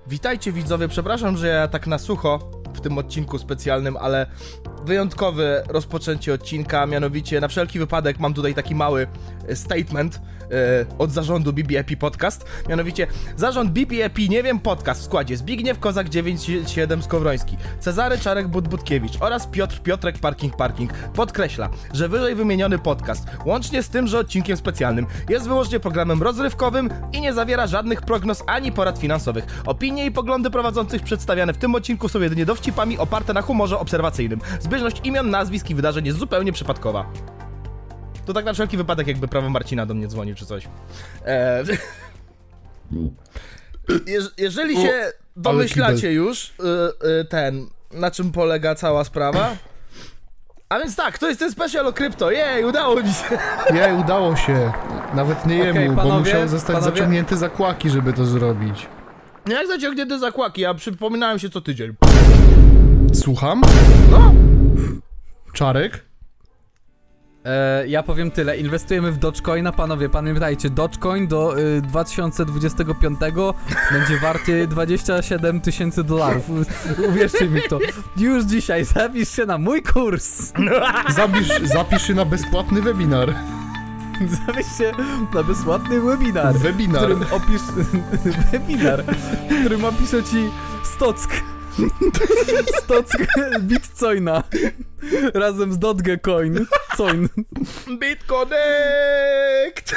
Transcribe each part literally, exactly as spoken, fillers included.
Witajcie widzowie, przepraszam, że ja tak na sucho w tym odcinku specjalnym, ale wyjątkowe rozpoczęcie odcinka, mianowicie na wszelki wypadek mam tutaj taki mały statement e, od zarządu B B E P Podcast. Mianowicie zarząd B B E P Nie Wiem Podcast w składzie Zbigniew Kozak dziewięćdziesiąt siedem Skowroński, Cezary Czarek But-Butkiewicz oraz Piotr Piotrek Parking Parking podkreśla, że wyżej wymieniony podcast, łącznie z tymże odcinkiem specjalnym, jest wyłącznie programem rozrywkowym i nie zawiera żadnych prognoz ani porad finansowych. Opinie i poglądy prowadzących przedstawiane w tym odcinku są jedynie dowcipami oparte na humorze obserwacyjnym. Zbieżność imion, nazwisk i wydarzeń jest zupełnie przypadkowa. To tak na wszelki wypadek, jakby prawo Marcina do mnie dzwonił czy coś. Eee... Jeż- jeżeli się domyślacie już, yy, yy, ten, na czym polega cała sprawa. A więc tak, to jest ten special o krypto. Jej, udało mi się. Jej, udało się. Nawet nie Okay, jemu, panowie, bo musiał zostać panowie. zaciągnięty za kłaki, żeby to zrobić. Jak zaciągnięte zakłaki, ja przypominałem się co tydzień. Słucham? No. Czarek? E, ja powiem tyle, inwestujemy w Dogecoina, panowie, pamiętajcie, Dogecoin do y, dwa tysiące dwudziestego piątego będzie warty dwadzieścia siedem tysięcy dolarów. U, uwierzcie mi w to. Już dzisiaj zapisz się na mój kurs. Zapisz, zapisz się na bezpłatny webinar. Zapisz się na bezpłatny webinar. Webinar. W którym opisz... webinar, w którym opiszę ci stock. Stock Bitcoina. Razem z Dogecoin. Coin. BitConnect!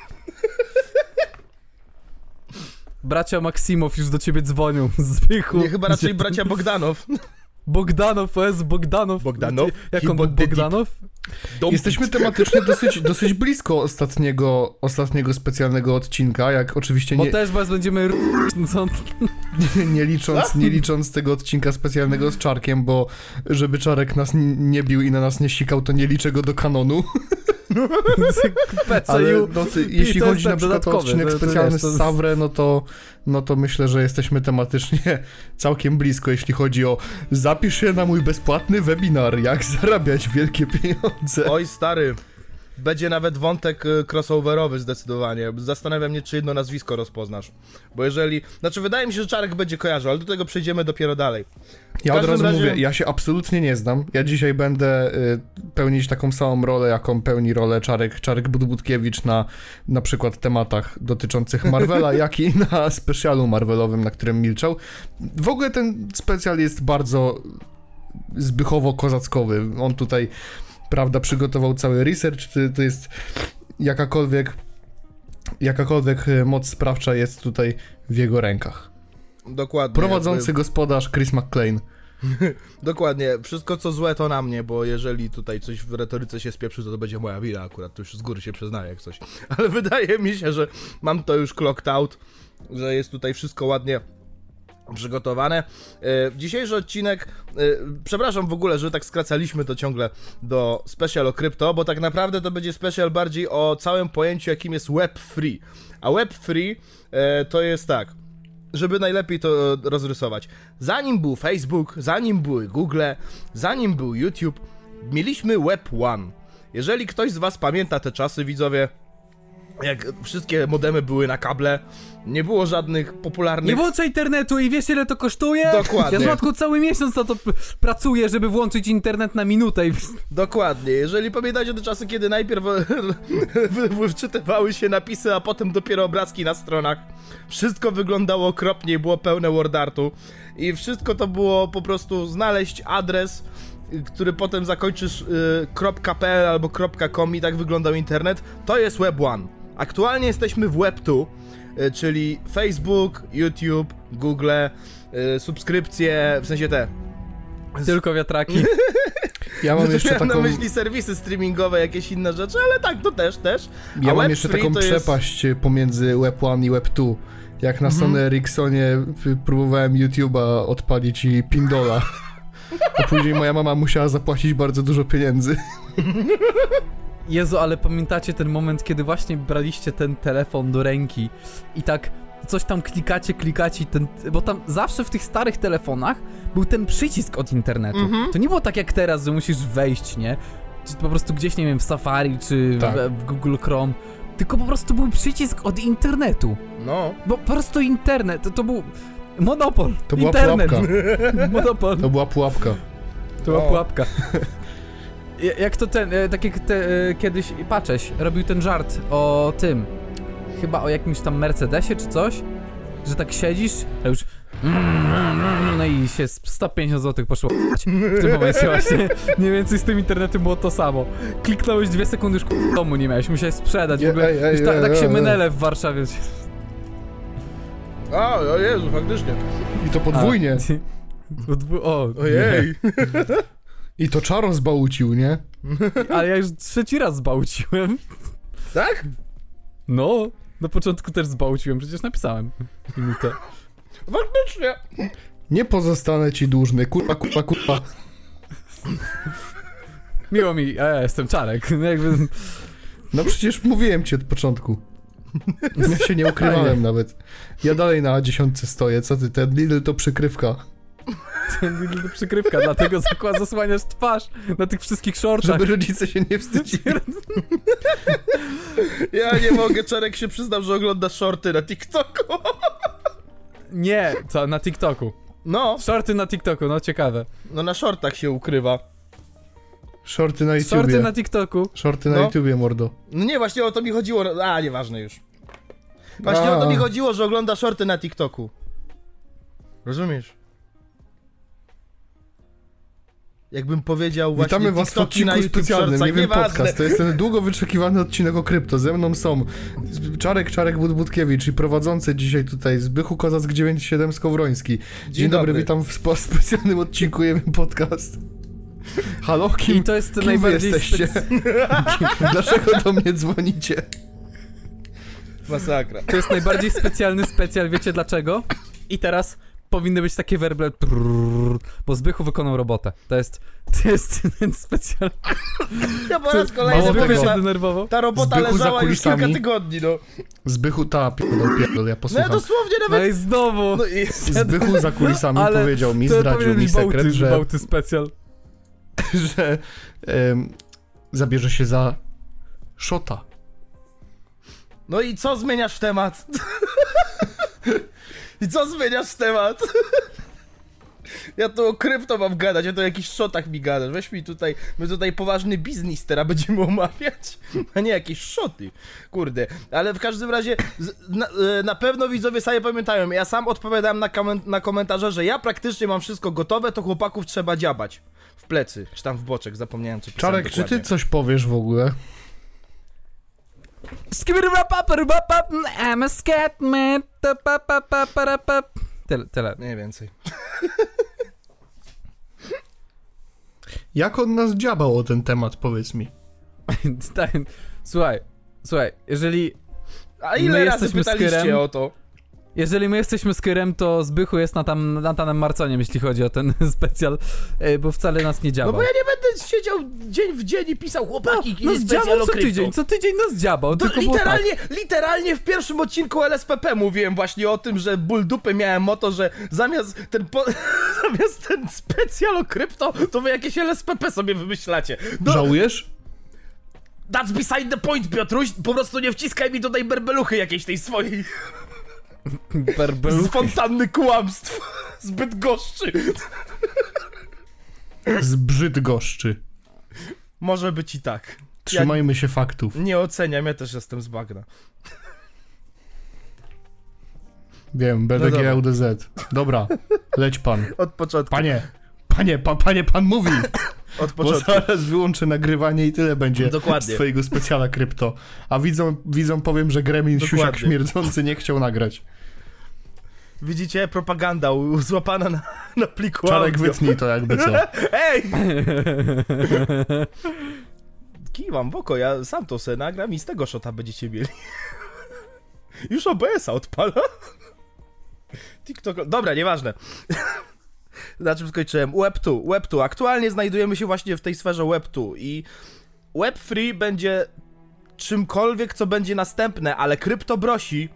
Bracia Maksimow już do ciebie dzwonią. Zbychu. Nie, chyba raczej bracia Bogdanow. Bogdanow, O S Bogdanow. Bogdanow? Jak on był Bogdanow? Jesteśmy tematycznie dosyć, dosyć blisko ostatniego, ostatniego specjalnego odcinka, jak oczywiście Bo nie, też was będziemy r... co? nie, nie, licząc, nie licząc tego odcinka specjalnego z Czarkiem, bo żeby Czarek nas n- nie bił i na nas nie sikał, to nie liczę go do kanonu. Ale no, ty, jeśli to chodzi jest na przykład o dodatkowy, odcinek to- to specjalny wiesz, to- z Sawrę, no to, no to myślę, że jesteśmy tematycznie całkiem blisko, jeśli chodzi o zapisz się na mój bezpłatny webinar, jak zarabiać wielkie pieniądze. Oj stary, będzie nawet wątek y, crossoverowy zdecydowanie. Zastanawiam mnie, czy jedno nazwisko rozpoznasz. Bo jeżeli... Znaczy wydaje mi się, że Czarek będzie kojarzył, ale do tego przejdziemy dopiero dalej. W Ja od każdym razu razie- mówię, ja się absolutnie nie znam. Ja dzisiaj będę y, pełnić taką samą rolę, jaką pełni rolę Czarek, Czarek But-Butkiewicz na na przykład tematach dotyczących Marvela, jak i na specjalu Marvelowym, na którym milczał. W ogóle ten specjal jest bardzo zbychowo-kozackowy. On tutaj, prawda, przygotował cały research, to, to jest jakakolwiek jakakolwiek y, moc sprawcza jest tutaj w jego rękach. Dokładnie. Prowadzący gospodarz Chris McClane. Dokładnie, wszystko co złe to na mnie, bo jeżeli tutaj coś w retoryce się spieprzy, to to będzie moja wina akurat, to już z góry się przyznaję jak coś. Ale wydaje mi się, że mam to już clocked out, że jest tutaj wszystko ładnie przygotowane. E, dzisiejszy odcinek, e, przepraszam w ogóle, że tak skracaliśmy to ciągle do special o krypto, bo tak naprawdę to będzie special bardziej o całym pojęciu, jakim jest web free. A web free e, to jest tak, żeby najlepiej to rozrysować. Zanim był Facebook, zanim były Google, zanim był YouTube, mieliśmy Web One. Jeżeli ktoś z was pamięta te czasy, widzowie, jak wszystkie modemy były na kable, nie było żadnych popularnych... Nie włączaj internetu i wiesz ile to kosztuje? Dokładnie. Ja z matką cały miesiąc na to p- pracuję, żeby włączyć internet na minutę i... Dokładnie, jeżeli pamiętacie te czasy, kiedy najpierw wczytywały się napisy, a potem dopiero obrazki na stronach, wszystko wyglądało okropnie, było pełne wordartu i wszystko to było po prostu znaleźć adres, który potem zakończysz y, .pl albo .com i tak wyglądał internet, to jest Web One. Aktualnie jesteśmy w Web Two, y, czyli Facebook, YouTube, Google, y, subskrypcje, w sensie te... Tylko wiatraki. Ja mam jeszcze Miałem taką... na myśli serwisy streamingowe, jakieś inne rzeczy, ale tak, to też, też. A Ja mam Web jeszcze Free taką to jest- przepaść pomiędzy Web One i Web Two. Jak na Sony Ericssonie y, próbowałem YouTube'a odpalić i pindola. A później moja mama musiała zapłacić bardzo dużo pieniędzy. Jezu, ale pamiętacie ten moment, kiedy właśnie braliście ten telefon do ręki i tak coś tam klikacie, klikacie, ten, bo tam zawsze w tych starych telefonach był ten przycisk od internetu. Mhm. To nie było tak jak teraz, że musisz wejść, nie? Czy po prostu gdzieś, nie wiem, w Safari, czy Tak. w, w Google Chrome. Tylko po prostu był przycisk od internetu. No. Bo po prostu internet, to, to był... Monopol! To była Internet! pułapka. Monopol! To była pułapka. To była O. pułapka. Ja- Jak to ten, e, tak jak te, e, kiedyś Pacześ robił ten żart o tym, chyba o jakimś tam Mercedesie czy coś, że tak siedzisz, a już no i się sto pięćdziesiąt złotych poszło w tym momencie właśnie. Mniej więcej z tym internetem było to samo. Kliknąłeś dwie sekundy, już k- domu nie miałeś, musiałeś sprzedać w ogóle. Ej, ej, Już ta, ej, tak się ej, menele w Warszawie. A, o Jezu, faktycznie. I to podwójnie. A, Odwu- o, Ojej. I to Czaro zbałucił, nie? ale ja już trzeci raz zbałciłem. Tak? No, na początku też zbałciłem, przecież napisałem minutę. Faktycznie. Nie pozostanę ci dłużny, kurwa, kurwa, kurwa. Miło mi, ja jestem Czarek, no jakby... No przecież mówiłem ci od początku. Ja się nie ukrywałem nawet. Ja dalej na A dziesięć stoję, co ty, ten Lidl to przykrywka. To przykrywka, dlatego zakład zasłaniasz twarz na tych wszystkich shortach. Żeby rodzice się nie wstydzili. Ja nie mogę, Czarek się przyznał, że ogląda shorty na TikToku. Nie, co, na TikToku. No, Shorty na TikToku, no ciekawe. no na shortach się ukrywa. Shorty na Shorty YouTubie. na TikToku. Shorty na No. YouTubie, mordo. No nie, właśnie o to mi chodziło, a nieważne już. Właśnie A. o to mi chodziło, że ogląda shorty na TikToku. Rozumiesz? Jakbym powiedział właśnie Witamy was w TikToki na odcinku YouTube specjalnym, Shortsach, nie wiem, nieważne. podcast. To jest ten długo wyczekiwany odcinek o krypto. Ze mną są Czarek, Czarek Budbudkiewicz i prowadzący dzisiaj tutaj Zbychu Kozack dziewięćdziesiąt siedem Skowroński. Dzień, Dzień dobry, dobry. witam w spo- specjalnym odcinku Jemy Podcast. Halo, kim, I to jest kim wy najbardziej jesteście? specy- Dlaczego do mnie dzwonicie? Masakra. To jest najbardziej specjalny specjal, wiecie dlaczego? I teraz powinny być takie werble, trrr, bo Zbychu wykonał robotę. To jest, to jest ten specjal. Ja po raz kolejny mało powiem, tego. ta, denerwował. ta robota Zbychu za leżała już kulisami. kilka tygodni, no. Zbychu, ta, pierdol, pierdol, ja No ja posłucham. dosłownie No nawet... i znowu. No i... Zbychu za kulisami Ale powiedział mi, to zdradził powinien mi być sekret, bałty, że... bałty specjal. że em, zabierze się za szota. No i co zmieniasz w temat? I co zmieniasz w temat? Ja tu o krypto mam gadać, ja tu o jakichś shotach mi gadasz. Weź mi tutaj, my tutaj poważny biznes teraz będziemy omawiać, a nie jakieś shoty. Kurde, ale w każdym razie z, na, e, na pewno widzowie sobie pamiętają, ja sam odpowiadałem na, komen- na komentarze, że ja praktycznie mam wszystko gotowe, to chłopaków trzeba dziabać. W plecy, czy tam w boczek, zapomniałem co pisałem Czarek, czy ty dokładnie. coś powiesz w ogóle? I'm a scatman. Tyle, tyle. Mniej więcej. Jak on nas dziabał o ten temat, powiedz mi? Tak, Słuchaj, słuchaj, jeżeli, A ile My razy jesteśmy pytaliście skyrem. o to? jeżeli my jesteśmy Skyrem, to Zbychu jest Natan, Natanem Marconiem, jeśli chodzi o ten specjal, e, bo wcale nas nie No działał. bo ja nie będę siedział dzień w dzień i pisał chłopaki, no, no, nas specjal działał o co krypto. tydzień, co tydzień nas dziabał, To tylko było tak. literalnie, literalnie w pierwszym odcinku L S P P mówiłem właśnie o tym, że ból dupy miałem o to, że zamiast ten, po, zamiast ten specjal o krypto, to wy jakieś L S P P sobie wymyślacie. No, Żałujesz? that's beside the point, Piotruś, po prostu nie wciskaj mi tutaj berbeluchy jakiejś tej swojej Berbeluchy. z fontanny kłamstw, zbyt goszczy. Z Brzydgoszczy. Może być i tak. Trzymajmy się faktów. Nie oceniam, ja też jestem z bagna. Wiem, B D G L D Z. Dobra, leć pan. Od początku, Panie, panie, pa, panie, pan mówi. od Bo początku. zaraz wyłączę nagrywanie i tyle będzie Dokładnie. z twojego specjala krypto. A widzom, widzom powiem, że Gremlin Dokładnie. siusiak śmierdzący nie chciał nagrać. Widzicie? Propaganda u- złapana na, na pliku Czarek, audio. wytnij to jakby co. Ej! Kiwam w oko, ja sam to se nagram i z tego shota będziecie mieli. Już O B S a odpala. TikTok... Dobra, nieważne. Na czym skończyłem? Web dwa. Web dwa. Aktualnie znajdujemy się właśnie w tej sferze Web dwa i Web trzy będzie czymkolwiek, co będzie następne, ale krypto brosi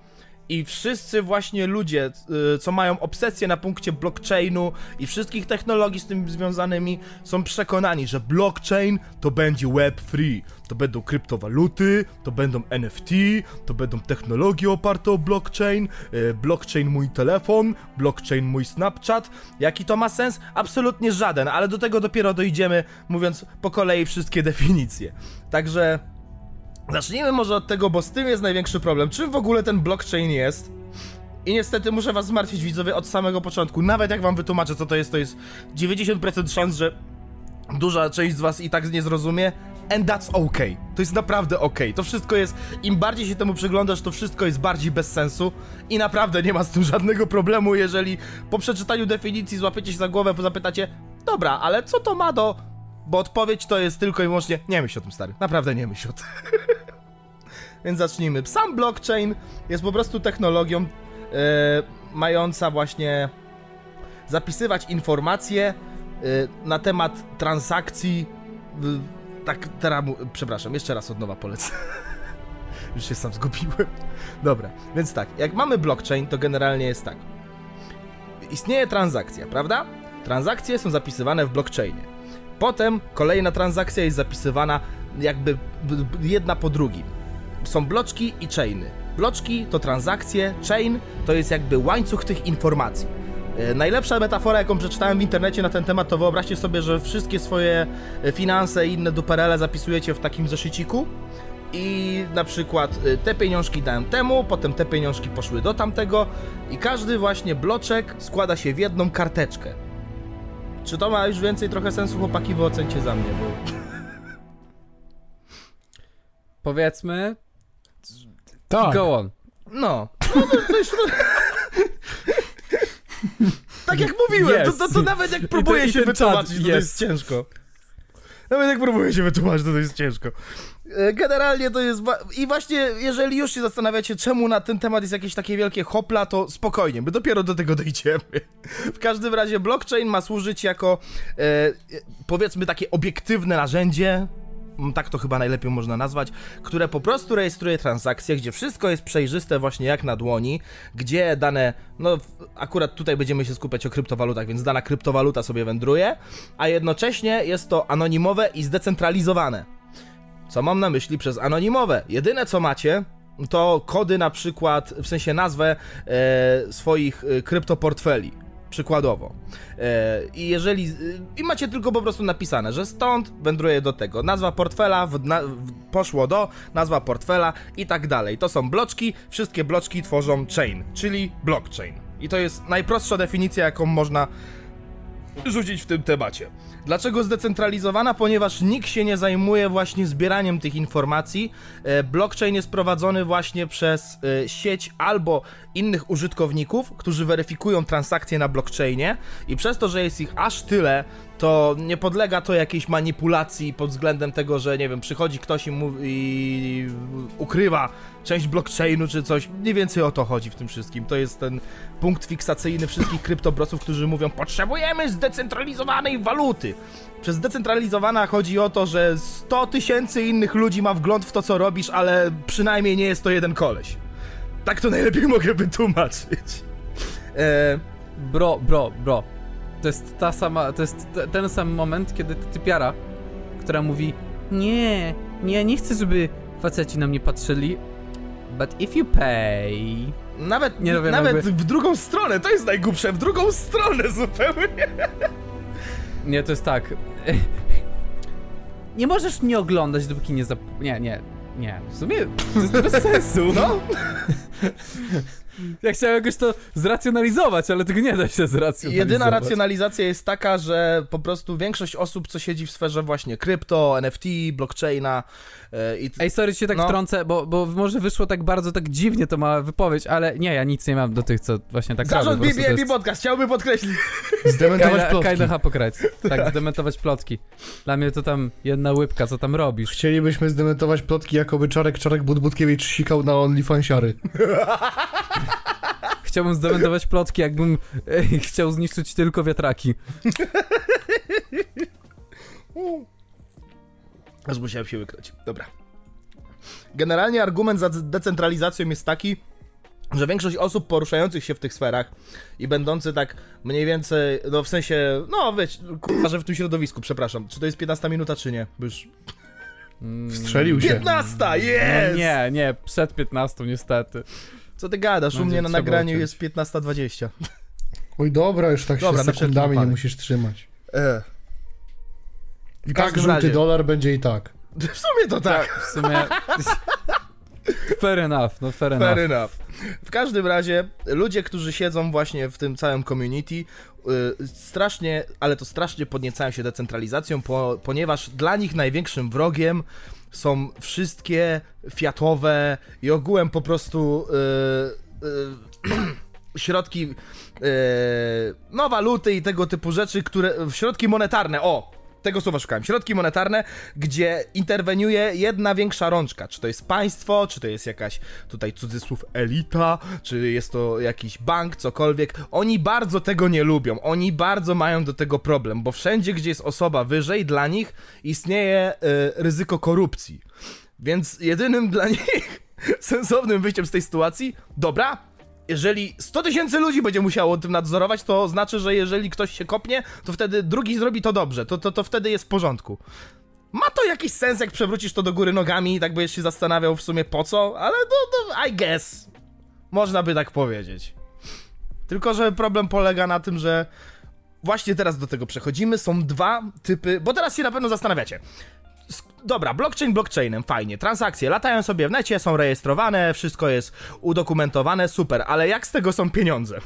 I wszyscy właśnie ludzie, y, co mają obsesję na punkcie blockchainu i wszystkich technologii z tym związanymi, są przekonani, że blockchain to będzie web free. To będą kryptowaluty, to będą N F T, to będą technologie oparte o blockchain, y, blockchain mój telefon, blockchain mój Snapchat. Jaki to ma sens? Absolutnie żaden, ale do tego dopiero dojdziemy, mówiąc po kolei wszystkie definicje. Także... zacznijmy może od tego, bo z tym jest największy problem. Czym w ogóle ten blockchain jest? I niestety muszę was zmartwić, widzowie, od samego początku. Nawet jak wam wytłumaczę, co to jest, to jest dziewięćdziesiąt procent szans, że duża część z was i tak nie zrozumie. And that's okay. To jest naprawdę okay. To wszystko jest, im bardziej się temu przyglądasz, to wszystko jest bardziej bez sensu. I naprawdę nie ma z tym żadnego problemu, jeżeli po przeczytaniu definicji złapiecie się za głowę, zapytacie, dobra, ale co to ma do... Bo odpowiedź to jest tylko i wyłącznie, nie myśl o tym, stary, naprawdę nie myśl o tym. Więc zacznijmy. Sam blockchain jest po prostu technologią yy, mająca właśnie zapisywać informacje yy, na temat transakcji. Yy, tak, teraz, przepraszam, jeszcze raz od nowa polecę. Już się sam zgubiłem. Dobra, więc tak, jak mamy blockchain, to generalnie jest tak. Istnieje transakcja, prawda? Transakcje są zapisywane w blockchainie. Potem kolejna transakcja jest zapisywana jakby jedna po drugim. Są bloczki i chainy. Bloczki to transakcje, chain to jest jakby łańcuch tych informacji. Yy, najlepsza metafora, jaką przeczytałem w internecie na ten temat, to wyobraźcie sobie, że wszystkie swoje finanse i inne duperele zapisujecie w takim zeszyciku i na przykład yy, te pieniążki dałem temu, potem te pieniążki poszły do tamtego i każdy właśnie bloczek składa się w jedną karteczkę. Czy to ma już więcej trochę sensu, chłopaki, wy ocencie za mnie, bo... Powiedzmy... Tak. Go on. No. no to, to już... tak jak mówiłem, Yes. to, to, to nawet jak próbuję I się ten wytłumaczyć, czat, to, to yes. jest ciężko. Nawet jak próbuję się wytłumaczyć, to, to jest ciężko. Generalnie to jest... Wa- I właśnie, jeżeli już się zastanawiacie, czemu na ten temat jest jakieś takie wielkie hopla, to spokojnie, my dopiero do tego dojdziemy. W każdym razie blockchain ma służyć jako, e, powiedzmy, takie obiektywne narzędzie, tak to chyba najlepiej można nazwać, które po prostu rejestruje transakcje, gdzie wszystko jest przejrzyste właśnie jak na dłoni, gdzie dane, no akurat tutaj będziemy się skupiać o kryptowalutach, więc dana kryptowaluta sobie wędruje, a jednocześnie jest to anonimowe i zdecentralizowane. Co mam na myśli przez anonimowe? Jedyne co macie, to kody na przykład, w sensie nazwę e, swoich e, kryptoportfeli. Przykładowo. E, I jeżeli... E, I macie tylko po prostu napisane, że stąd wędruje do tego. Nazwa portfela w, na, w, poszło do, nazwa portfela i tak dalej. To są bloczki, wszystkie bloczki tworzą chain, czyli blockchain. I to jest najprostsza definicja, jaką można rzucić w tym temacie. Dlaczego zdecentralizowana? Ponieważ nikt się nie zajmuje właśnie zbieraniem tych informacji. E, blockchain jest prowadzony właśnie przez e, sieć albo innych użytkowników, którzy weryfikują transakcje na blockchainie i przez to, że jest ich aż tyle, to nie podlega to jakiejś manipulacji pod względem tego, że nie wiem, przychodzi ktoś i, mówi, i ukrywa część blockchainu czy coś. Mniej więcej o to chodzi w tym wszystkim. To jest ten punkt fiksacyjny wszystkich kryptobrosów, którzy mówią, potrzebujemy zdecentralizowanej waluty. Przez zdecentralizowana chodzi o to, że sto tysięcy innych ludzi ma wgląd w to, co robisz, ale przynajmniej nie jest to jeden koleś. Tak to najlepiej mogę wytłumaczyć. E... Bro, bro, bro. To jest ta sama, to jest t- ten sam moment, kiedy ta typiara, która mówi, nie, nie, nie chcę, żeby faceci na mnie patrzyli, but if you pay... Nawet, nie wiem, nawet jakby... w drugą stronę, to jest najgłupsze, w drugą stronę zupełnie. Nie, to jest tak. Nie możesz mnie oglądać, dopóki nie zap... Nie, nie, nie. W sumie to jest bez sensu. No. Ja chciałem jakoś to zracjonalizować, ale tego nie da się zracjonalizować. Jedyna racjonalizacja jest taka, że po prostu większość osób, co siedzi w sferze właśnie krypto, N F T, blockchaina yy, i... Ej, sorry, się tak no. wtrącę, bo, bo może wyszło tak bardzo, tak dziwnie to mała wypowiedź, ale nie, ja nic nie mam do tych, co właśnie tak robią. Zarząd B B A B jest... podcast, chciałby podkreślić. Zdementować plotki. Kind of hypocrite. Tak, zdementować plotki. Dla mnie to tam jedna łypka, co tam robisz. Chcielibyśmy zdementować plotki, jakoby Czarek Czarek Budbutkiewicz sikał na OnlyFansiary. Chciałbym zdementować plotki, jakbym e, chciał zniszczyć tylko wiatraki. Aż musiałem się wykryć. Dobra. Generalnie argument za decentralizacją jest taki, że większość osób poruszających się w tych sferach i będący tak mniej więcej, no w sensie, no wiecie, kurwa, że w tym środowisku, przepraszam, czy to jest piętnasta minuta, czy nie? Bo już... Strzelił się. piętnasta, jest! No nie, nie, przed piętnastą niestety. Co ty gadasz? U Będzie mnie na trzeba nagraniu uciąć. jest piętnasta dwadzieścia. Oj dobra, już tak Dobra, się na wszelki sekundami nie wypadek. musisz trzymać. E. I W tak każdym żółty razie. dolar będzie i tak. W sumie to tak. W sumie... Fair enough, no fair enough. Fair enough. W każdym razie, ludzie, którzy siedzą właśnie w tym całym community, yy, strasznie, ale to strasznie podniecają się decentralizacją, po, ponieważ dla nich największym wrogiem są wszystkie fiatowe i ogółem po prostu yy, yy, środki, yy, no waluty i tego typu rzeczy, które, środki monetarne, o! Tego słowa szukałem. Środki monetarne, gdzie interweniuje jedna większa rączka. Czy to jest państwo, czy to jest jakaś, tutaj cudzysłów, elita, czy jest to jakiś bank, cokolwiek. Oni bardzo tego nie lubią. Oni bardzo mają do tego problem, bo wszędzie, gdzie jest osoba wyżej, dla nich istnieje y, ryzyko korupcji. Więc jedynym dla nich sensownym wyjściem z tej sytuacji, dobra, jeżeli sto tysięcy ludzi będzie musiało tym nadzorować, to znaczy, że jeżeli ktoś się kopnie, to wtedy drugi zrobi to dobrze, to, to, to wtedy jest w porządku. Ma to jakiś sens, jak przewrócisz to do góry nogami i tak byś się zastanawiał w sumie po co, ale no, no I guess. Można by tak powiedzieć. Tylko że problem polega na tym, że właśnie teraz do tego przechodzimy, są dwa typy, bo teraz się na pewno zastanawiacie. Dobra, blockchain blockchainem, fajnie, transakcje latają sobie w necie, są rejestrowane, wszystko jest udokumentowane, super, ale jak z tego są pieniądze?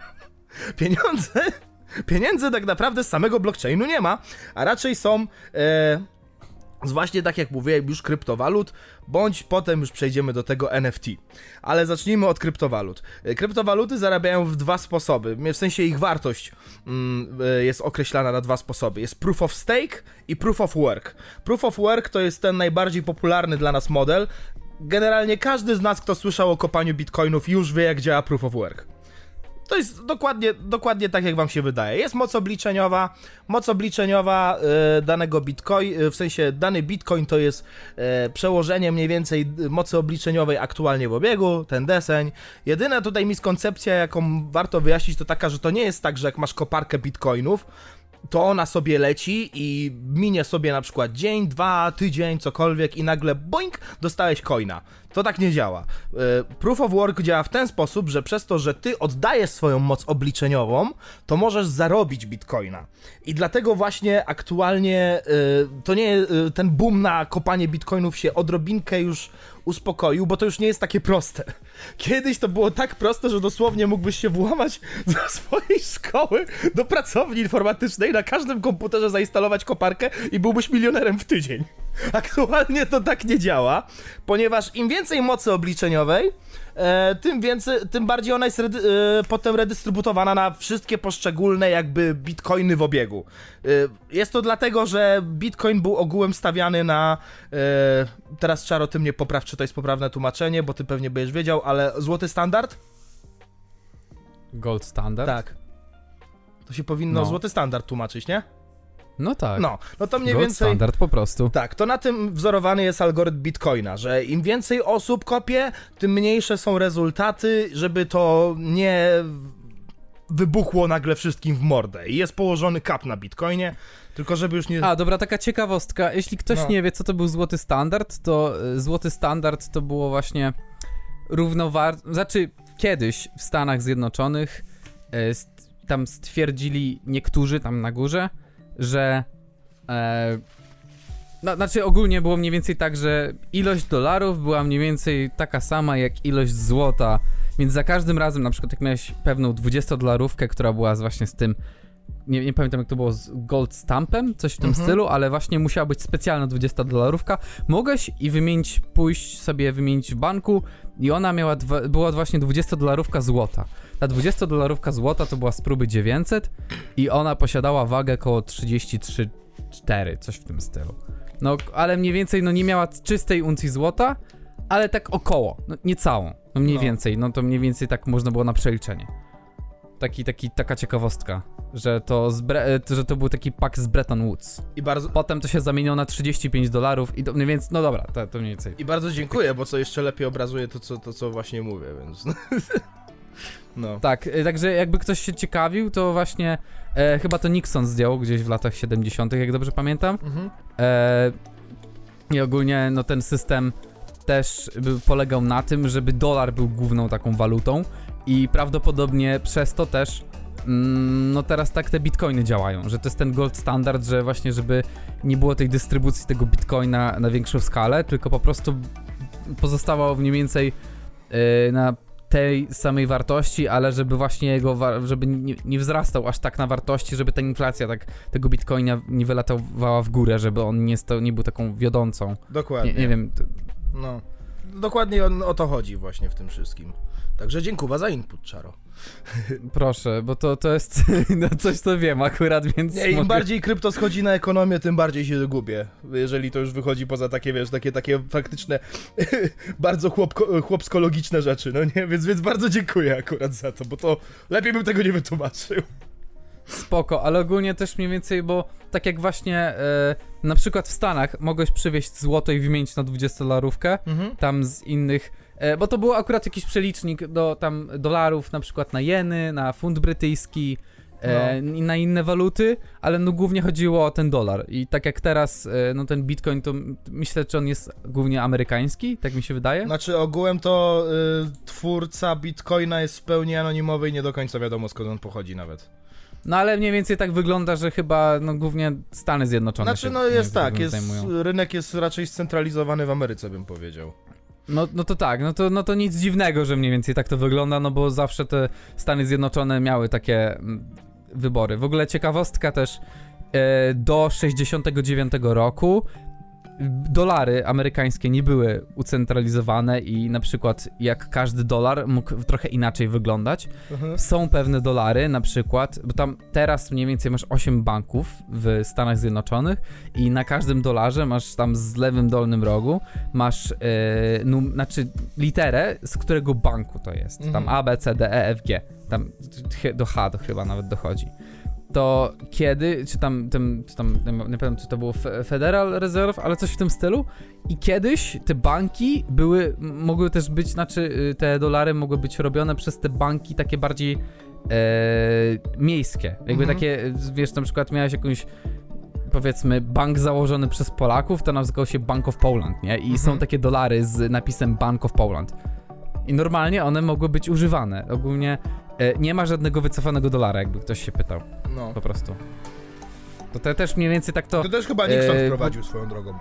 Pieniądze? Pieniędzy tak naprawdę z samego blockchainu nie ma, a raczej są e, właśnie tak jak mówiłem już kryptowalut, bądź potem już przejdziemy do tego N F T. Ale zacznijmy od kryptowalut. Kryptowaluty zarabiają w dwa sposoby, w sensie ich wartość mm, jest określana na dwa sposoby. Jest proof of stake i proof of work. Proof of work to jest ten najbardziej popularny dla nas model. Generalnie każdy z nas, kto słyszał o kopaniu bitcoinów, już wie, jak działa proof of work. To jest dokładnie, dokładnie tak, jak wam się wydaje. Jest moc obliczeniowa, moc obliczeniowa e, danego bitcoin, w sensie dany bitcoin to jest e, przełożenie mniej więcej mocy obliczeniowej aktualnie w obiegu, ten deseń. Jedyna tutaj miskoncepcja, jaką warto wyjaśnić, to taka, że to nie jest tak, że jak masz koparkę bitcoinów, to ona sobie leci i minie sobie na przykład dzień, dwa, tydzień, cokolwiek i nagle boink, dostałeś coina. To tak nie działa. Proof of work działa w ten sposób, że przez to, że ty oddajesz swoją moc obliczeniową, to możesz zarobić bitcoina. I dlatego właśnie aktualnie to nie, ten boom na kopanie bitcoinów się odrobinkę już uspokoił, bo to już nie jest takie proste. Kiedyś to było tak proste, że dosłownie mógłbyś się włamać do swojej szkoły, do pracowni informatycznej, na każdym komputerze zainstalować koparkę i byłbyś milionerem w tydzień. Aktualnie to tak nie działa, ponieważ im więcej mocy obliczeniowej, e, tym więcej, tym bardziej ona jest redy, e, potem redystrybutowana na wszystkie poszczególne jakby bitcoiny w obiegu. E, jest to dlatego, że bitcoin był ogółem stawiany na, e, teraz Czaro, ty mnie popraw, czy to jest poprawne tłumaczenie, bo ty pewnie będziesz wiedział, ale złoty standard? Gold standard? Tak. To się powinno No. złoty standard tłumaczyć, nie? No tak. No, no to mniej Gold więcej... standard po prostu. Tak, to na tym wzorowany jest algorytm Bitcoina, że im więcej osób kopie, tym mniejsze są rezultaty, żeby to nie wybuchło nagle wszystkim w mordę. I jest położony cap na Bitcoinie, tylko żeby już nie... A, dobra, taka ciekawostka. Jeśli ktoś No. nie wie, co to był złoty standard, to y, złoty standard to było właśnie równowarte... Znaczy, kiedyś w Stanach Zjednoczonych y, st- tam stwierdzili niektórzy tam na górze, że... E, no, znaczy ogólnie było mniej więcej tak, że ilość dolarów była mniej więcej taka sama jak ilość złota, więc za każdym razem, na przykład jak miałeś pewną dwudziestodolarówkę, która była z właśnie z tym, nie, nie pamiętam jak to było, z gold stampem, coś w tym Mhm. stylu, ale właśnie musiała być specjalna dwudziestodolarówka, mogłeś i wymienić, pójść sobie wymienić w banku i ona miała, dwa, była właśnie dwudziestodolarówka złota. Ta dwudziestodolarówka złota to była z próby dziewięćset i ona posiadała wagę około trzydzieści trzy cztery, coś w tym stylu. No, ale mniej więcej, no nie miała czystej uncji złota, ale tak około, no nie całą, no mniej No. więcej, no to mniej więcej tak można było na przeliczenie. Taki, taki, taka ciekawostka, że to, z Bre- że to był taki pakt z Bretton Woods. I bardzo... Potem to się zamieniło na trzydzieści pięć dolarów i to, no więc, no dobra, to, to mniej więcej. I bardzo dziękuję, bo co jeszcze lepiej obrazuje to, co, to, co właśnie mówię, więc... No. Tak, także jakby ktoś się ciekawił, to właśnie e, chyba to Nixon zdjął gdzieś w latach siedemdziesiątych, jak dobrze pamiętam. Mhm. E, I ogólnie no ten system też by polegał na tym, żeby dolar był główną taką walutą i prawdopodobnie przez to też mm, no teraz tak te bitcoiny działają, że to jest ten gold standard, że właśnie żeby nie było tej dystrybucji tego bitcoina na większą skalę, tylko po prostu pozostawało mniej więcej e, na tej samej wartości, ale żeby właśnie jego, wa- żeby nie, nie wzrastał aż tak na wartości, żeby ta inflacja tak tego bitcoina nie wylatowała w górę, żeby on nie, stał, nie był taką wiodącą. Dokładnie. Nie, nie wiem. To... No. Dokładnie o, o to chodzi właśnie w tym wszystkim. Także dziękuję za input, Czaro. Proszę, bo to, to jest no coś, co wiem akurat, więc... Nie, im mogę... bardziej krypto schodzi na ekonomię, tym bardziej się gubię. Jeżeli to już wychodzi poza takie, wiesz, takie, takie faktyczne, bardzo chłopko, chłopsko-logiczne rzeczy, no nie? Więc, więc bardzo dziękuję akurat za to, bo to lepiej bym tego nie wytłumaczył. Spoko, ale ogólnie też mniej więcej, bo tak jak właśnie e, na przykład w Stanach mogłeś przywieźć złoto i wymienić na dwudziestodolarówkę, Mhm. tam z innych, e, bo to był akurat jakiś przelicznik do tam dolarów, na przykład na jeny, na funt brytyjski e, i na inne waluty, ale no głównie chodziło o ten dolar i tak jak teraz, e, no ten bitcoin to myślę, czy on jest głównie amerykański, tak mi się wydaje? Znaczy ogółem to y, twórca Bitcoina jest w pełni anonimowy i nie do końca wiadomo skąd on pochodzi nawet. No ale mniej więcej tak wygląda, że chyba no głównie Stany Zjednoczone Znaczy się no jest tym tak, jest, zajmują. rynek jest raczej scentralizowany w Ameryce, bym powiedział. No, no to tak, no to, no to nic dziwnego, że mniej więcej tak to wygląda, no bo zawsze te Stany Zjednoczone miały takie mm, wybory. W ogóle ciekawostka też, e, do sześćdziesiątego dziewiątego roku dolary amerykańskie nie były ucentralizowane i na przykład jak każdy dolar mógł trochę inaczej wyglądać. Mhm. Są pewne dolary, na przykład, bo tam teraz mniej więcej masz osiem banków w Stanach Zjednoczonych i na każdym dolarze masz tam z lewym dolnym rogu masz yy, num, znaczy literę, z którego banku to jest. Mhm. Tam A, B, C, D, E, F, G. Tam do H to chyba nawet dochodzi. To kiedy, czy tam, tym, czy tam, nie pamiętam, czy to było Federal Reserve, ale coś w tym stylu. I kiedyś te banki były, mogły też być, znaczy te dolary mogły być robione przez te banki takie bardziej e, miejskie. Jakby Mhm. takie, wiesz, na przykład miałeś jakąś, powiedzmy, bank założony przez Polaków, to nazywał się Bank of Poland, nie? I Mhm. są takie dolary z napisem Bank of Poland. I normalnie one mogły być używane. Ogólnie e, nie ma żadnego wycofanego dolara, jakby ktoś się pytał. No. Po prostu. To te też mniej więcej tak to... To też chyba Nixon e, wprowadził swoją drogą.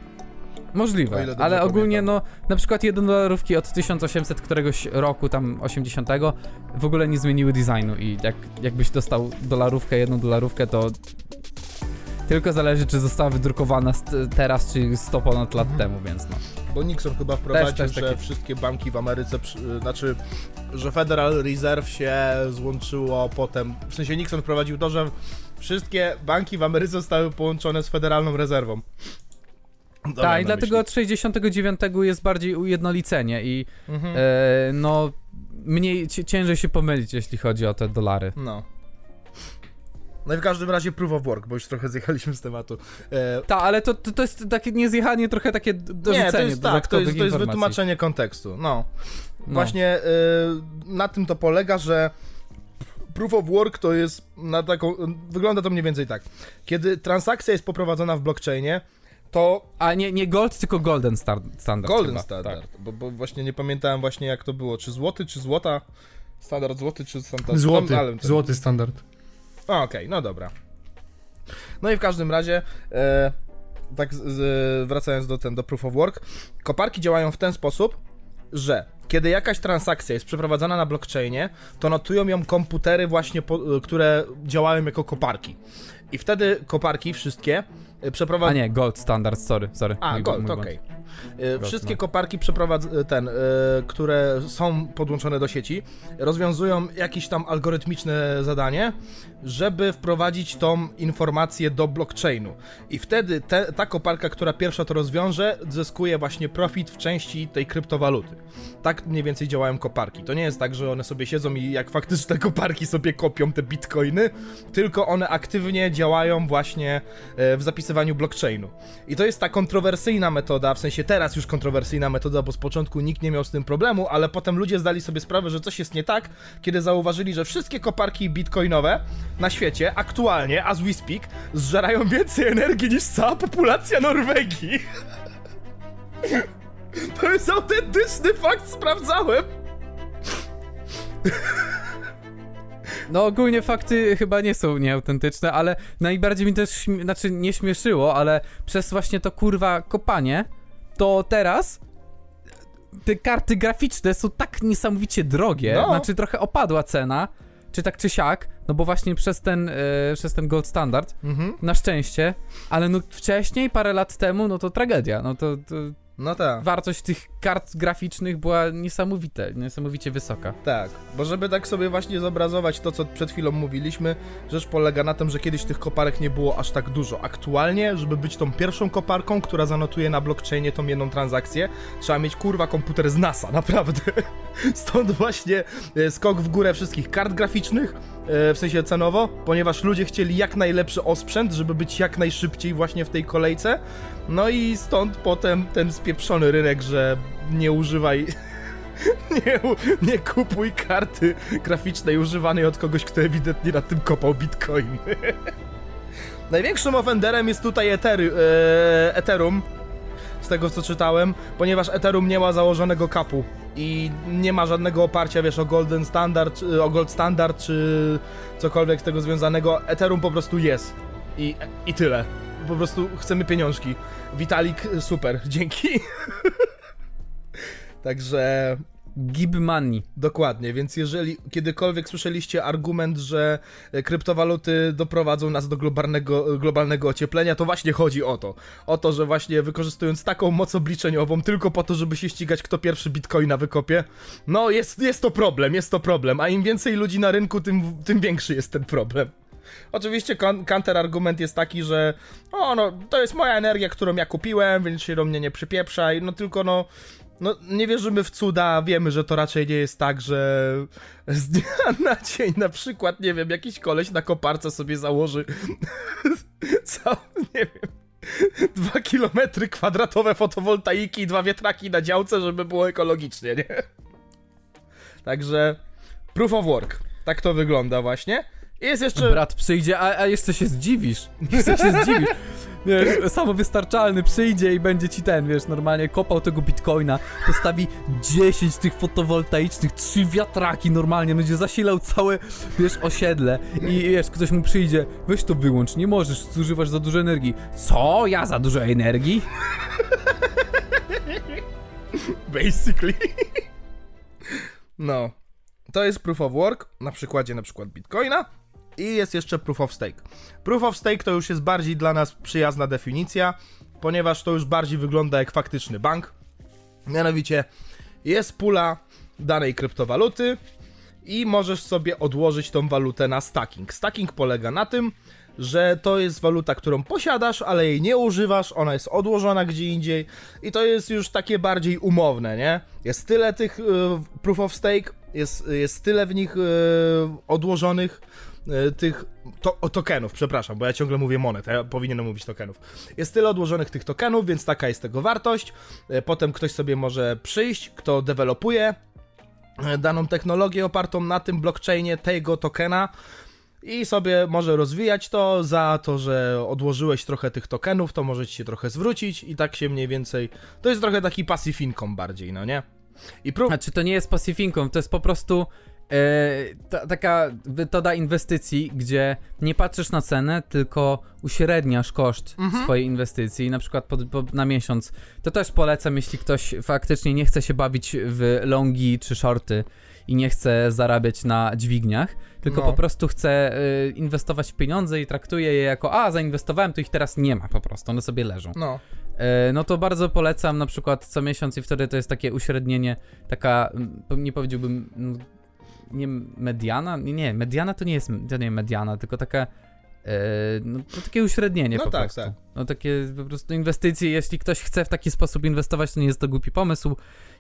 O Możliwe, ile dobrze ale ogólnie pamiętam. no, na przykład jednodolarówki od tysiąc osiemset któregoś roku, tam osiemdziesiątego, w ogóle nie zmieniły designu i jak, jakbyś dostał dolarówkę, jedną dolarówkę, to tylko zależy, czy została wydrukowana st- teraz, czy sto ponad lat Mhm. temu, więc no. Bo Nixon chyba wprowadził, też że takie- wszystkie banki w Ameryce, przy, znaczy, że Federal Reserve się złączyło potem, w sensie Nixon wprowadził to, że wszystkie banki w Ameryce zostały połączone z Federalną Rezerwą. Dobra, Tak, i na dlatego myśli. od sześćdziesiątego dziewiątego jest bardziej ujednolicenie i Mhm. e, no, mniej, ci- ciężej się pomylić, jeśli chodzi o te dolary. No. No i w każdym razie proof of work, bo już trochę zjechaliśmy z tematu. E, Tak, ale to, to, to jest takie niezjechanie, trochę takie d- dorzucenie nie, to jest tak, to dodatkowych jest, to jest informacji. wytłumaczenie kontekstu. No. No. Właśnie y, na tym to polega, że proof of work to jest na taką, wygląda to mniej więcej tak. Kiedy transakcja jest poprowadzona w blockchainie, to A nie, nie gold, tylko golden star- standard. golden chyba. standard, Tak. bo, bo właśnie nie pamiętałem właśnie jak to było, czy złoty, czy złota, standard złoty, czy standard... Złoty, no, ale to- złoty standard. A, okej, no dobra. No i w każdym razie, e, tak z, z, wracając do, ten, do proof of work, koparki działają w ten sposób, że kiedy jakaś transakcja jest przeprowadzana na blockchainie, to notują ją komputery właśnie, po, które działają jako koparki. I wtedy koparki wszystkie przeprowadza... A nie, Gold Standard, sorry, sorry. A, mój, Gold, mój okej. Okay. Wszystkie no. koparki przeprowadz... ten, y, które są podłączone do sieci, rozwiązują jakieś tam algorytmiczne zadanie, żeby wprowadzić tą informację do blockchainu. I wtedy te, ta koparka, która pierwsza to rozwiąże, zyskuje właśnie profit w części tej kryptowaluty. Tak mniej więcej działają koparki. To nie jest tak, że one sobie siedzą i jak faktyczne koparki sobie kopią te bitcoiny, tylko one aktywnie działają właśnie w zapisywaniu blockchainu. I to jest ta kontrowersyjna metoda, w sensie teraz już kontrowersyjna metoda, bo z początku nikt nie miał z tym problemu, ale potem ludzie zdali sobie sprawę, że coś jest nie tak, kiedy zauważyli, że wszystkie koparki bitcoinowe na świecie aktualnie, as we speak, zżerają więcej energii niż cała populacja Norwegii. To jest autentyczny fakt, sprawdzałem. No ogólnie fakty chyba nie są nieautentyczne, ale najbardziej mi też, śmie- znaczy nie śmieszyło, ale przez właśnie to kurwa kopanie, to teraz te karty graficzne są tak niesamowicie drogie, no. Znaczy trochę opadła cena, czy tak czy siak, no bo właśnie przez ten, yy, przez ten Gold Standard, Mhm. na szczęście, ale no wcześniej, parę lat temu, no to tragedia, no to... to... No tak. Wartość tych kart graficznych była niesamowita, niesamowicie wysoka. Tak, bo żeby tak sobie właśnie zobrazować to, co przed chwilą mówiliśmy, rzecz polega na tym, że kiedyś tych koparek nie było aż tak dużo. Aktualnie, żeby być tą pierwszą koparką, która zanotuje na blockchainie tą jedną transakcję, trzeba mieć kurwa komputer z NASA, naprawdę. Stąd właśnie skok w górę wszystkich kart graficznych, w sensie cenowo, ponieważ ludzie chcieli jak najlepszy osprzęt, żeby być jak najszybciej właśnie w tej kolejce. No i stąd potem ten spieprzony rynek, że nie używaj, nie, nie kupuj karty graficznej używanej od kogoś, kto ewidentnie na tym kopał bitcoin. Największym offenderem jest tutaj Ethery, e, Ethereum, z tego co czytałem, ponieważ Ethereum nie ma założonego kapu i nie ma żadnego oparcia, wiesz, o Golden Standard, o Gold Standard czy cokolwiek z tego związanego. Ethereum po prostu jest i, i tyle. Po prostu chcemy pieniążki. Vitalik, super, dzięki. Także... Give money. Dokładnie, więc jeżeli kiedykolwiek słyszeliście argument, że kryptowaluty doprowadzą nas do globalnego, globalnego ocieplenia, to właśnie chodzi o to. O to, że właśnie wykorzystując taką moc obliczeniową tylko po to, żeby się ścigać, kto pierwszy bitcoina wykopie, no jest, jest to problem, jest to problem, a im więcej ludzi na rynku, tym, tym większy jest ten problem. Oczywiście counterargument jest taki, że o no, to jest moja energia, którą ja kupiłem, więc się do mnie nie przypieprzaj, no tylko no, no nie wierzymy w cuda, wiemy, że to raczej nie jest tak, że z dnia na dzień na przykład, nie wiem, jakiś koleś na koparce sobie założy całe, nie wiem, dwa kilometry kwadratowe fotowoltaiki i dwa wiatraki na działce, żeby było ekologicznie, nie? Także proof of work, tak to wygląda właśnie. Jest jeszcze... Brat przyjdzie, a, a jeszcze się zdziwisz. Jeszcze się zdziwisz. Wiesz, samowystarczalny przyjdzie i będzie ci ten, wiesz, normalnie kopał tego bitcoina, postawi dziesięć tych fotowoltaicznych, trzy wiatraki normalnie, będzie zasilał całe, wiesz, osiedle i wiesz, ktoś mu przyjdzie, weź to wyłącz, nie możesz, zużywasz za dużo energii. Co? Ja za dużo energii? Basically. No. To jest proof of work, na przykładzie na przykład bitcoina. I jest jeszcze proof of stake. Proof of stake to już jest bardziej dla nas przyjazna definicja, ponieważ to już bardziej wygląda jak faktyczny bank. Mianowicie jest pula danej kryptowaluty i możesz sobie odłożyć tą walutę na stacking. Stacking polega na tym, że to jest waluta, którą posiadasz, ale jej nie używasz, ona jest odłożona gdzie indziej i to jest już takie bardziej umowne, nie? Jest tyle tych y, proof of stake, jest, jest tyle w nich y, odłożonych y, tych to, tokenów, przepraszam, bo ja ciągle mówię monet, ja powinienem mówić tokenów. Jest tyle odłożonych tych tokenów, więc taka jest tego wartość. Y, potem ktoś sobie może przyjść, kto dewelopuje y, daną technologię opartą na tym blockchainie tego tokena, i sobie może rozwijać to, za to, że odłożyłeś trochę tych tokenów, to może ci się trochę zwrócić i tak się mniej więcej... To jest trochę taki passive income bardziej, no nie? I prób... A czy to nie jest passive income, to jest po prostu E, ta, taka metoda inwestycji, gdzie nie patrzysz na cenę, tylko uśredniasz koszt Mhm. swojej inwestycji, na przykład pod, pod, na miesiąc. To też polecam, jeśli ktoś faktycznie nie chce się bawić w longi czy shorty i nie chce zarabiać na dźwigniach, tylko No. po prostu chce y, inwestować w pieniądze i traktuje je jako a, zainwestowałem, to ich teraz nie ma po prostu, one sobie leżą. No. E, no to bardzo polecam na przykład co miesiąc i wtedy to jest takie uśrednienie, taka, mm, nie powiedziałbym, mm, nie mediana? Nie, nie, mediana to nie jest, to nie mediana, tylko taka, e, no to takie uśrednienie No po tak, prostu. tak. No takie po prostu inwestycje, jeśli ktoś chce w taki sposób inwestować, to nie jest to głupi pomysł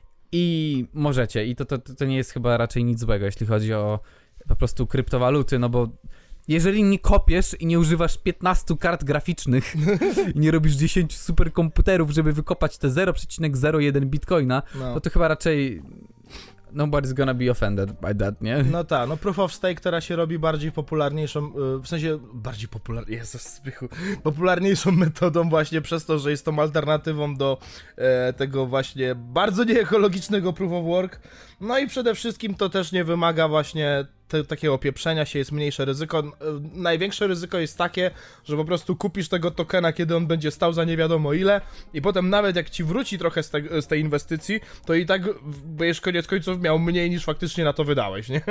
i możecie. I to, to, to nie jest chyba raczej nic złego, jeśli chodzi o po prostu kryptowaluty, no bo jeżeli nie kopiesz i nie używasz piętnastu kart graficznych i nie robisz dziesięciu superkomputerów, żeby wykopać te zero przecinek zero jeden bitcoina, No. to to chyba raczej nobody's gonna be offended by that, nie? No tak, no Proof of Stake teraz się robi bardziej popularniejszą, y, w sensie bardziej popularniejszą, Jezus, Zbychu, popularniejszą metodą właśnie przez to, że jest tą alternatywą do e, tego właśnie bardzo nieekologicznego Proof of Work. No i przede wszystkim to też nie wymaga właśnie te, takiego pieprzenia się, jest mniejsze ryzyko. E, największe ryzyko jest takie, że po prostu kupisz tego tokena, kiedy on będzie stał za nie wiadomo ile i potem nawet jak ci wróci trochę z, te, z tej inwestycji, to i tak będziesz koniec końców miał mniej niż faktycznie na to wydałeś, nie?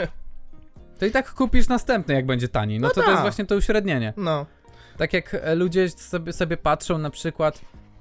To i tak kupisz następny, jak będzie taniej. No, No to to jest tak. właśnie to uśrednienie. No. Tak jak e, ludzie sobie, sobie patrzą na przykład,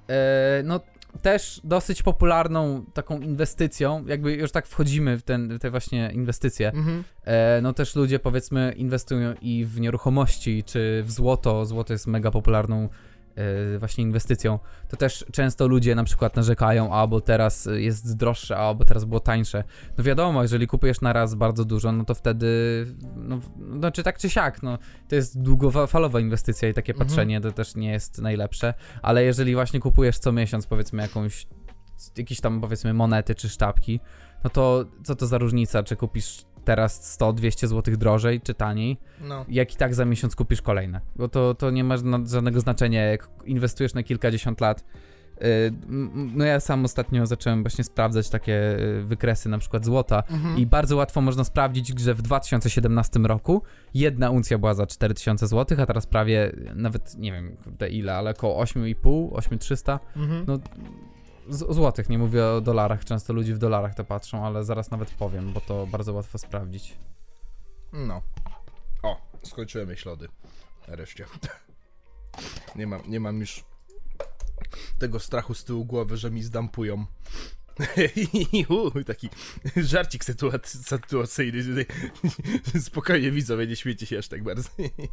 e, no też dosyć popularną taką inwestycją, jakby już tak wchodzimy w, ten, w te właśnie inwestycje, Mhm. e, no też ludzie powiedzmy inwestują i w nieruchomości, czy w złoto, złoto jest mega popularną e, właśnie inwestycją, to też często ludzie na przykład narzekają, a bo teraz jest droższe, a bo teraz było tańsze. No wiadomo, jeżeli kupujesz na raz bardzo dużo, no to wtedy, no, znaczy tak czy siak, no to jest długofalowa inwestycja i takie Mhm. patrzenie to też nie jest najlepsze, ale jeżeli właśnie kupujesz co miesiąc powiedzmy jakąś, jakieś tam powiedzmy monety czy sztabki, no to co to za różnica, czy kupisz teraz sto dwieście złotych drożej, czy taniej, No. jak i tak za miesiąc kupisz kolejne, bo to, to nie ma żna- żadnego znaczenia, jak inwestujesz na kilkadziesiąt lat. Yy, m- no ja sam ostatnio zacząłem właśnie sprawdzać takie y, wykresy na przykład złota Mhm. i bardzo łatwo można sprawdzić, że w dwa tysiące siedemnastym roku jedna uncja była za cztery tysiące złotych, a teraz prawie, nawet nie wiem kurde ile, ale około osiem i pół, osiem tysięcy trzysta, Mhm. no z- złotych, nie mówię o dolarach, często ludzie w dolarach to patrzą, ale zaraz nawet powiem, bo to bardzo łatwo sprawdzić. No. O, skończyłem mieć lody. Nareszcie. Nie mam, nie mam już tego strachu z tyłu głowy, że mi zdampują. Uuu, taki żarcik sytuac- sytuacyjny. Tutaj. Spokojnie widzowie, nie śmiejcie się aż tak bardzo.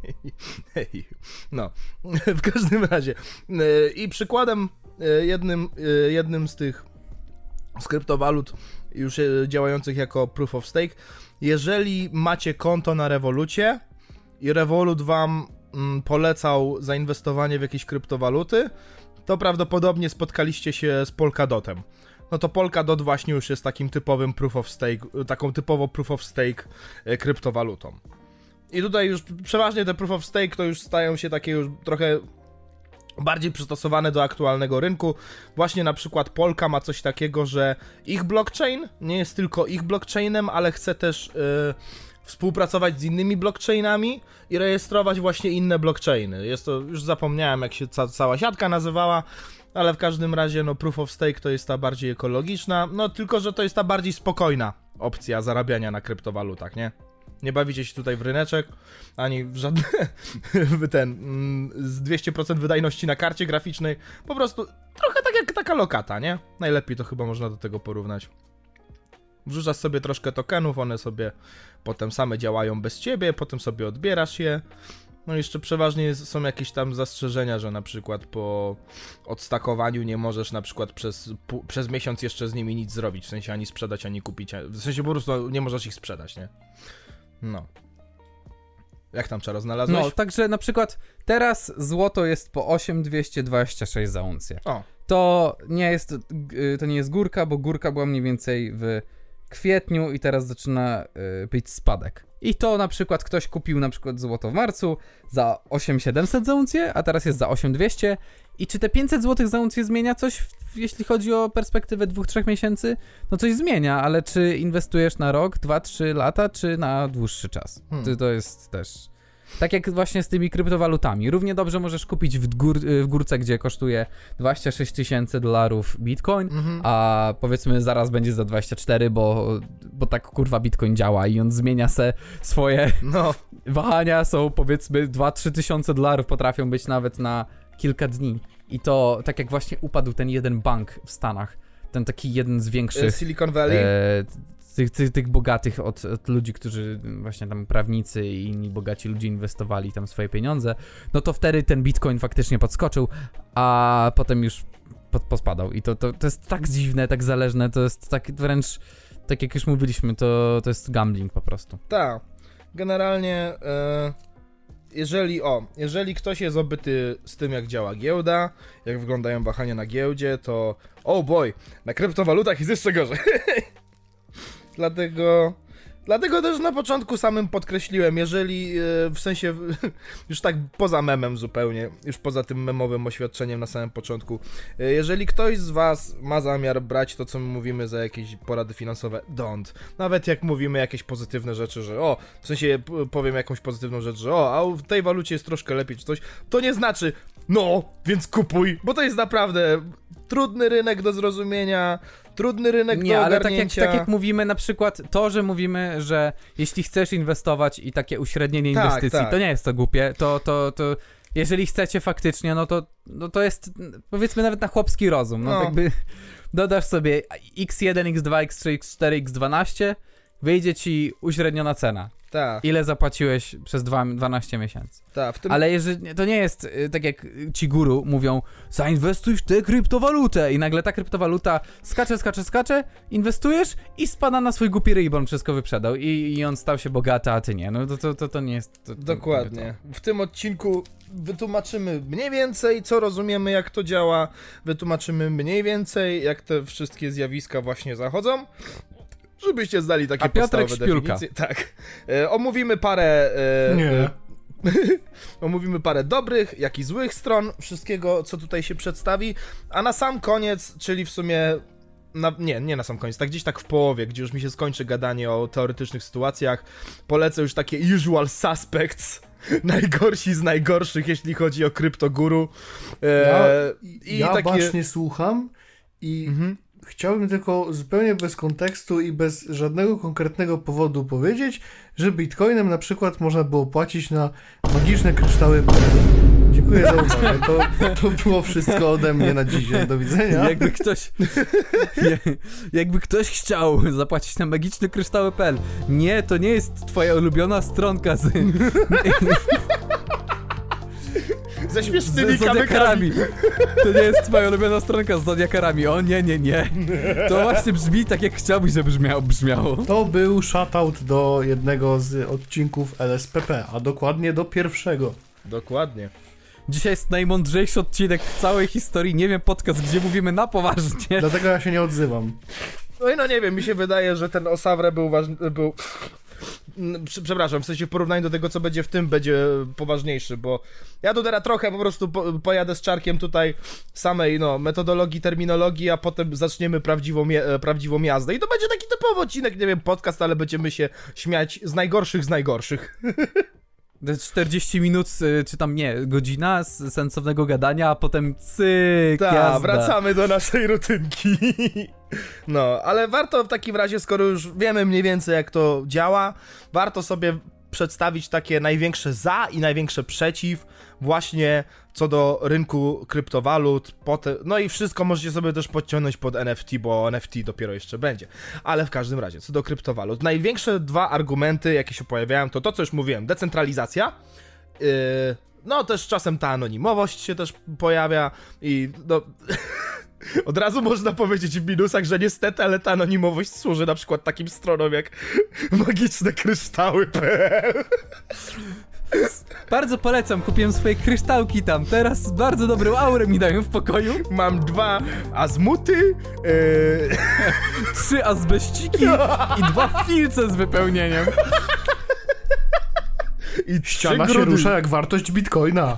No, w każdym razie. I przykładem jednym, jednym z tych z kryptowalut już działających jako Proof of Stake, jeżeli macie konto na Revolucie i Revolut wam mm, polecał zainwestowanie w jakieś kryptowaluty, to prawdopodobnie spotkaliście się z Polkadotem. No to Polkadot właśnie już jest takim typowym Proof of Stake, taką typowo Proof of Stake e, kryptowalutą. I tutaj już przeważnie te Proof of Stake to już stają się takie już trochę bardziej przystosowane do aktualnego rynku. Właśnie na przykład Polka ma coś takiego, że ich blockchain nie jest tylko ich blockchainem, ale chce też yy, współpracować z innymi blockchainami i rejestrować właśnie inne blockchainy. Jest to, już zapomniałem jak się ca- cała siatka nazywała, ale w każdym razie no Proof of Stake to jest ta bardziej ekologiczna, no tylko, że to jest ta bardziej spokojna opcja zarabiania na kryptowalutach, nie? Nie bawicie się tutaj w ryneczek, ani w żadne, w ten, mm, z dwieście procent wydajności na karcie graficznej, po prostu trochę tak jak taka lokata, nie? Najlepiej to chyba można do tego porównać. Wrzucasz sobie troszkę tokenów, one sobie potem same działają bez ciebie, potem sobie odbierasz je. No jeszcze przeważnie jest, są jakieś tam zastrzeżenia, że na przykład po odstakowaniu nie możesz na przykład przez, pół, przez miesiąc jeszcze z nimi nic zrobić, w sensie ani sprzedać, ani kupić, w sensie po prostu nie możesz ich sprzedać, nie? No. Jak tam Czaro znalazłeś? No, także na przykład teraz złoto jest po osiem tysięcy dwieście dwadzieścia sześć za uncję. O. To nie jest, to nie jest górka, bo górka była mniej więcej w kwietniu i teraz zaczyna być spadek. I to na przykład ktoś kupił na przykład złoto w marcu za osiem tysięcy siedemset za uncję, a teraz jest za osiem tysięcy dwieście. I czy te pięćset złotych za uncję zmienia coś, w, jeśli chodzi o perspektywę dwóch trzech miesięcy? No coś zmienia, ale czy inwestujesz na rok, dwa, trzy lata, czy na dłuższy czas? Hmm. To, to jest też... Tak jak właśnie z tymi kryptowalutami. Równie dobrze możesz kupić w, gór, w górce, gdzie kosztuje dwadzieścia sześć tysięcy dolarów bitcoin, Mhm. a powiedzmy zaraz będzie za dwadzieścia cztery, bo, bo tak kurwa bitcoin działa i on zmienia se swoje No, wahania, są powiedzmy dwa trzy tysiące dolarów, potrafią być nawet na kilka dni. I to tak jak właśnie upadł ten jeden bank w Stanach, ten taki jeden z większych Silicon Valley. e, tych, tych, tych bogatych od, od ludzi, którzy właśnie tam prawnicy i inni bogaci ludzie inwestowali tam swoje pieniądze, no to wtedy ten bitcoin faktycznie podskoczył, a potem już pod, pospadał. I to, to, to jest tak dziwne, tak zależne, to jest tak wręcz, tak jak już mówiliśmy, to, to jest gambling po prostu. Tak. Generalnie, e, jeżeli, o, jeżeli ktoś jest obyty z tym, jak działa giełda, jak wyglądają wahania na giełdzie, to oh boy, na kryptowalutach jest jeszcze gorzej. Dlatego, dlatego też na początku samym podkreśliłem, jeżeli, e, w sensie, już tak poza memem zupełnie, już poza tym memowym oświadczeniem na samym początku, e, jeżeli ktoś z was ma zamiar brać to, co my mówimy za jakieś porady finansowe, don't. Nawet jak mówimy jakieś pozytywne rzeczy, że o, w sensie p- powiem jakąś pozytywną rzecz, że o, a w tej walucie jest troszkę lepiej czy coś, to nie znaczy, no, więc kupuj, bo to jest naprawdę trudny rynek do zrozumienia, trudny rynek Nie, do ale tak jak, ogarnięcia. tak jak mówimy na przykład, to, że mówimy, że jeśli chcesz inwestować i takie uśrednienie Tak, inwestycji, tak. to nie jest to głupie, to, to, to jeżeli chcecie faktycznie, no to, no to jest powiedzmy nawet na chłopski rozum, no, No. tak jakby dodasz sobie iks jeden, iks dwa, iks trzy, iks cztery, iks dwanaście, wyjdzie ci uśredniona cena. Tak, Ile zapłaciłeś przez dwa, dwanaście miesięcy. tak, w tym... Ale jeżeli, to nie jest y, tak jak ci guru mówią, zainwestuj w tę kryptowalutę i nagle ta kryptowaluta skacze, skacze, skacze, inwestujesz i spada na swój głupi ryj, bo on wszystko wyprzedał i, i on stał się bogaty, a ty nie. No to, to, to, to nie jest... To, to, Dokładnie. W tym odcinku wytłumaczymy mniej więcej, co rozumiemy, jak to działa, wytłumaczymy mniej więcej, jak te wszystkie zjawiska właśnie zachodzą, żebyście znali takie A Piotrek podstawowe Śpiulka. definicje. Tak. E, omówimy parę... E, Nie. E, omówimy parę dobrych, jak i złych stron wszystkiego, co tutaj się przedstawi, a na sam koniec, czyli w sumie... Na, nie, nie na sam koniec, tak gdzieś tak w połowie, gdzie już mi się skończy gadanie o teoretycznych sytuacjach, polecę już takie usual suspects, najgorsi z najgorszych, jeśli chodzi o kryptoguru. E, Ja, i ja takie... bacznie słucham i Mhm. chciałbym tylko zupełnie bez kontekstu i bez żadnego konkretnego powodu powiedzieć, że bitcoinem na przykład można było płacić na magiczne kryształy. Dziękuję za uwagę. To, to było wszystko ode mnie na dzisiaj. Do widzenia. Jakby ktoś jakby ktoś chciał zapłacić na magiczne kryształy kropka p l. Nie, to nie jest twoja ulubiona stronka z, Ze z śmiesznymi zodiakarami. kamykami. To nie jest twoja ulubiona stronka z zodiakarami. O nie, nie, nie. To właśnie brzmi tak, jak chciałbyś, żeby brzmiało. brzmiało. To był shoutout do jednego z odcinków L S P P, a dokładnie do pierwszego. Dokładnie. Dzisiaj jest najmądrzejszy odcinek w całej historii, nie wiem, podcast, gdzie mówimy na poważnie. Dlatego ja się nie odzywam. No i no nie wiem, mi się wydaje, że ten Osawre był ważny, był... Przepraszam, w sensie w porównaniu do tego, co będzie w tym, będzie poważniejszy, bo ja tu teraz trochę po prostu po, pojadę z czarkiem tutaj samej, no, metodologii, terminologii, a potem zaczniemy prawdziwą, je, prawdziwą jazdę i to będzie taki typowy odcinek, nie wiem, podcast, ale będziemy się śmiać z najgorszych z najgorszych. czterdzieści minut, czy tam nie, godzina z sensownego gadania, a potem cyk, Tak, jazda. wracamy do naszej rutynki. No, ale warto w takim razie, skoro już wiemy mniej więcej, jak to działa, warto sobie przedstawić takie największe za i największe przeciw właśnie co do rynku kryptowalut, potem, no i wszystko możecie sobie też podciągnąć pod N F T, bo N F T dopiero jeszcze będzie. Ale w każdym razie, co do kryptowalut, największe dwa argumenty, jakie się pojawiają, to to, co już mówiłem, decentralizacja, yy, no też czasem ta anonimowość się też pojawia i no... Od razu można powiedzieć w minusach, że niestety, ale ta anonimowość służy na przykład takim stronom jak magiczne kryształy kropka p l. Bardzo polecam, kupiłem swoje kryształki tam, teraz bardzo dobrą aurę mi dają w pokoju. Mam dwa azmuty, yy... Trzy azbeściki i dwa filce z wypełnieniem. I ściana się rusza jak wartość bitcoina.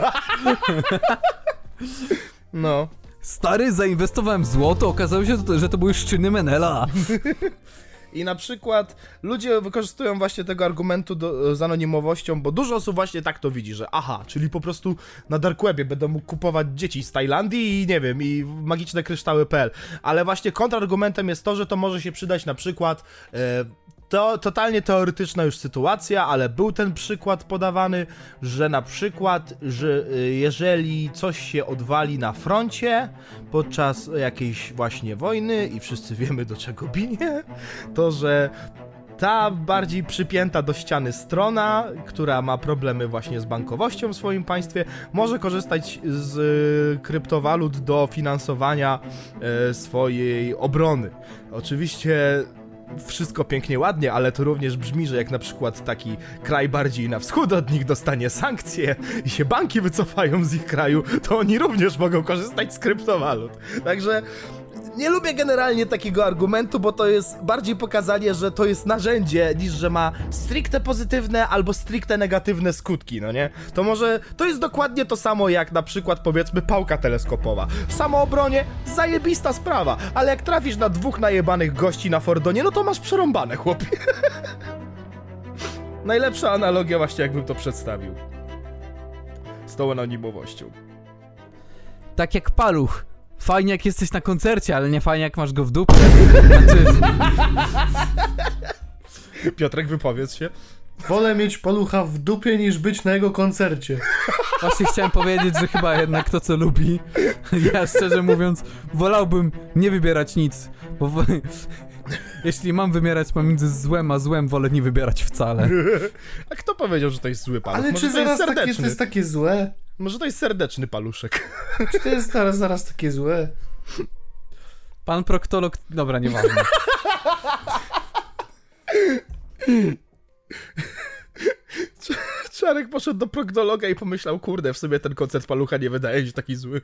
No. Stary, zainwestowałem w złoto, okazało się, że to były szczyny Menela. I na przykład ludzie wykorzystują właśnie tego argumentu do, z anonimowością, bo dużo osób właśnie tak to widzi, że aha, czyli po prostu na dark webie będę mógł kupować dzieci z Tajlandii i nie wiem, i magiczne kryształy kropka p l. Ale właśnie kontrargumentem jest to, że to może się przydać na przykład... E, To totalnie teoretyczna już sytuacja, ale był ten przykład podawany, że na przykład, że jeżeli coś się odwali na froncie podczas jakiejś właśnie wojny i wszyscy wiemy do czego bije, to że ta bardziej przypięta do ściany strona, która ma problemy właśnie z bankowością w swoim państwie, może korzystać z kryptowalut do finansowania e, swojej obrony. Oczywiście wszystko pięknie, ładnie, ale to również brzmi, że jak na przykład taki kraj bardziej na wschód od nich dostanie sankcje i się banki wycofają z ich kraju, to oni również mogą korzystać z kryptowalut. Także nie lubię generalnie takiego argumentu, bo to jest bardziej pokazanie, że to jest narzędzie, niż że ma stricte pozytywne albo stricte negatywne skutki, no nie? To może, to jest dokładnie to samo jak na przykład powiedzmy pałka teleskopowa. W samoobronie zajebista sprawa, ale jak trafisz na dwóch najebanych gości na Fordonie, no to masz przerąbane, chłopie. Najlepsza analogia właśnie jakbym to przedstawił. Z tą anonimowością. Tak jak Paluch. Fajnie jak jesteś na koncercie, ale nie fajnie jak masz go w dupie. Znaczy... Piotrek, wypowiedz się. Wolę mieć Palucha w dupie niż być na jego koncercie. Właśnie chciałem powiedzieć, że chyba jednak to co lubi. Ja szczerze mówiąc wolałbym nie wybierać nic, bo w... jeśli mam wybierać pomiędzy złem a złem, wolę nie wybierać wcale. A kto powiedział, że to jest zły paluch? Ale Może czy to jest zaraz serdeczny? takie, to jest takie złe? Może to jest serdeczny paluszek. Czy to jest zaraz, zaraz takie złe? Pan proktolog... Dobra, nieważne. Czarek poszedł do proktologa i pomyślał, kurde, w sobie ten koncert palucha nie wydaje się taki zły.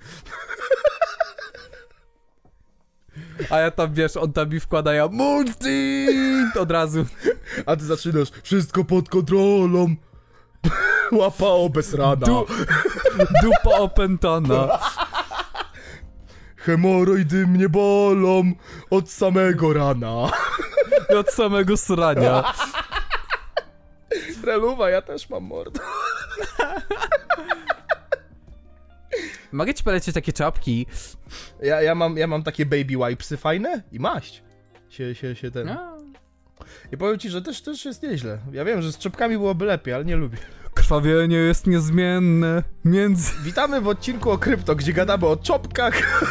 A ja tam, wiesz, on tam mi wkłada, ja multi od razu. A ty zaczynasz, wszystko pod kontrolą. Łapa obesrana. Du dupa opętana. Hemoroidy mnie bolą od samego rana. I od samego srania. Reluwa, ja też mam mordę. Mogę ci polecić takie czapki? Ja, ja, mam, ja mam takie baby wipesy fajne i maść. Sie, się, się ten... No. I powiem ci, że też, też jest nieźle. Ja wiem, że z czepkami byłoby lepiej, ale nie lubię. Krwawienie jest niezmienne między... Witamy w odcinku o krypto, gdzie gadamy o czopkach.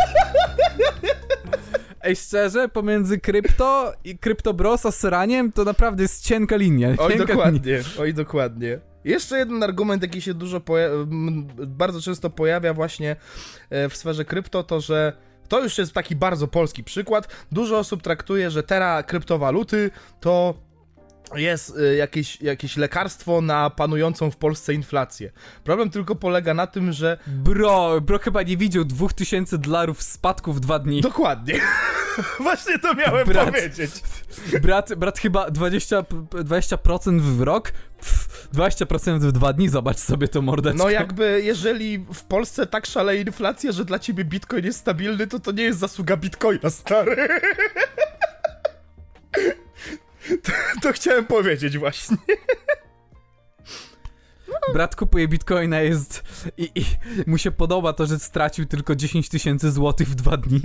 Ej, szczerze, pomiędzy krypto i kryptobros a sraniem to naprawdę jest cienka linia. Oj, cienka dokładnie, linia. oj, dokładnie. Jeszcze jeden argument, jaki się dużo poja- bardzo często pojawia właśnie w sferze krypto, to że to już jest taki bardzo polski przykład. Dużo osób traktuje, że teraz kryptowaluty to jest jakieś, jakieś lekarstwo na panującą w Polsce inflację. Problem tylko polega na tym, że... Bro, bro chyba nie widział dwóch tysięcy dolarów spadku w dwa dni. Dokładnie. Właśnie to miałem Brat. powiedzieć. Brat, brat chyba dwadzieścia, dwadzieścia procent w rok, pff, dwadzieścia procent w dwa dni, zobacz sobie to mordeczko. No jakby, jeżeli w Polsce tak szaleje inflacja, że dla ciebie bitcoin jest stabilny, to to nie jest zasługa bitcoina, stary. To, to chciałem powiedzieć właśnie. Brat kupuje bitcoina jest i, i mu się podoba to, że stracił tylko dziesięć tysięcy złotych w dwa dni.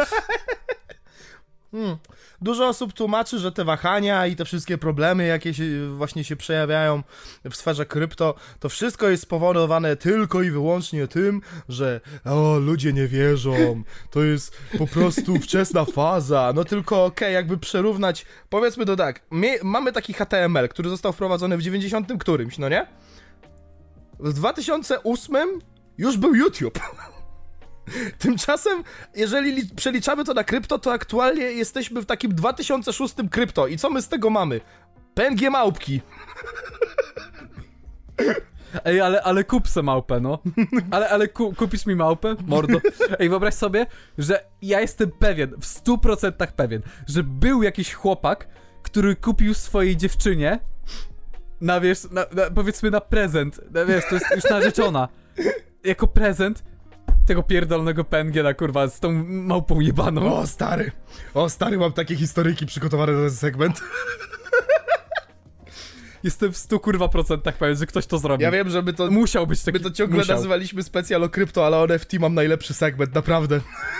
Hmm. Dużo osób tłumaczy, że te wahania i te wszystkie problemy, jakie się właśnie się przejawiają w sferze krypto, to wszystko jest spowodowane tylko i wyłącznie tym, że o, ludzie nie wierzą, to jest po prostu wczesna faza. No tylko okej, okay, jakby przerównać, powiedzmy to tak, my, mamy taki H T M L, który został wprowadzony w dziewięćdziesiątym którymś, no nie? W dwa tysiące ósmym już był YouTube. Tymczasem, jeżeli li- przeliczamy to na krypto, to aktualnie jesteśmy w takim dwa tysiące szóstym krypto. I co my z tego mamy? P N G małpki. Ej, ale, ale kup se małpę, no. Ale, ale ku, kupisz mi małpę? Mordo. Ej, wyobraź sobie, że ja jestem pewien, w stu procentach pewien, że był jakiś chłopak, który kupił swojej dziewczynie na wiesz, na, na, powiedzmy na prezent, na, wiesz, to jest już narzeczona. Jako prezent tego pierdolonego P N G na kurwa z tą małpą jebaną. O stary, o stary, mam takie historyjki przygotowane na ten segment. Jestem w stu kurwa procentach pewien, że ktoś to zrobił. Ja wiem, że my to, Musiał być taki... my to ciągle musiał. nazywaliśmy specjal o krypto, ale o N F T mam najlepszy segment, naprawdę.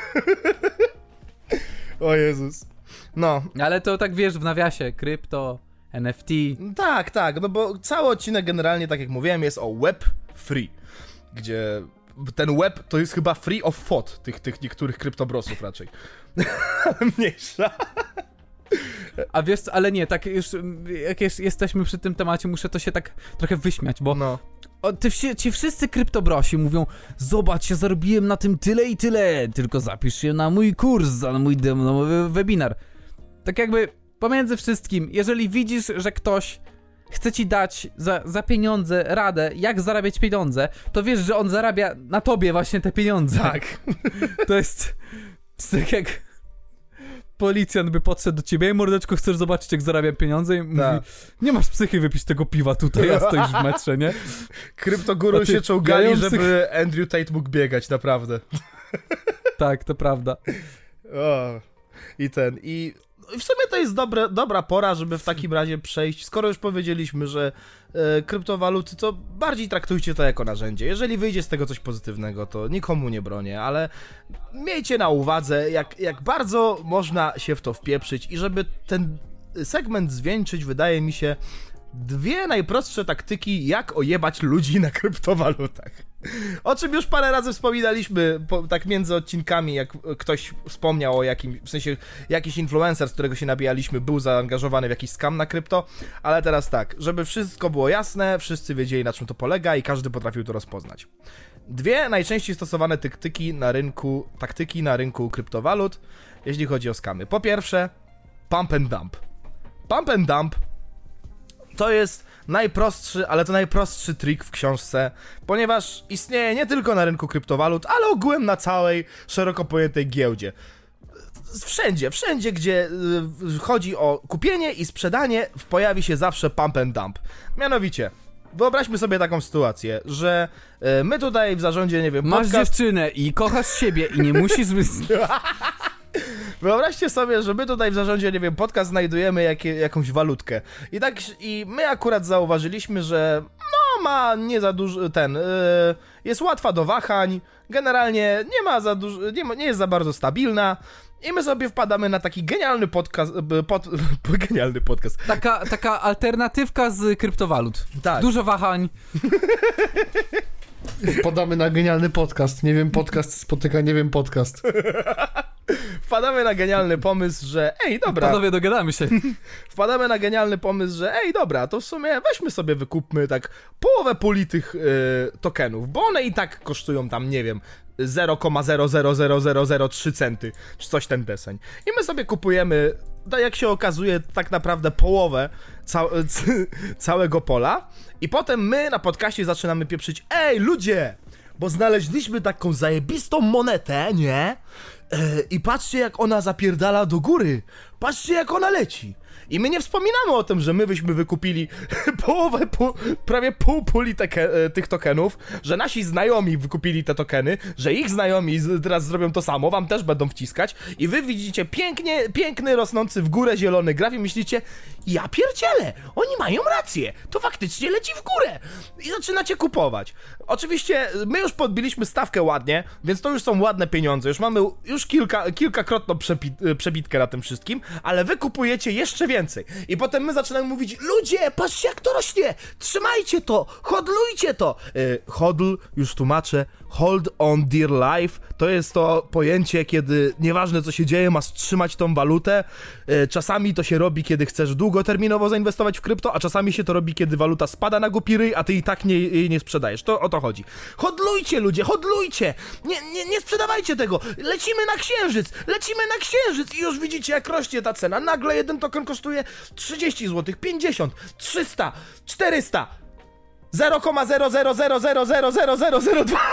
O Jezus. No. Ale to tak wiesz, w nawiasie, krypto, N F T. Tak, tak, no bo cały odcinek generalnie, tak jak mówiłem, jest o web free, gdzie ten web to jest chyba free of thought tych, tych niektórych kryptobrosów raczej. Mniejsza. A wiesz, ale nie, tak już, jak jest, jesteśmy przy tym temacie, muszę to się tak trochę wyśmiać, bo No. o, ty, wsi- ci wszyscy kryptobrosi mówią: zobacz, ja zarobiłem na tym tyle i tyle, tylko zapisz się na mój kurs, na mój demowy webinar. Tak jakby pomiędzy wszystkim, jeżeli widzisz, że ktoś chce ci dać za, za pieniądze radę, jak zarabiać pieniądze, to wiesz, że on zarabia na tobie właśnie te pieniądze. Tak. To jest tak jak policjant by podszedł do ciebie: ej mordeczko, chcesz zobaczyć jak zarabiam pieniądze? I mówi: Tak. nie masz psychy wypić tego piwa tutaj, ja stoisz w metrze, nie? Kryptoguru Znaczy, się czołgali, ja ją żeby Andrew Tate mógł biegać, naprawdę. Tak, to prawda. O. I ten, i w sumie to jest dobre, dobra pora, żeby w takim razie przejść, skoro już powiedzieliśmy, że e, kryptowaluty, to bardziej traktujcie to jako narzędzie. Jeżeli wyjdzie z tego coś pozytywnego, to nikomu nie bronię, ale miejcie na uwadze, jak, jak bardzo można się w to wpieprzyć i żeby ten segment zwieńczyć, wydaje mi się, dwie najprostsze taktyki, jak ojebać ludzi na kryptowalutach. O czym już parę razy wspominaliśmy, po, tak między odcinkami, jak ktoś wspomniał o jakim, w sensie jakiś influencer, z którego się nabijaliśmy, był zaangażowany w jakiś scam na krypto, ale teraz tak, żeby wszystko było jasne, wszyscy wiedzieli, na czym to polega i każdy potrafił to rozpoznać. Dwie najczęściej stosowane taktyki na rynku, taktyki na rynku kryptowalut, jeśli chodzi o skamy. Po pierwsze, pump and dump. Pump and dump to jest najprostszy, ale to najprostszy trik w książce, ponieważ istnieje nie tylko na rynku kryptowalut, ale ogółem na całej szeroko pojętej giełdzie. Wszędzie, wszędzie, gdzie y, chodzi o kupienie i sprzedanie, pojawi się zawsze pump and dump. Mianowicie, wyobraźmy sobie taką sytuację, że y, my tutaj w zarządzie, nie wiem, Masz podcast... dziewczynę i kochasz siebie i nie musisz... Wyobraźcie sobie, że my tutaj w zarządzie, nie wiem, podcast znajdujemy jakie, jakąś walutkę. I tak, i my akurat zauważyliśmy, że no ma nie za dużo, ten, yy, jest łatwa do wahań, generalnie nie ma za dużo, nie, ma, nie jest za bardzo stabilna. I my sobie wpadamy na taki genialny podcast, pod, genialny podcast. Taka, taka alternatywka z kryptowalut. Tak. Dużo wahań. Wpadamy na genialny podcast. Nie wiem, podcast spotyka, nie wiem, podcast. Wpadamy na genialny pomysł, że ej, dobra. Panowie, dogadamy się. Wpadamy na genialny pomysł, że ej, dobra, to w sumie weźmy sobie, wykupmy tak połowę puli tych yy, tokenów, bo one i tak kosztują tam, nie wiem, zero przecinek zero zero zero zero zero trzy centy, czy coś ten deseń. I my sobie kupujemy, tak jak się okazuje, tak naprawdę połowę ca c- całego pola i potem my na podcaście zaczynamy pieprzyć: ej, ludzie, bo znaleźliśmy taką zajebistą monetę, nie? I patrzcie, jak ona zapierdala do góry. Patrzcie, jak ona leci. I my nie wspominamy o tym, że my byśmy wykupili połowę, pół, prawie pół puli teke, tych tokenów, że nasi znajomi wykupili te tokeny, że ich znajomi teraz zrobią to samo, wam też będą wciskać i wy widzicie pięknie, piękny, rosnący w górę zielony graf i myślicie: ja pierdzielę, oni mają rację, to faktycznie leci w górę. I zaczynacie kupować. Oczywiście my już podbiliśmy stawkę ładnie, więc to już są ładne pieniądze, już mamy już kilka, kilkakrotną przebi- przebitkę na tym wszystkim, ale wy kupujecie jeszcze więcej. I potem my zaczynamy mówić: ludzie, patrzcie jak to rośnie, trzymajcie to, hodlujcie to. Yy, hodl, już tłumaczę, hold on dear life, to jest to pojęcie, kiedy nieważne co się dzieje, masz trzymać tą walutę. Yy, czasami to się robi, kiedy chcesz długoterminowo zainwestować w krypto, a czasami się to robi, kiedy waluta spada na głupi ryj, a ty i tak nie, jej nie sprzedajesz. To o to chodzi. Hodlujcie, ludzie, hodlujcie! Nie, nie, nie sprzedawajcie tego! Lecimy na księżyc! Lecimy na księżyc! I już widzicie, jak rośnie ta cena. Nagle jeden token kosztuje trzydzieści złotych, pięćdziesiąt, trzysta, czterysta, zero przecinek zero zero zero zero zero zero zero zero dwa.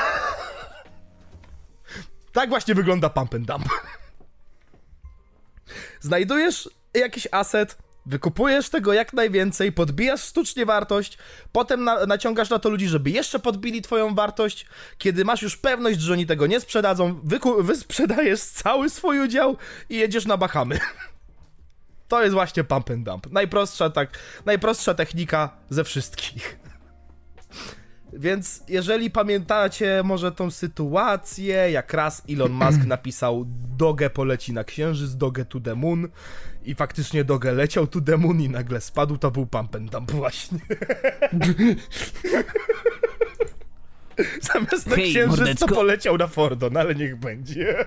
Tak właśnie wygląda pump and dump. Znajdujesz jakiś asset, Wykupujesz tego jak najwięcej, podbijasz sztucznie wartość, potem na, naciągasz na to ludzi, żeby jeszcze podbili twoją wartość. Kiedy masz już pewność, że oni tego nie sprzedadzą, wyku- wysprzedajesz cały swój udział i jedziesz na Bahamy. To jest właśnie pump and dump. Najprostsza, tak, najprostsza technika ze wszystkich. Więc jeżeli pamiętacie może tą sytuację, jak raz Elon Musk napisał Doge poleci na księżyc, Doge to the moon i faktycznie Doge leciał to the moon i nagle spadł, to był pump and dump właśnie. Zamiast na Hej, księżyc mordeczko. to poleciał na Fordon, ale niech będzie.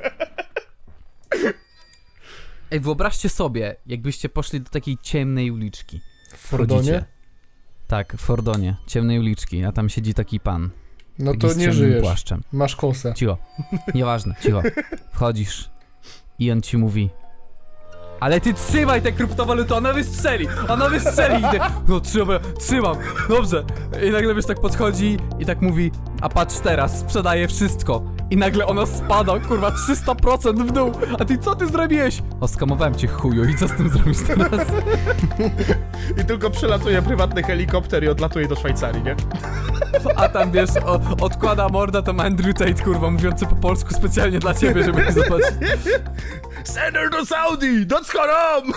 Ej, wyobraźcie sobie, jakbyście poszli do takiej ciemnej uliczki. W Fordonie? Wchodzicie. Tak, w Fordonie, ciemnej uliczki, a tam siedzi taki pan. No taki to z nie ciemnym żyjesz. płaszczem. Masz kosę. Cicho, nieważne, cicho. Wchodzisz i on ci mówi: ale ty trzymaj tę kryptowalutę, ona wystrzeli, ona wystrzeli i ty, no trzymam, trzymam, dobrze. I nagle wiesz, tak podchodzi i tak mówi: a patrz teraz, sprzedaję wszystko. I nagle ona spada, kurwa, trzysta procent w dół. A ty co ty zrobiłeś? O, skamowałem cię, chuju, i co z tym zrobisz teraz? I tylko przelatuje prywatny helikopter i odlatuje do Szwajcarii, nie? A tam wiesz, o, odkłada morda tam Andrew Tate, kurwa, mówiący po polsku specjalnie dla ciebie, żeby nie zobaczyć. Send her to Saudi! That's haram!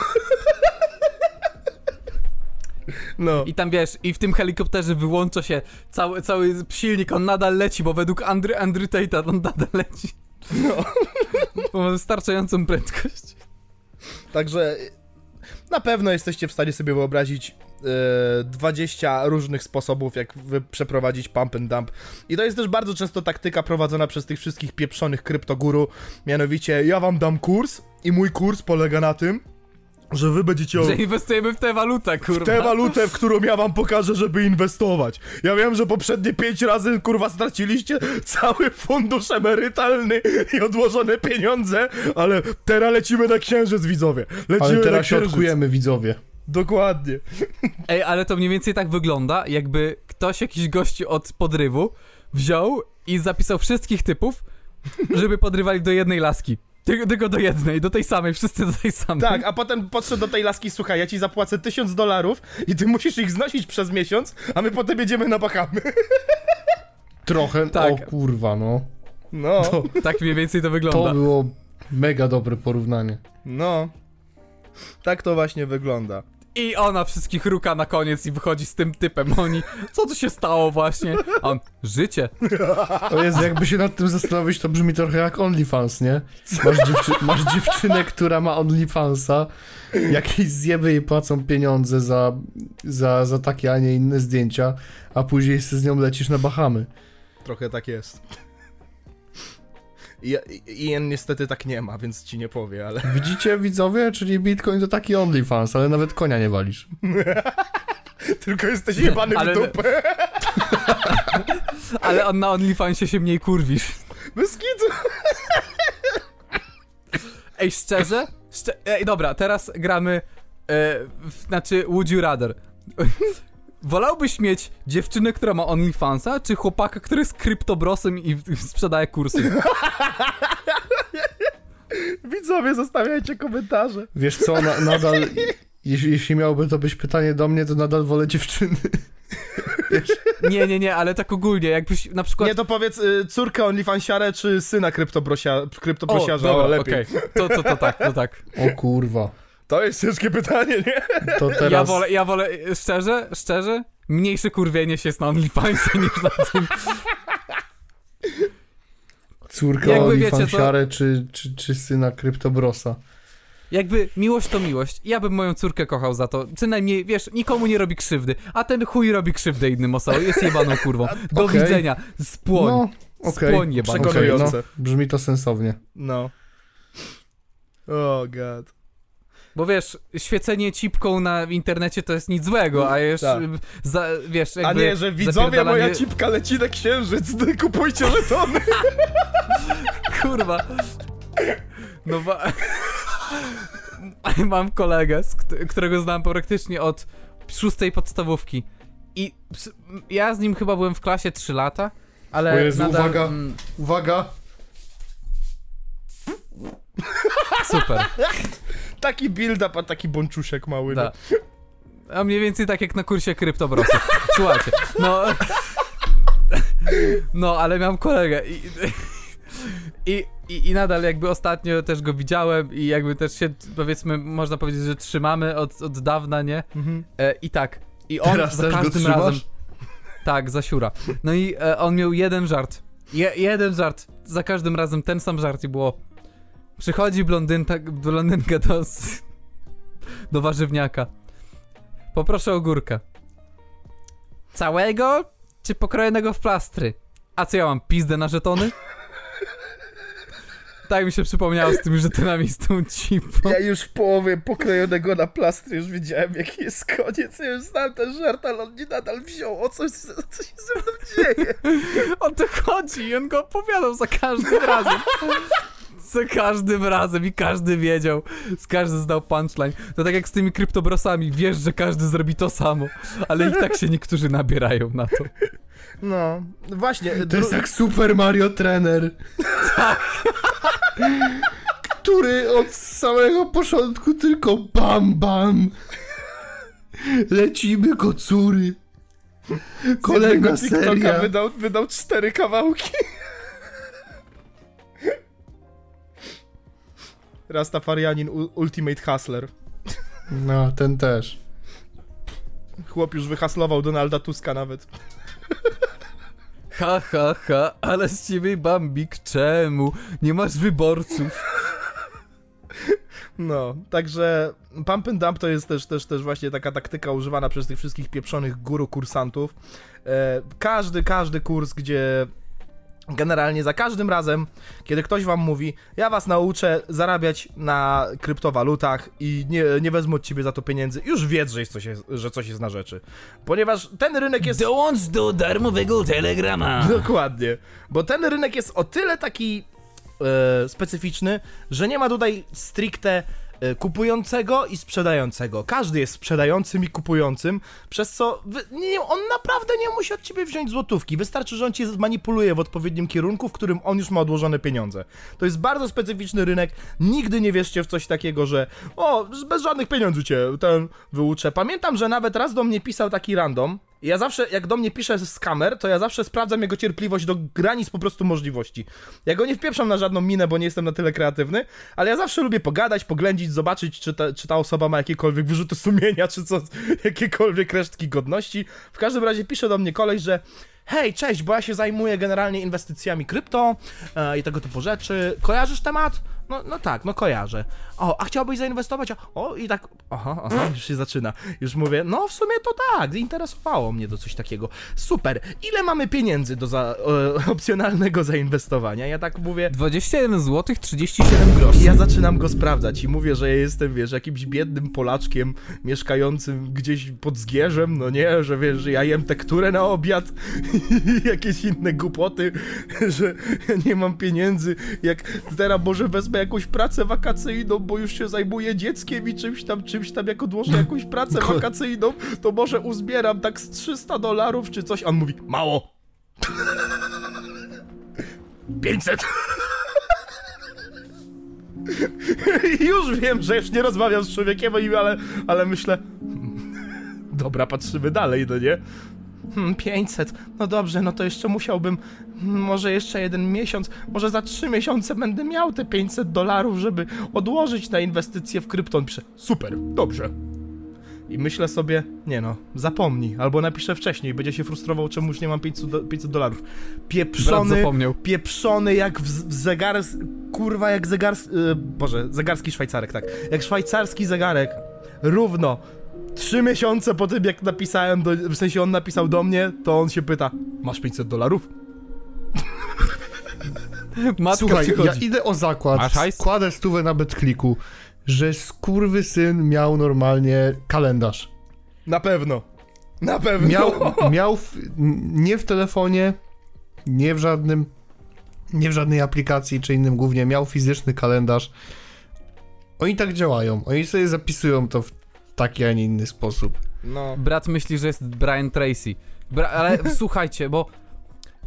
No. I tam wiesz, i w tym helikopterze wyłącza się cały, cały silnik, on nadal leci, bo według Andrew, Andrew Tate'a on nadal leci. No. Bo ma wystarczającą prędkość. Także na pewno jesteście w stanie sobie wyobrazić yy, dwadzieścia różnych sposobów, jak wy przeprowadzić pump and dump. I to jest też bardzo często taktyka prowadzona przez tych wszystkich pieprzonych kryptoguru. Mianowicie, ja wam dam kurs i mój kurs polega na tym, że wy będziecie... Że inwestujemy w tę walutę, kurwa. W tę walutę, w którą ja wam pokażę, żeby inwestować. Ja wiem, że poprzednie pięć razy, kurwa, straciliście cały fundusz emerytalny i odłożone pieniądze, ale teraz lecimy na księżyc, widzowie. Lecimy Ale na teraz się księżyc. odkujemy, widzowie. Dokładnie. Ej, ale to mniej więcej tak wygląda, jakby ktoś, jakiś gości od podrywu wziął i zapisał wszystkich typów, żeby podrywali do jednej laski. Tylko, tylko do jednej, do tej samej, wszyscy do tej samej. Tak, a potem podszedł do tej laski, słuchaj, ja ci zapłacę tysiąc dolarów i ty musisz ich znosić przez miesiąc, a my potem jedziemy na Bahamy. Trochę, Tak. o kurwa, no. No, To, Tak mniej więcej to wygląda. to było mega dobre porównanie. no. Tak to właśnie wygląda. I ona wszystkich ruka na koniec i wychodzi z tym typem. Oni, co tu się stało właśnie? A on, życie. O Jezu, jakby się nad tym zastanowić, to brzmi trochę jak OnlyFans, nie? Masz, dziewczy- masz dziewczynę, która ma OnlyFansa, jakieś zjeby jej płacą pieniądze za, za, za takie, a nie inne zdjęcia, a później z nią lecisz na Bahamy. Trochę tak jest. I, i, Ian niestety tak nie ma, więc ci nie powie, ale... Widzicie, widzowie? Czyli Bitcoin to taki OnlyFans, ale nawet konia nie walisz. Tylko jesteś jebany Ale- w dupę. Ale on na OnlyFansie się mniej kurwisz. Bez kitu. Ej, szczerze? Szcze- Ej, dobra, teraz gramy, e, w, znaczy, would you rather? Wolałbyś mieć dziewczynę, która ma OnlyFansa, czy chłopaka, który jest kryptobrosem i w- sprzedaje kursy? Widzowie, zostawiajcie komentarze. Wiesz co, na, nadal, jeśli, jeśli miałoby to być pytanie do mnie, to nadal wolę dziewczyny. Nie, nie, nie, ale tak ogólnie, jakbyś na przykład... Nie, to powiedz y, córkę OnlyFansiarę, czy syna kryptobrosia, kryptobrosiarza, o, dobra, lepiej. okej. To, to, to tak, to tak. O kurwa. To jest ciężkie pytanie, nie? To teraz... Ja wolę, ja wolę, szczerze, szczerze, mniejsze kurwienie się jest na OnlyFansie niż na tym. Córka Jakby wiecie, OnlyFansiarę, czy, czy, czy syna kryptobrosa. Jakby miłość to miłość. Ja bym moją córkę kochał za to. Przynajmniej, wiesz, nikomu nie robi krzywdy. A ten chuj robi krzywdę innym osobom. Jest jebaną kurwą. Do Okej. widzenia. Spłoń. No, okej. Spłoń jebany. Okej, Przekonujące. no, brzmi to sensownie. No. O, oh god. Bo wiesz, świecenie cipką na internecie to jest nic złego, a już, Tak. za, wiesz, jakby... A nie, że widzowie, zapierdalanie- moja cipka leci na księżyc, kupujcie żetony. Kurwa. No ba... Mam kolegę, z kt- którego znam praktycznie od szóstej podstawówki. I ps- ja z nim chyba byłem w klasie trzy lata, ale O Jezu, nadal... uwaga. mm, Uwaga! Super. Taki build-up, a taki bączuszek mały. Da. No. A mniej więcej tak jak na kursie kryptobrosów. Słuchajcie, no... No, ale miałem kolegę i... I, i, I nadal jakby ostatnio też go widziałem i jakby też się, powiedzmy, można powiedzieć, że trzymamy od, od dawna, nie? Mhm. E, I tak. I on Teraz za też go każdym trzymasz? razem... Tak, za siura. No i e, on miał jeden żart. Je, jeden żart. Za każdym razem ten sam żart i było... Przychodzi blondynka, blondynka do... do warzywniaka. Poproszę ogórka. Całego, czy pokrojonego w plastry? A co ja mam, pizdę na żetony? Tak mi się przypomniało z tymi żetonami, z tą cipą. Ja już w połowie pokrojonego na plastry już wiedziałem, jaki jest koniec. Ja już znam ten żart, ale on mnie nadal wziął. O co, co się ze mną dzieje? O to chodzi i on go opowiadał za każdym razem. Za każdym razem i każdy wiedział, z każdy znał punchline. To tak jak z tymi kryptobrosami, wiesz, że każdy zrobi to samo, ale i tak się niektórzy nabierają na to. No, właśnie. To jest jak Super Mario Trainer. Który od samego początku tylko bam bam. Lecimy kocury. Kolejna seria. Wydał, wydał cztery kawałki. Rastafarianin Ultimate Hustler. No, ten też. Chłop już wyhaslował Donalda Tuska nawet. Ha, ha, ha, ale z ciebie Bambik, czemu? Nie masz wyborców. No, także pump and dump to jest też, też, też właśnie taka taktyka używana przez tych wszystkich pieprzonych guru kursantów. E, każdy, każdy kurs, gdzie generalnie za każdym razem, kiedy ktoś wam mówi, ja was nauczę zarabiać na kryptowalutach i nie, nie wezmę od ciebie za to pieniędzy, już wiedz, że, jest coś, jest, że coś jest na rzeczy. Ponieważ ten rynek jest... Dołącz do darmowego telegrama. Dokładnie, bo ten rynek jest o tyle taki e, specyficzny, że nie ma tutaj stricte e, kupującego i sprzedającego. Każdy jest sprzedającym i kupującym, przez co wy, nie, on naprawdę nie musi od ciebie wziąć złotówki. Wystarczy, że on cię zmanipuluje w odpowiednim kierunku, w którym on już ma odłożone pieniądze. To jest bardzo specyficzny rynek. Nigdy nie wierzcie w coś takiego, że o, bez żadnych pieniędzy cię ten wyuczę. Pamiętam, że nawet raz do mnie pisał taki random. Ja zawsze, jak do mnie pisze skamer, to ja zawsze sprawdzam jego cierpliwość do granic po prostu możliwości. Ja go nie wpieprzam na żadną minę, bo nie jestem na tyle kreatywny, ale ja zawsze lubię pogadać, poględzić, zobaczyć, czy ta, czy ta osoba ma jakiekolwiek wyrzuty sumienia, czy co, jakiekolwiek resztki godności. W każdym razie pisze do mnie koleś, że hej, cześć, bo ja się zajmuję generalnie inwestycjami krypto e, i tego typu rzeczy. Kojarzysz temat? No, no tak, no kojarzę. O, a chciałbyś zainwestować? O, i tak, aha, aha, już się zaczyna. Już mówię, no w sumie to tak, interesowało mnie to coś takiego. Super, ile mamy pieniędzy do za, e, opcjonalnego zainwestowania? Ja tak mówię... dwadzieścia jeden złotych trzydzieści siedem groszy. I ja zaczynam go sprawdzać i mówię, że ja jestem, wiesz, jakimś biednym Polaczkiem mieszkającym gdzieś pod Zgierzem, no nie, że wiesz, że ja jem tekturę na obiad i jakieś inne głupoty, że ja nie mam pieniędzy, jak teraz może wezmę jakąś pracę wakacyjną, bo już się zajmuję dzieckiem i czymś tam, czymś tam, jak odłożę jakąś pracę wakacyjną, to może uzbieram tak z trzysta dolarów czy coś. A on mówi, mało. pięćset. I już wiem, że już nie rozmawiam z człowiekiem, ale, ale myślę, dobra, patrzymy dalej, no nie? Hmm, pięćset, no dobrze, no to jeszcze musiałbym, może jeszcze jeden miesiąc, może za trzy miesiące będę miał te pięćset dolarów, żeby odłożyć na inwestycje w krypton. Piszę, super, dobrze. I myślę sobie, nie no, zapomnij, albo napiszę wcześniej, będzie się frustrował, czemu już nie mam pięćset dolarów. Pieprzony, pieprzony jak w, w zegar, kurwa jak zegar, yy, boże, zegarski szwajcarek, tak, jak szwajcarski zegarek, równo. Trzy miesiące po tym, jak napisałem, do, w sensie on napisał do mnie, to on się pyta, masz pięćset dolarów? Matka Słuchaj, przychodzi. ja idę o zakład, Masz hajs? składę stówę na BetClicku, że skurwysyn miał normalnie kalendarz. Na pewno. Na pewno. Miał, miał w, nie w telefonie, nie w żadnym, nie w żadnej aplikacji czy innym głównie, miał fizyczny kalendarz. Oni tak działają, oni sobie zapisują to w taki, a nie inny sposób. No. Brat myśli, że jest Brian Tracy. Bra ale słuchajcie, bo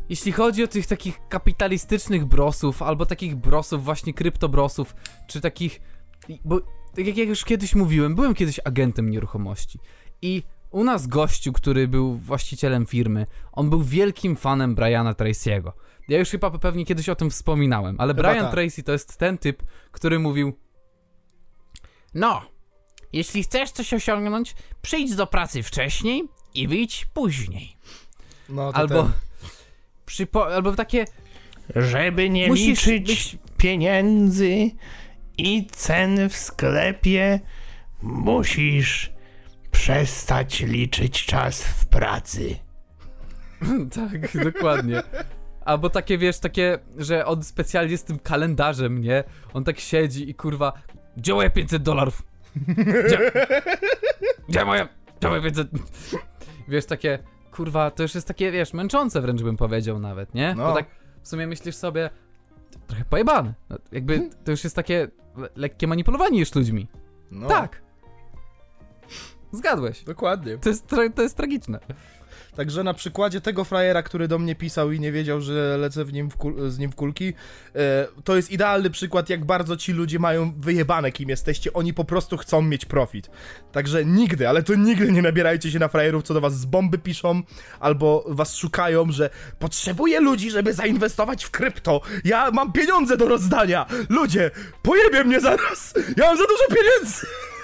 jeśli chodzi o tych takich kapitalistycznych brosów, albo takich brosów, właśnie kryptobrosów, czy takich, bo tak jak ja już kiedyś mówiłem, byłem kiedyś agentem nieruchomości i u nas gościu, który był właścicielem firmy, on był wielkim fanem Briana Tracy'ego. Ja już chyba pewnie kiedyś o tym wspominałem, ale Chyba Brian tak. Tracy to jest ten typ, który mówił: no, jeśli chcesz coś osiągnąć, przyjdź do pracy wcześniej i wyjdź później. No, to Albo, ten. przypo- albo takie... Żeby nie Musisz liczyć być- pieniędzy i cen w sklepie, musisz przestać liczyć czas w pracy. Tak, dokładnie. Albo takie, wiesz, takie, że on specjalnie z tym kalendarzem, nie? On tak siedzi i kurwa, gdzie moje pięćset dolarów? Gdzie, gdzie moje, gdzie moje pięćset? Wiesz, takie, kurwa, to już jest takie, wiesz, męczące wręcz bym powiedział nawet, nie? No. Bo tak w sumie myślisz sobie, trochę pojebane. No, jakby to już jest takie le- lekkie manipulowanie już ludźmi. No, Tak. Zgadłeś. dokładnie. To jest, tra- to jest tragiczne. Także na przykładzie tego frajera, który do mnie pisał i nie wiedział, że lecę w nim w kul- z nim w kulki, e, to jest idealny przykład, jak bardzo ci ludzie mają wyjebane, kim jesteście. Oni po prostu chcą mieć profit. Także nigdy, ale to nigdy nie nabierajcie się na frajerów, co do was z bomby piszą, albo was szukają, że potrzebuję ludzi, żeby zainwestować w krypto. Ja mam pieniądze do rozdania. Ludzie, pojebie mnie zaraz. Ja mam za dużo pieniędzy.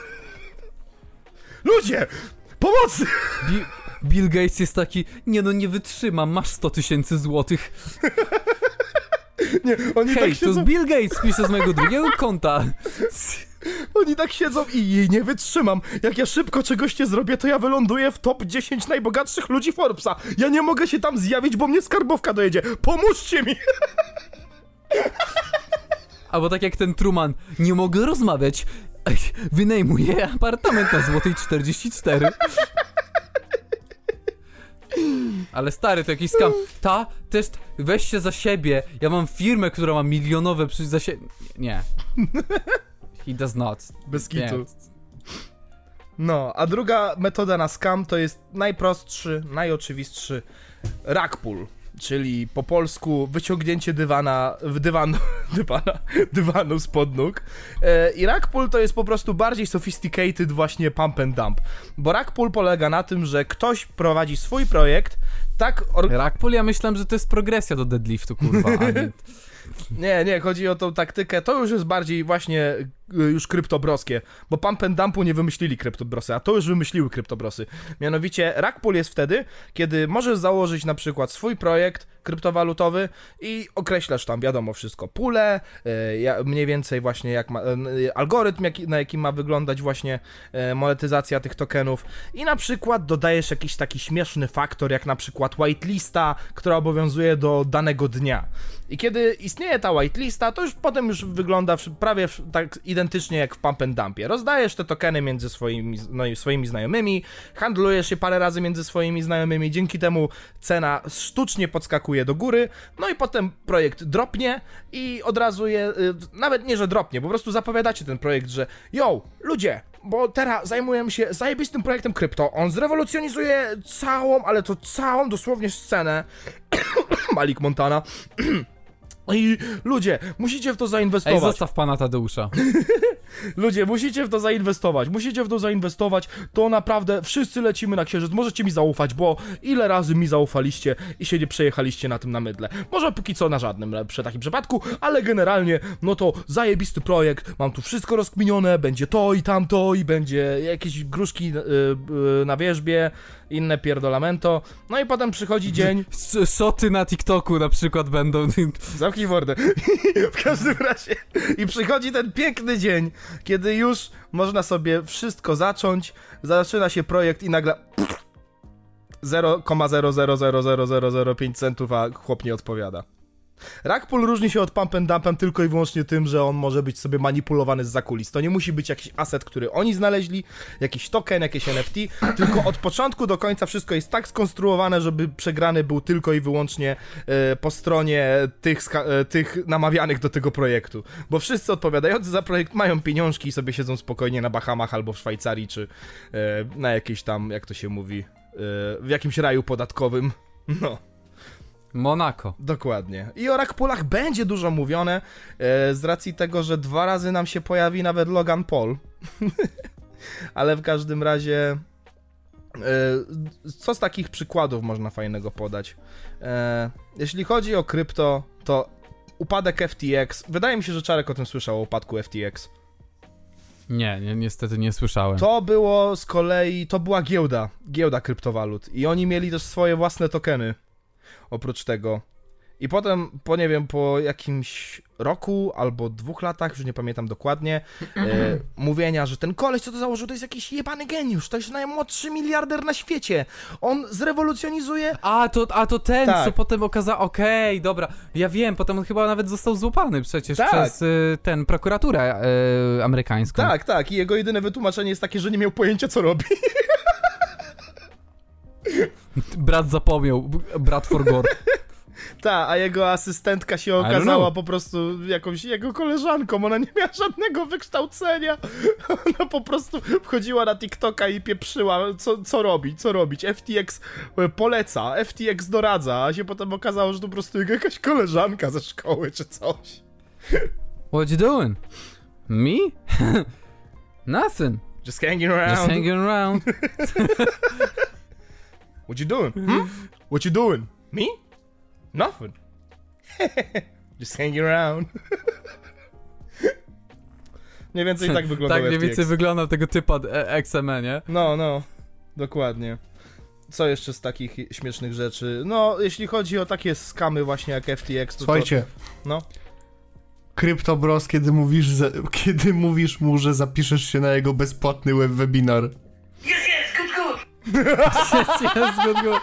Ludzie, pomocy. Bi- Bill Gates jest taki, nie no, nie wytrzymam, masz sto tysięcy złotych. Nie, oni Hej, tak to siedzą... z Bill Gates pisze z mojego drugiego konta. Oni tak siedzą i jej nie wytrzymam. Jak ja szybko czegoś nie zrobię, to ja wyląduję w top dziesięć najbogatszych ludzi Forbesa. Ja nie mogę się tam zjawić, bo mnie skarbówka dojedzie. Pomóżcie mi! Albo tak jak ten Truman, nie mogę rozmawiać. Ej, wynajmuję apartament na Złotej czterdzieści cztery. Ale stary, to jakiś skam. Ta, też weź się za siebie. Ja mam firmę, która ma milionowe przy za siebie. Nie. He does not. Bez Nie. kitu. No, a druga metoda na scam to jest najprostszy, najoczywistszy rug pull, czyli po polsku wyciągnięcie dywana, w dywanu, dywanu, dywanu spod nóg. E, I rug pull to jest po prostu bardziej sophisticated właśnie pump and dump, bo rug pull polega na tym, że ktoś prowadzi swój projekt, tak... Or- Rackpull, ja myślałem, że to jest progresja do deadliftu, kurwa, a nie... Nie, nie, chodzi o tą taktykę, to już jest bardziej właśnie y, już kryptobroskie, bo pump and dumpu nie wymyślili kryptobrosy, a to już wymyśliły kryptobrosy. Mianowicie rug pull jest wtedy, kiedy możesz założyć na przykład swój projekt kryptowalutowy i określasz tam, wiadomo, wszystko, pulę, y, ja, mniej więcej właśnie jak ma, y, algorytm, jaki, na jakim ma wyglądać właśnie y, monetyzacja tych tokenów i na przykład dodajesz jakiś taki śmieszny faktor, jak na przykład whitelista, która obowiązuje do danego dnia. I kiedy istnieje ta whitelista, to już potem już wygląda prawie tak identycznie jak w pump and dumpie. Rozdajesz te tokeny między swoimi, no, swoimi znajomymi, handlujesz je parę razy między swoimi znajomymi, dzięki temu cena sztucznie podskakuje do góry, no i potem projekt dropnie i od razu je, nawet nie, że dropnie, po prostu zapowiadacie ten projekt, że yo, ludzie, bo teraz zajmujemy się zajebistym projektem krypto, on zrewolucjonizuje całą, ale to całą dosłownie scenę, Malik Montana. I ludzie, musicie w to Ej, zainwestować. zostaw pana Tadeusza. Ludzie, musicie w to zainwestować. Musicie w to zainwestować. To naprawdę wszyscy lecimy na księżyc. Możecie mi zaufać, bo ile razy mi zaufaliście i się nie przejechaliście na tym na mydle. Może póki co na żadnym przy takim przypadku, ale generalnie, no to zajebisty projekt. Mam tu wszystko rozkminione. Będzie to i tamto i będzie jakieś gruszki yy, yy, na wierzbie, inne pierdolamento. No i potem przychodzi dzień. Sz- Szoty na TikToku na przykład będą. Zamknij mordę. W każdym razie. I przychodzi ten piękny dzień, kiedy już można sobie wszystko zacząć, zaczyna się projekt i nagle zero przecinek zero zero zero zero zero zero pięć centów, a chłop nie odpowiada. Rug pull różni się od pump and dumpem tylko i wyłącznie tym, że on może być sobie manipulowany zza kulis. To nie musi być jakiś asset, który oni znaleźli, jakiś token, jakieś N F T, tylko od początku do końca wszystko jest tak skonstruowane, żeby przegrany był tylko i wyłącznie e, po stronie tych, ska- e, tych namawianych do tego projektu. Bo wszyscy odpowiadający za projekt mają pieniążki i sobie siedzą spokojnie na Bahamach albo w Szwajcarii, czy e, na jakiejś tam, jak to się mówi, e, w jakimś raju podatkowym. No. Monako. Dokładnie. I o rug pullach będzie dużo mówione, e, z racji tego, że dwa razy nam się pojawi nawet Logan Paul. Ale w każdym razie... E, co z takich przykładów można fajnego podać? E, jeśli chodzi o krypto, to upadek F T X... Wydaje mi się, że Czarek o tym słyszał, o upadku F T X. Nie, nie, niestety nie słyszałem. To było z kolei... To była giełda. Giełda kryptowalut. I oni mieli też swoje własne tokeny. Oprócz tego. I potem, po nie wiem, po jakimś roku albo dwóch latach, już nie pamiętam dokładnie, e, mówienia, że ten koleś, co to założył, to jest jakiś jebany geniusz, to jest najmłodszy miliarder na świecie. On zrewolucjonizuje... A, to, a to ten, Tak. co potem okazał... Okej, dobra, ja wiem, potem on chyba nawet został złapany przecież Tak. przez y, ten, prokuraturę y, amerykańską. Tak, tak. I jego jedyne wytłumaczenie jest takie, że nie miał pojęcia, co robi. Brat zapomniał, b- brat forgot. Ta, a jego asystentka się don't okazała know. po prostu jakąś jego koleżanką, ona nie miała żadnego wykształcenia. Ona po prostu wchodziła na TikToka i pieprzyła, co, co robić, co robić. F T X poleca, F T X doradza, a się potem okazało, że to po prostu jakaś koleżanka ze szkoły czy coś. What you doing? Me? Nothing. Just hanging around. Just hanging around. What you doing? Hmm? What you doing? Me? Nothing. Just hanging around. Mniej więcej tak wyglądał Tak mniej F T X. więcej wyglądał tego typa e, X M E, nie? No, no, dokładnie. Co jeszcze z takich śmiesznych rzeczy? No, jeśli chodzi o takie skamy właśnie jak F T X, to Słuchajcie, to, no. Kryptobros, kiedy mówisz, za, kiedy mówisz mu, że zapiszesz się na jego bezpłatny web webinar. Yes, yes, good, good. Jest, jest, good, good.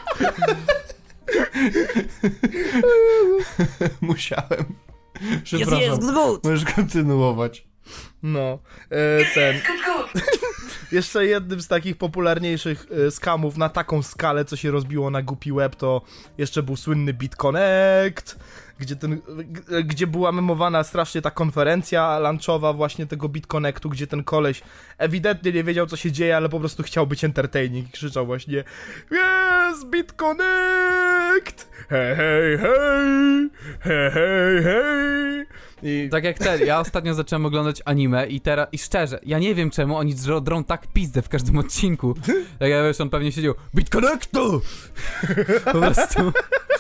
Musiałem. Przepraszam. Yes, yes, good, good. Możesz kontynuować. No, e, ten. Yes, good, good. Jeszcze jednym z takich popularniejszych e, skamów na taką skalę, co się rozbiło na głupi web, to jeszcze był słynny BitConnect, gdzie, ten, g- gdzie była memowana strasznie ta konferencja lunchowa właśnie tego BitConnectu, gdzie ten koleś ewidentnie nie wiedział, co się dzieje, ale po prostu chciał być entertaining i krzyczał właśnie Yes, BitConnect! Hej, hej, hej! Hej, hej, hej! I Tak jak ten, ja ostatnio zacząłem oglądać anime i teraz, i szczerze, ja nie wiem czemu oni drą, drą tak pizdę w każdym odcinku. Tak ja wiesz, on pewnie siedział BitConnectu! Po prostu.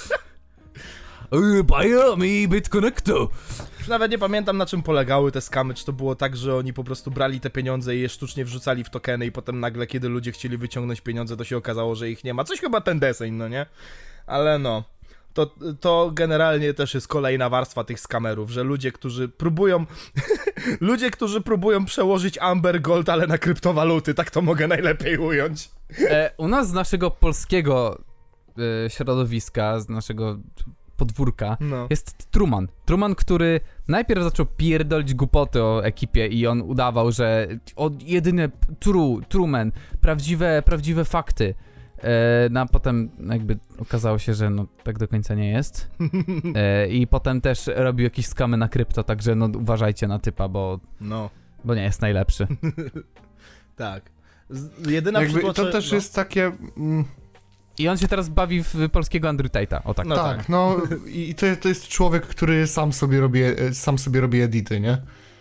Miami BitConnectu! Już nawet nie pamiętam, na czym polegały te skamy, czy to było tak, że oni po prostu brali te pieniądze i je sztucznie wrzucali w tokeny i potem nagle, kiedy ludzie chcieli wyciągnąć pieniądze, to się okazało, że ich nie ma. Coś chyba ten deseń, no nie? Ale no, to, to generalnie też jest kolejna warstwa tych skamerów, że ludzie, którzy próbują, ludzie, którzy próbują przełożyć Amber Gold, ale na kryptowaluty, tak to mogę najlepiej ująć. E, u nas z naszego polskiego e, środowiska, z naszego podwórka, No. jest Truman. Truman, który najpierw zaczął pierdolić głupoty o ekipie i on udawał, że o, jedyne true, Truman, prawdziwe, prawdziwe fakty. E, no a potem jakby okazało się, że no tak do końca nie jest. E, I potem też robił jakieś skamy na krypto, także no uważajcie na typa, bo, No, bo nie jest najlepszy. tak. Z, jedyna Jakby, przytłocze- to też no. jest takie... Mm, I on się teraz bawi w polskiego Andrew Tate'a, o tak. No tak, tak. no i to, to jest człowiek, który sam sobie robi, e, sam sobie robi edity, nie?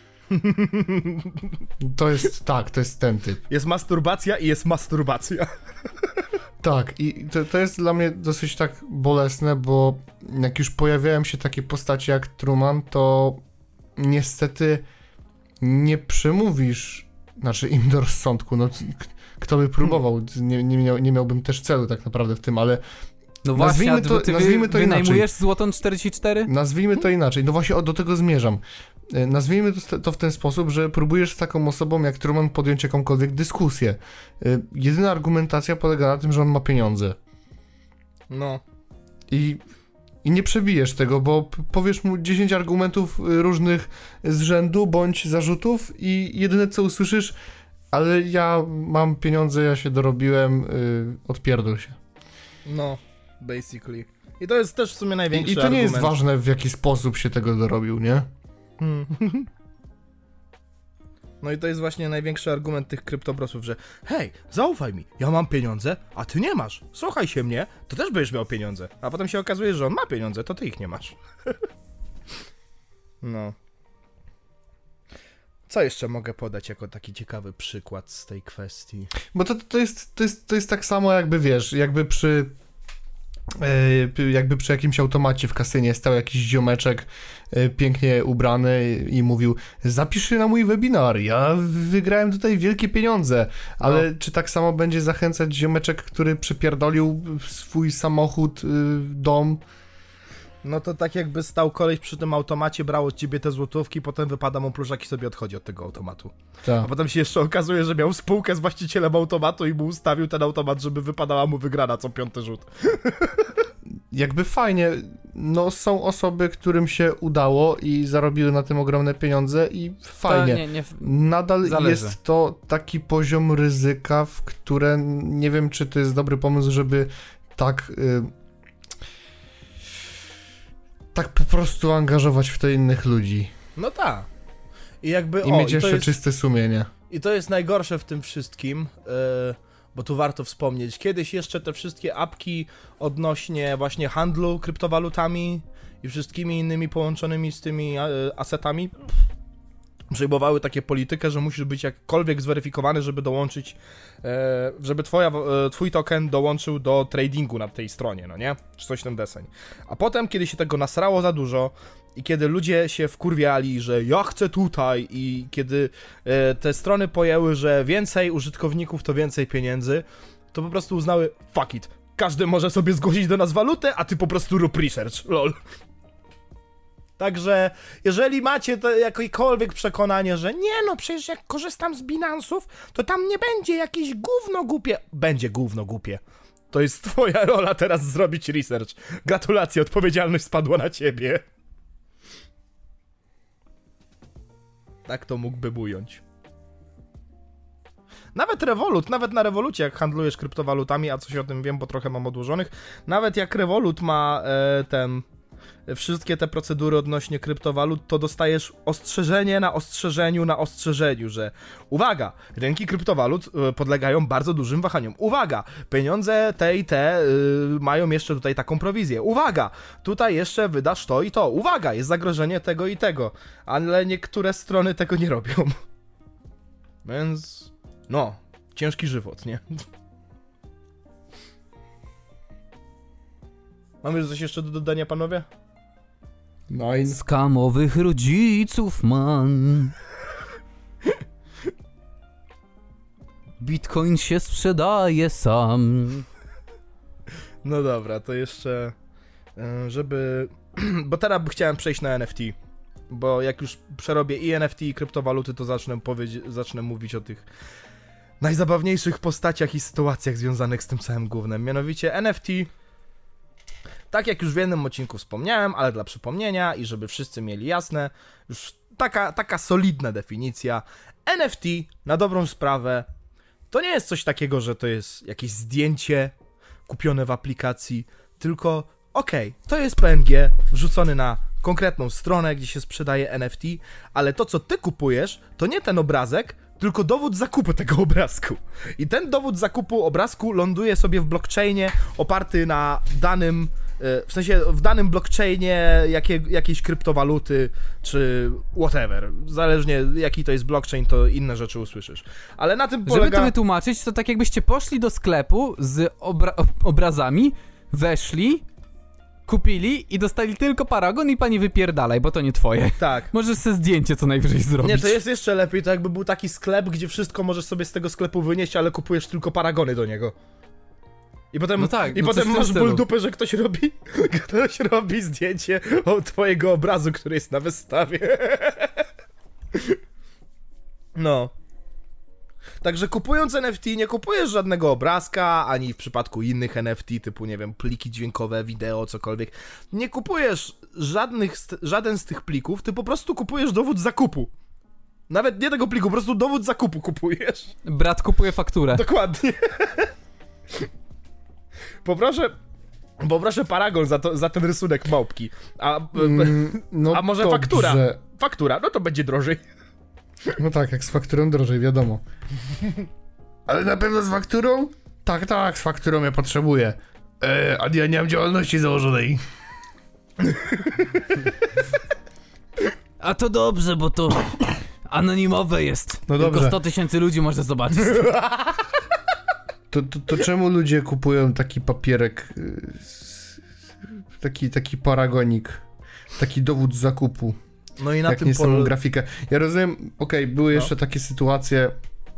To jest, tak, to jest ten typ. Jest masturbacja i jest masturbacja. Tak, i to, to jest dla mnie dosyć tak bolesne, bo jak już pojawiają się takie postacie jak Truman, to niestety nie przemówisz, znaczy im do rozsądku, no k- kto by próbował, nie, nie, miał, nie miałbym też celu tak naprawdę w tym, ale No właśnie, nazwijmy a to- ty nazwijmy to wynajmujesz złoton czterdzieści cztery? nazwijmy to inaczej, no właśnie o, do tego zmierzam. E, Nazwijmy to, to w ten sposób, że próbujesz z taką osobą jak Truman podjąć jakąkolwiek dyskusję. E, Jedyna argumentacja polega na tym, że on ma pieniądze. No. I, I nie przebijesz tego, bo p- powiesz mu dziesięć argumentów y, różnych z rzędu bądź zarzutów i jedyne co usłyszysz, ale ja mam pieniądze, ja się dorobiłem, y, odpierdol się. No, basically. I to jest też w sumie największy I, I to nie argument. jest ważne, w jaki sposób się tego dorobił, nie? Hmm. No i to jest właśnie największy argument tych kryptobrosów, że hej, zaufaj mi, ja mam pieniądze, a ty nie masz. Słuchaj się mnie, to też będziesz miał pieniądze. A potem się okazuje, że on ma pieniądze, to ty ich nie masz. No. Co jeszcze mogę podać jako taki ciekawy przykład z tej kwestii? Bo to, to, jest, to, jest, to jest tak samo jakby, wiesz, jakby przy yy, jakby przy jakimś automacie w kasynie stał jakiś ziomeczek yy, pięknie ubrany i mówił, zapisz się na mój webinar, ja wygrałem tutaj wielkie pieniądze, ale no. Czy tak samo będzie zachęcać ziomeczek, który przypierdolił swój samochód, yy, dom? No to tak jakby stał koleś przy tym automacie, brał od ciebie te złotówki, potem wypada mu pluszak i sobie odchodzi od tego automatu. Tak. A potem się jeszcze okazuje, że miał spółkę z właścicielem automatu i mu ustawił ten automat, żeby wypadała mu wygrana co piąty rzut. Jakby fajnie, no są osoby, którym się udało i zarobiły na tym ogromne pieniądze i fajnie. To nie, nie, Nadal zależy. jest to taki poziom ryzyka, w które nie wiem, czy to jest dobry pomysł, żeby tak... Y tak po prostu angażować w to innych ludzi. No tak. I jakby I o, mieć i jeszcze to jest, czyste sumienie. I to jest najgorsze w tym wszystkim, yy, bo tu warto wspomnieć, kiedyś jeszcze te wszystkie apki odnośnie właśnie handlu kryptowalutami i wszystkimi innymi połączonymi z tymi yy, asetami przejmowały takie politykę, że musisz być jakkolwiek zweryfikowany, żeby dołączyć, e, żeby twoja, e, twój token dołączył do tradingu na tej stronie, no nie? Czy coś ten deseń. A potem, kiedy się tego nasrało za dużo i kiedy ludzie się wkurwiali, że ja chcę tutaj i kiedy e, te strony pojęły, że więcej użytkowników to więcej pieniędzy, to po prostu uznały, fuck it, każdy może sobie zgłosić do nas walutę, a ty po prostu rób research, lol. Także, jeżeli macie to jakiekolwiek przekonanie, że nie no, przecież jak korzystam z Binance'ów, to tam nie będzie jakieś gówno głupie. Będzie gówno głupie. To jest twoja rola teraz zrobić research. Gratulacje, odpowiedzialność spadła na ciebie. Tak to mógłbym ująć. Nawet Revolut, nawet na Revolucie, jak handlujesz kryptowalutami, a coś o tym wiem, bo trochę mam odłożonych, nawet jak Revolut ma e, ten... wszystkie te procedury odnośnie kryptowalut, to dostajesz ostrzeżenie na ostrzeżeniu na ostrzeżeniu, że uwaga, rynki kryptowalut y, podlegają bardzo dużym wahaniom. Uwaga, pieniądze te i te y, mają jeszcze tutaj taką prowizję. Uwaga, tutaj jeszcze wydasz to i to. Uwaga, jest zagrożenie tego i tego. Ale niektóre strony tego nie robią. Więc no, ciężki żywot, nie? Mamy coś jeszcze do dodania, panowie? Nine. Skamowych rodziców mam. Bitcoin się sprzedaje sam. No dobra, to jeszcze, żeby... Bo teraz chciałem przejść na N F T. Bo jak już przerobię i N F T i kryptowaluty, to zacznę, powiedz- zacznę mówić o tych najzabawniejszych postaciach i sytuacjach związanych z tym całym gównem. Mianowicie N F T... Tak jak już w jednym odcinku wspomniałem, ale dla przypomnienia i żeby wszyscy mieli jasne, już taka, taka solidna definicja. N F T, na dobrą sprawę, to nie jest coś takiego, że to jest jakieś zdjęcie kupione w aplikacji, tylko okej, okay, to jest P N G wrzucony na konkretną stronę, gdzie się sprzedaje N F T, ale to, co ty kupujesz, to nie ten obrazek, tylko dowód zakupu tego obrazku. I ten dowód zakupu obrazku ląduje sobie w blockchainie oparty na danym, w sensie w danym blockchainie jakie, jakiejś kryptowaluty, czy whatever. Zależnie jaki to jest blockchain, to inne rzeczy usłyszysz. Ale na tym polega... Żeby to wytłumaczyć, to tak jakbyście poszli do sklepu z obra- obrazami, weszli, kupili i dostali tylko paragon i pani wypierdalaj, bo to nie twoje. Tak. Możesz sobie zdjęcie co najwyżej zrobić. Nie, to jest jeszcze lepiej, to jakby był taki sklep, gdzie wszystko możesz sobie z tego sklepu wynieść, ale kupujesz tylko paragony do niego. I potem, no tak, i no potem masz ból stylu. dupy, że ktoś robi, ktoś robi zdjęcie o twojego obrazu, który jest na wystawie. No. Także kupując N F T nie kupujesz żadnego obrazka, ani w przypadku innych N F T typu, nie wiem, pliki dźwiękowe, wideo, cokolwiek. Nie kupujesz żadnych, żaden z tych plików, ty po prostu kupujesz dowód zakupu. Nawet nie tego pliku, po prostu dowód zakupu kupujesz. Brat kupuje fakturę. Dokładnie. Poproszę, poproszę paragon za, to, za ten rysunek małpki. A, Mm, no a może dobrze. faktura? Faktura, no to będzie drożej. No tak, jak z fakturą drożej, wiadomo. Ale na pewno z fakturą? Tak, tak, z fakturą ja potrzebuję. Eee, a ja nie mam działalności założonej. A to dobrze, bo to anonimowe jest. No Tylko dobrze. sto tysięcy ludzi może zobaczyć. To, to, to czemu ludzie kupują taki papierek, y, s- taki, taki paragonik, taki dowód zakupu, No i na jak tym nie samą polu... grafikę? Ja rozumiem, okej, były No. jeszcze takie sytuacje,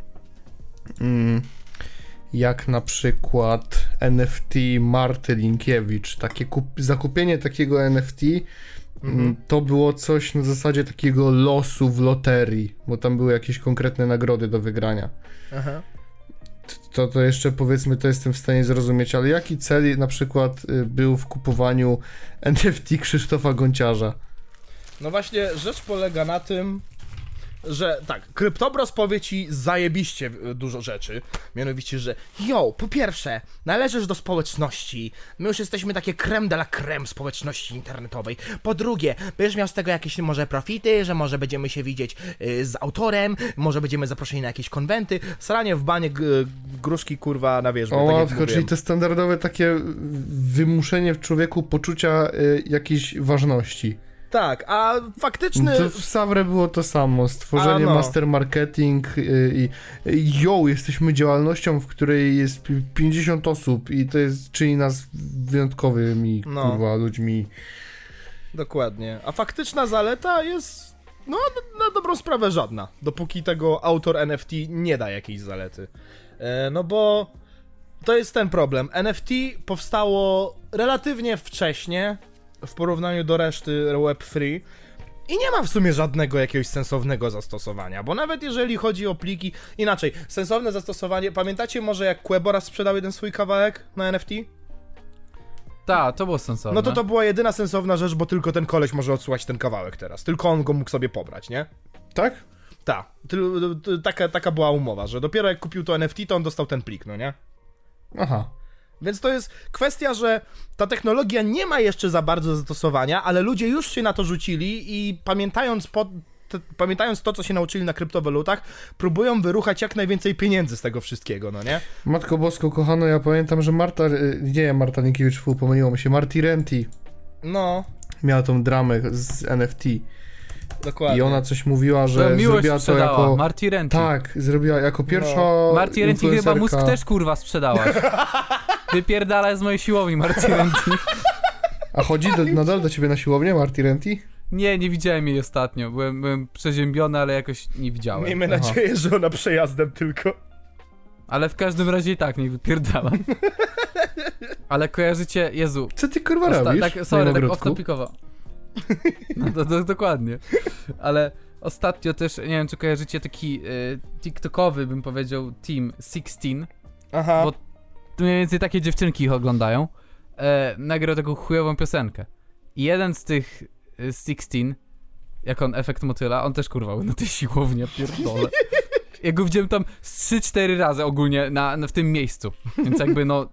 mm, jak na przykład N F T Marty Linkiewicz. Takie kup- zakupienie takiego N F T Mhm. mm, to było coś na zasadzie takiego losu w loterii, bo tam były jakieś konkretne nagrody do wygrania. Aha. To, to jeszcze powiedzmy, to jestem w stanie zrozumieć, ale jaki cel na przykład y, był w kupowaniu N F T Krzysztofa Gonciarza? No właśnie, rzecz polega na tym, że tak, Kryptobros powie ci zajebiście y, dużo rzeczy, mianowicie, że jo, po pierwsze, należysz do społeczności, my już jesteśmy takie creme de la creme społeczności internetowej, po drugie, będziesz miał z tego jakieś może profity, że może będziemy się widzieć y, z autorem, może będziemy zaproszeni na jakieś konwenty, sranie w banie g- gruszki kurwa na wierzbie, O tak jak matko, czyli mówiłem. to standardowe takie wymuszenie w człowieku poczucia y, jakiejś ważności. Tak, a faktyczny... To w Savre było to samo, stworzenie A, no. master marketing y, i y, yo, jesteśmy działalnością, w której jest pi- pięćdziesiąt osób i to jest, czyni nas wyjątkowymi, No. kurwa, ludźmi. Dokładnie. A faktyczna zaleta jest, no, na, na dobrą sprawę żadna. Dopóki tego autor N F T nie da jakiejś zalety. E, no bo to jest ten problem. N F T powstało relatywnie wcześnie w porównaniu do reszty web trzy i nie ma w sumie żadnego jakiegoś sensownego zastosowania, bo nawet jeżeli chodzi o pliki, inaczej, sensowne zastosowanie, pamiętacie może jak Quebora sprzedał jeden swój kawałek na N F T? Tak, to było sensowne. No to to była jedyna sensowna rzecz, bo tylko ten koleś może odsłuchać ten kawałek teraz. Tylko on go mógł sobie pobrać, nie? Tak? Ta. Tyl- ty- Taka, taka była umowa, że dopiero jak kupił to N F T, to on dostał ten plik, no nie? Aha. Więc to jest kwestia, że ta technologia nie ma jeszcze za bardzo zastosowania, ale ludzie już się na to rzucili i pamiętając po, te, pamiętając to, co się nauczyli na kryptowalutach, próbują wyruchać jak najwięcej pieniędzy z tego wszystkiego, no nie? Matko Bosko, kochano, ja pamiętam, że Marta, y, nie Marta Linkiewicz, fu, pomyliło mi się, Marty Renty No, miała tą dramę z N F T dokładnie. i ona coś mówiła, że Że miłość zrobiła to sprzedała, jako... Marty Renty. Tak, zrobiła jako pierwsza No. Marty Renty chyba influencerka- mózg też kurwa sprzedałaś. Wypierdalaj z mojej siłowni, Marty Renty. A chodzi do, nadal do ciebie na siłownię, Marty Renty? Nie, nie widziałem jej ostatnio. Byłem, byłem przeziębiony, ale jakoś nie widziałem. Miejmy Aha. nadzieję, że ona przejazdem tylko. Ale w każdym razie i tak nie wypierdalam. Ale kojarzycie, Jezu. Co ty kurwa Osta- robisz tak, w sorry, moim tak ogródku? off-topicowo. No to, to dokładnie. Ale ostatnio też, nie wiem czy kojarzycie taki y, tiktokowy, bym powiedział, Team szesnaście, Aha. Bo mniej więcej takie dziewczynki ich oglądają, e, nagrał taką chujową piosenkę. I jeden z tych y, szesnaście, jak on efekt motyla, on też kurwa był na tej siłowni, ja pierdolę. Ja go widziałem tam z trzy cztery razy ogólnie na, na, w tym miejscu. Więc jakby no...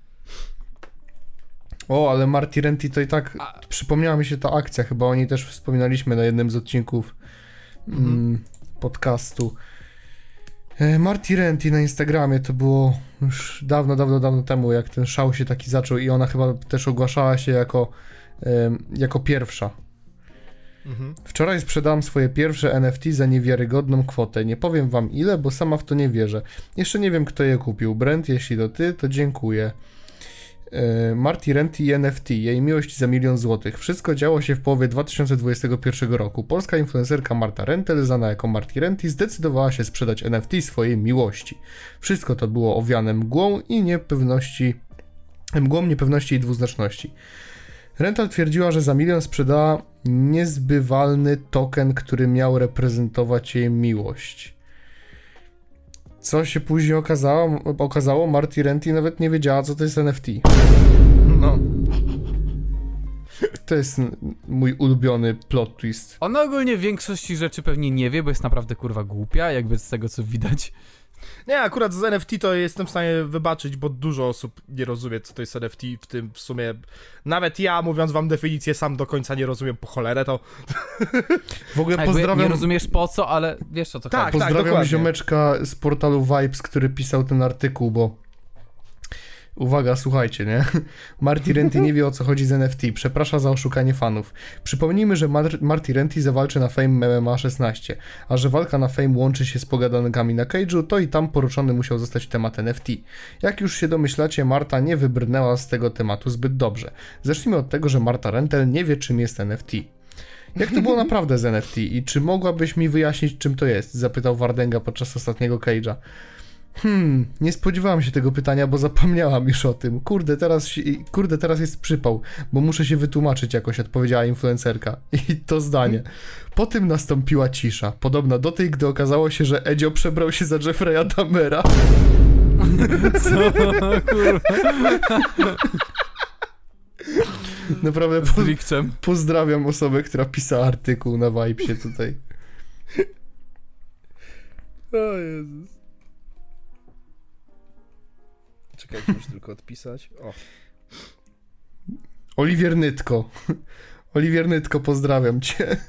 O, ale Marty Renty to i tak... A- Przypomniała mi się ta akcja, chyba o niej też wspominaliśmy na jednym z odcinków Mhm. mm, podcastu. E, Marty Renty na Instagramie to było już dawno, dawno, dawno temu, jak ten szał się taki zaczął i ona chyba też ogłaszała się jako, em, jako pierwsza. Mhm. Wczoraj sprzedałam swoje pierwsze N F T za niewiarygodną kwotę. Nie powiem wam ile, bo sama w to nie wierzę. Jeszcze nie wiem, kto je kupił. Brent, jeśli to ty, to dziękuję. Yy, Marty Renty i N F T. Jej miłość za milion złotych. Wszystko działo się w połowie dwa tysiące dwudziestego pierwszego roku. Polska influencerka Marta Rentel, znana jako Marty Renty, zdecydowała się sprzedać N F T swojej miłości. Wszystko to było owiane mgłą i niepewności, mgłą niepewności i dwuznaczności. Rental twierdziła, że za milion sprzedała niezbywalny token, który miał reprezentować jej miłość. Co się później okazało, okazało Marty Renty nawet nie wiedziała, co to jest N F T. No. To jest n- mój ulubiony plot twist. Ona ogólnie większości rzeczy pewnie nie wie, bo jest naprawdę kurwa głupia, jakby z tego co widać. Nie, akurat z N F T to jestem w stanie wybaczyć, bo dużo osób nie rozumie, co to jest N F T, w tym w sumie nawet ja, mówiąc wam definicję, sam do końca nie rozumiem po cholerę to. W ogóle Jakby pozdrawiam... nie rozumiesz po co, ale wiesz o co Tak, chodzi. Pozdrawiam dokładnie. ziomeczka z portalu Vibes, który pisał ten artykuł, bo uwaga, słuchajcie, nie? Marty Renty nie wie, o co chodzi z N F T. Przeprasza za oszukanie fanów. Przypomnijmy, że Mar- Marty Renty zawalczy na Fame M M A szesnaście, a że walka na Fame łączy się z pogadankami na Cage'u, to i tam poruszony musiał zostać temat N F T. Jak już się domyślacie, Marta nie wybrnęła z tego tematu zbyt dobrze. Zacznijmy od tego, że Marta Rentel nie wie, czym jest N F T. Jak to było naprawdę z N F T i czy mogłabyś mi wyjaśnić, czym to jest? Zapytał Wardenga podczas ostatniego Cage'a. Hmm, nie spodziewałam się tego pytania, bo zapomniałam już o tym. Kurde, teraz, kurde, teraz jest przypał, bo muszę się wytłumaczyć jakoś, odpowiedziała influencerka. I to zdanie. Po tym nastąpiła cisza, podobna do tej, gdy okazało się, że Edzio przebrał się za Jeffrey'a Dahmera. Co? Kurwa. Naprawdę Z po, Rikczem. pozdrawiam osobę, która pisała artykuł na Vibesie tutaj. O Jezus. Czekajcie, muszę tylko odpisać. O. Oliwier Nytko. Oliwier Nytko, pozdrawiam cię. E,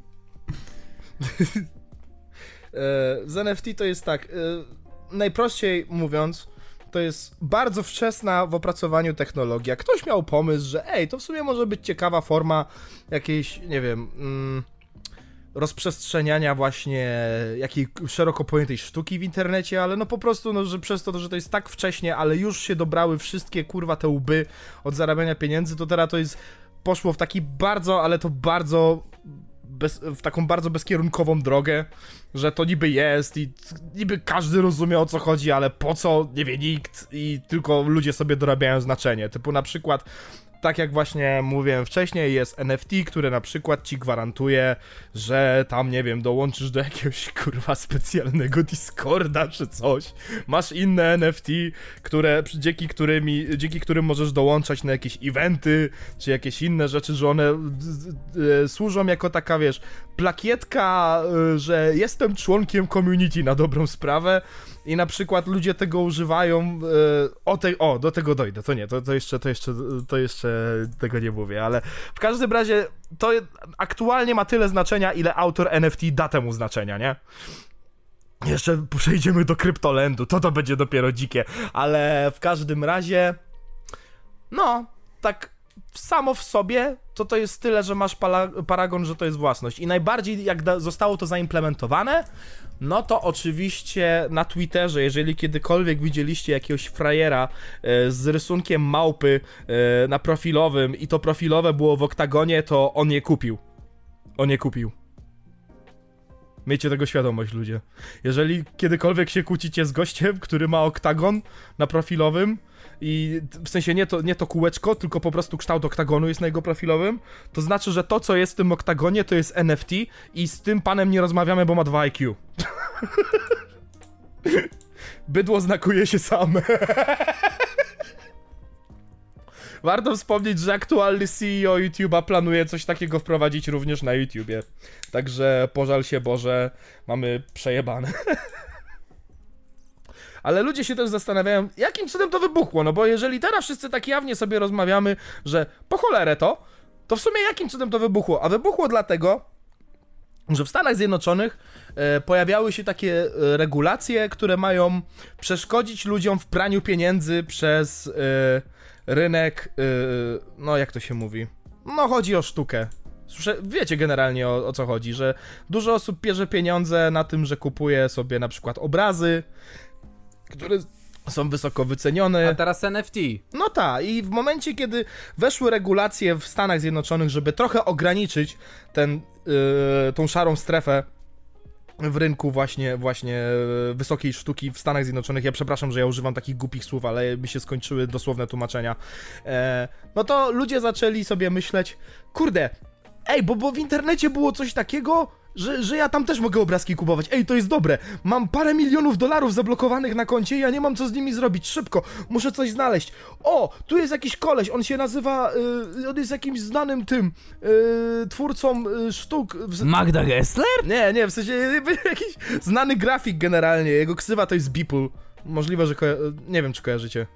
z N F T to jest tak, e, najprościej mówiąc, to jest bardzo wczesna w opracowaniu technologia. Ktoś miał pomysł, że ej, to w sumie może być ciekawa forma jakiejś, nie wiem, mm, rozprzestrzeniania właśnie jakiej szeroko pojętej sztuki w internecie, ale no po prostu, no, że przez to, że to jest tak wcześnie, ale już się dobrały wszystkie, kurwa, te łby od zarabiania pieniędzy, to teraz to jest, poszło w taki bardzo, ale to bardzo, bez, w taką bardzo bezkierunkową drogę, że to niby jest i niby każdy rozumie, o co chodzi, ale po co, nie wie nikt i tylko ludzie sobie dorabiają znaczenie, typu na przykład tak jak właśnie mówiłem wcześniej, jest N F T, które na przykład ci gwarantuje, że tam, nie wiem, dołączysz do jakiegoś, kurwa, specjalnego Discorda czy coś. Masz inne N F T, które, dzięki, którymi, dzięki którym możesz dołączać na jakieś eventy, czy jakieś inne rzeczy, że one y, y, służą jako taka, wiesz, plakietka, y, że jestem członkiem community na dobrą sprawę. I na przykład ludzie tego używają, yy, o, tej, o, do tego dojdę, to nie, to, to jeszcze, to jeszcze, to jeszcze tego nie mówię, ale w każdym razie to aktualnie ma tyle znaczenia, ile autor N F T da temu znaczenia, nie? Jeszcze przejdziemy do Kryptolandu, to to będzie dopiero dzikie, ale w każdym razie, no, tak samo w sobie, to to jest tyle, że masz pala- paragon, że to jest własność. I najbardziej jak da- zostało to zaimplementowane, no to oczywiście na Twitterze, jeżeli kiedykolwiek widzieliście jakiegoś frajera e, z rysunkiem małpy e, na profilowym i to profilowe było w oktagonie, to on je kupił. On je kupił. Miejcie tego świadomość, ludzie. Jeżeli kiedykolwiek się kłócicie z gościem, który ma oktagon na profilowym, i w sensie nie to, nie to kółeczko, tylko po prostu kształt oktagonu jest na jego profilowym, to znaczy, że to, co jest w tym oktagonie, to jest N F T i z tym panem nie rozmawiamy, bo ma dwa I Q. Bydło znakuje się same. Warto wspomnieć, że aktualny C E O YouTube'a planuje coś takiego wprowadzić również na YouTubie. Także pożal się Boże, mamy przejebane. Ale ludzie się też zastanawiają, jakim cudem to wybuchło, no bo jeżeli teraz wszyscy tak jawnie sobie rozmawiamy, że po cholerę to, to w sumie jakim cudem to wybuchło? A wybuchło dlatego, że w Stanach Zjednoczonych e, pojawiały się takie e, regulacje, które mają przeszkodzić ludziom w praniu pieniędzy przez e, rynek, e, no jak to się mówi, no chodzi o sztukę. Słyszę, wiecie generalnie o, o co chodzi, że dużo osób bierze pieniądze na tym, że kupuje sobie na przykład obrazy, które są wysoko wycenione. A teraz N F T. No tak, i w momencie, kiedy weszły regulacje w Stanach Zjednoczonych, żeby trochę ograniczyć ten, yy, tą szarą strefę w rynku właśnie, właśnie wysokiej sztuki w Stanach Zjednoczonych, ja przepraszam, że ja używam takich głupich słów, ale mi się skończyły dosłowne tłumaczenia, e, no to ludzie zaczęli sobie myśleć, kurde, ej, bo, bo w internecie było coś takiego, Że, że ja tam też mogę obrazki kupować. Ej, to jest dobre. Mam parę milionów dolarów zablokowanych na koncie i ja nie mam co z nimi zrobić. Szybko, muszę coś znaleźć. O, tu jest jakiś koleś, on się nazywa, yy, on jest jakimś znanym tym, yy, twórcą yy, sztuk. W... Magda Gessler? Nie, nie, w sensie yy, jakiś znany grafik generalnie. Jego ksywa to jest Beeple. Możliwe, że koja... nie wiem, czy kojarzycie.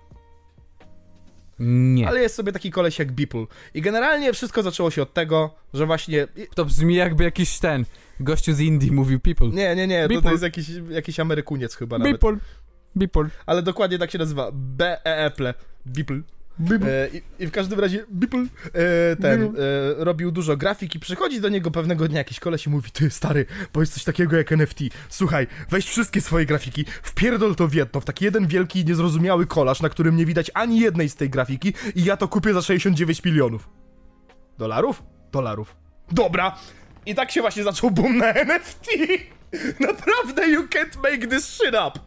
Nie. Ale jest sobie taki koleś jak Beeple. I generalnie wszystko zaczęło się od tego, że właśnie... To brzmi jakby jakiś ten gościu z Indii mówił people. Nie, nie, nie, to, Beeple. to jest jakiś, jakiś Amerykuniec chyba nawet. People. People. Ale dokładnie tak się nazywa. B E E P L E. Beeple. E, i, I w każdym razie Beeple e, ten e, robił dużo grafik i przychodzi do niego pewnego dnia jakiś koleś i mówi: ty stary, bo jest coś takiego jak N F T. Słuchaj, weź wszystkie swoje grafiki, wpierdol to w jedno, w taki jeden wielki, niezrozumiały kolaż, na którym nie widać ani jednej z tej grafiki i ja to kupię za sześćdziesiąt dziewięć milionów. Dolarów? Dolarów. Dobra! I tak się właśnie zaczął boom na N F T. Naprawdę, you can't make this shit up.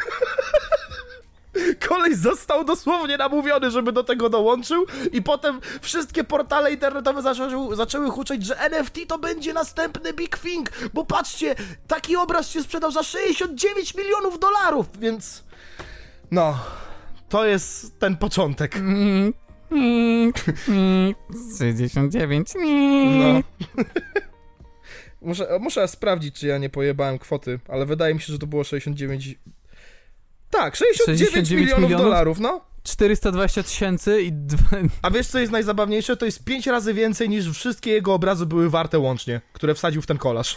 Koleś został dosłownie namówiony, żeby do tego dołączył i potem wszystkie portale internetowe zaczęły, zaczęły huczeć, że N F T to będzie następny big thing, bo patrzcie, taki obraz się sprzedał za sześćdziesiąt dziewięć milionów dolarów, więc no, to jest ten początek. Mm, mm, mm, sześćdziesiąt dziewięć. No. Muszę, muszę sprawdzić, czy ja nie pojebałem kwoty, ale wydaje mi się, że to było sześćdziesiąt dziewięć... Tak, sześćdziesiąt dziewięć milionów, milionów dolarów, no. czterysta dwadzieścia tysięcy i... Dwa... A wiesz, co jest najzabawniejsze? To jest pięć razy więcej, niż wszystkie jego obrazy były warte łącznie, które wsadził w ten kolaż.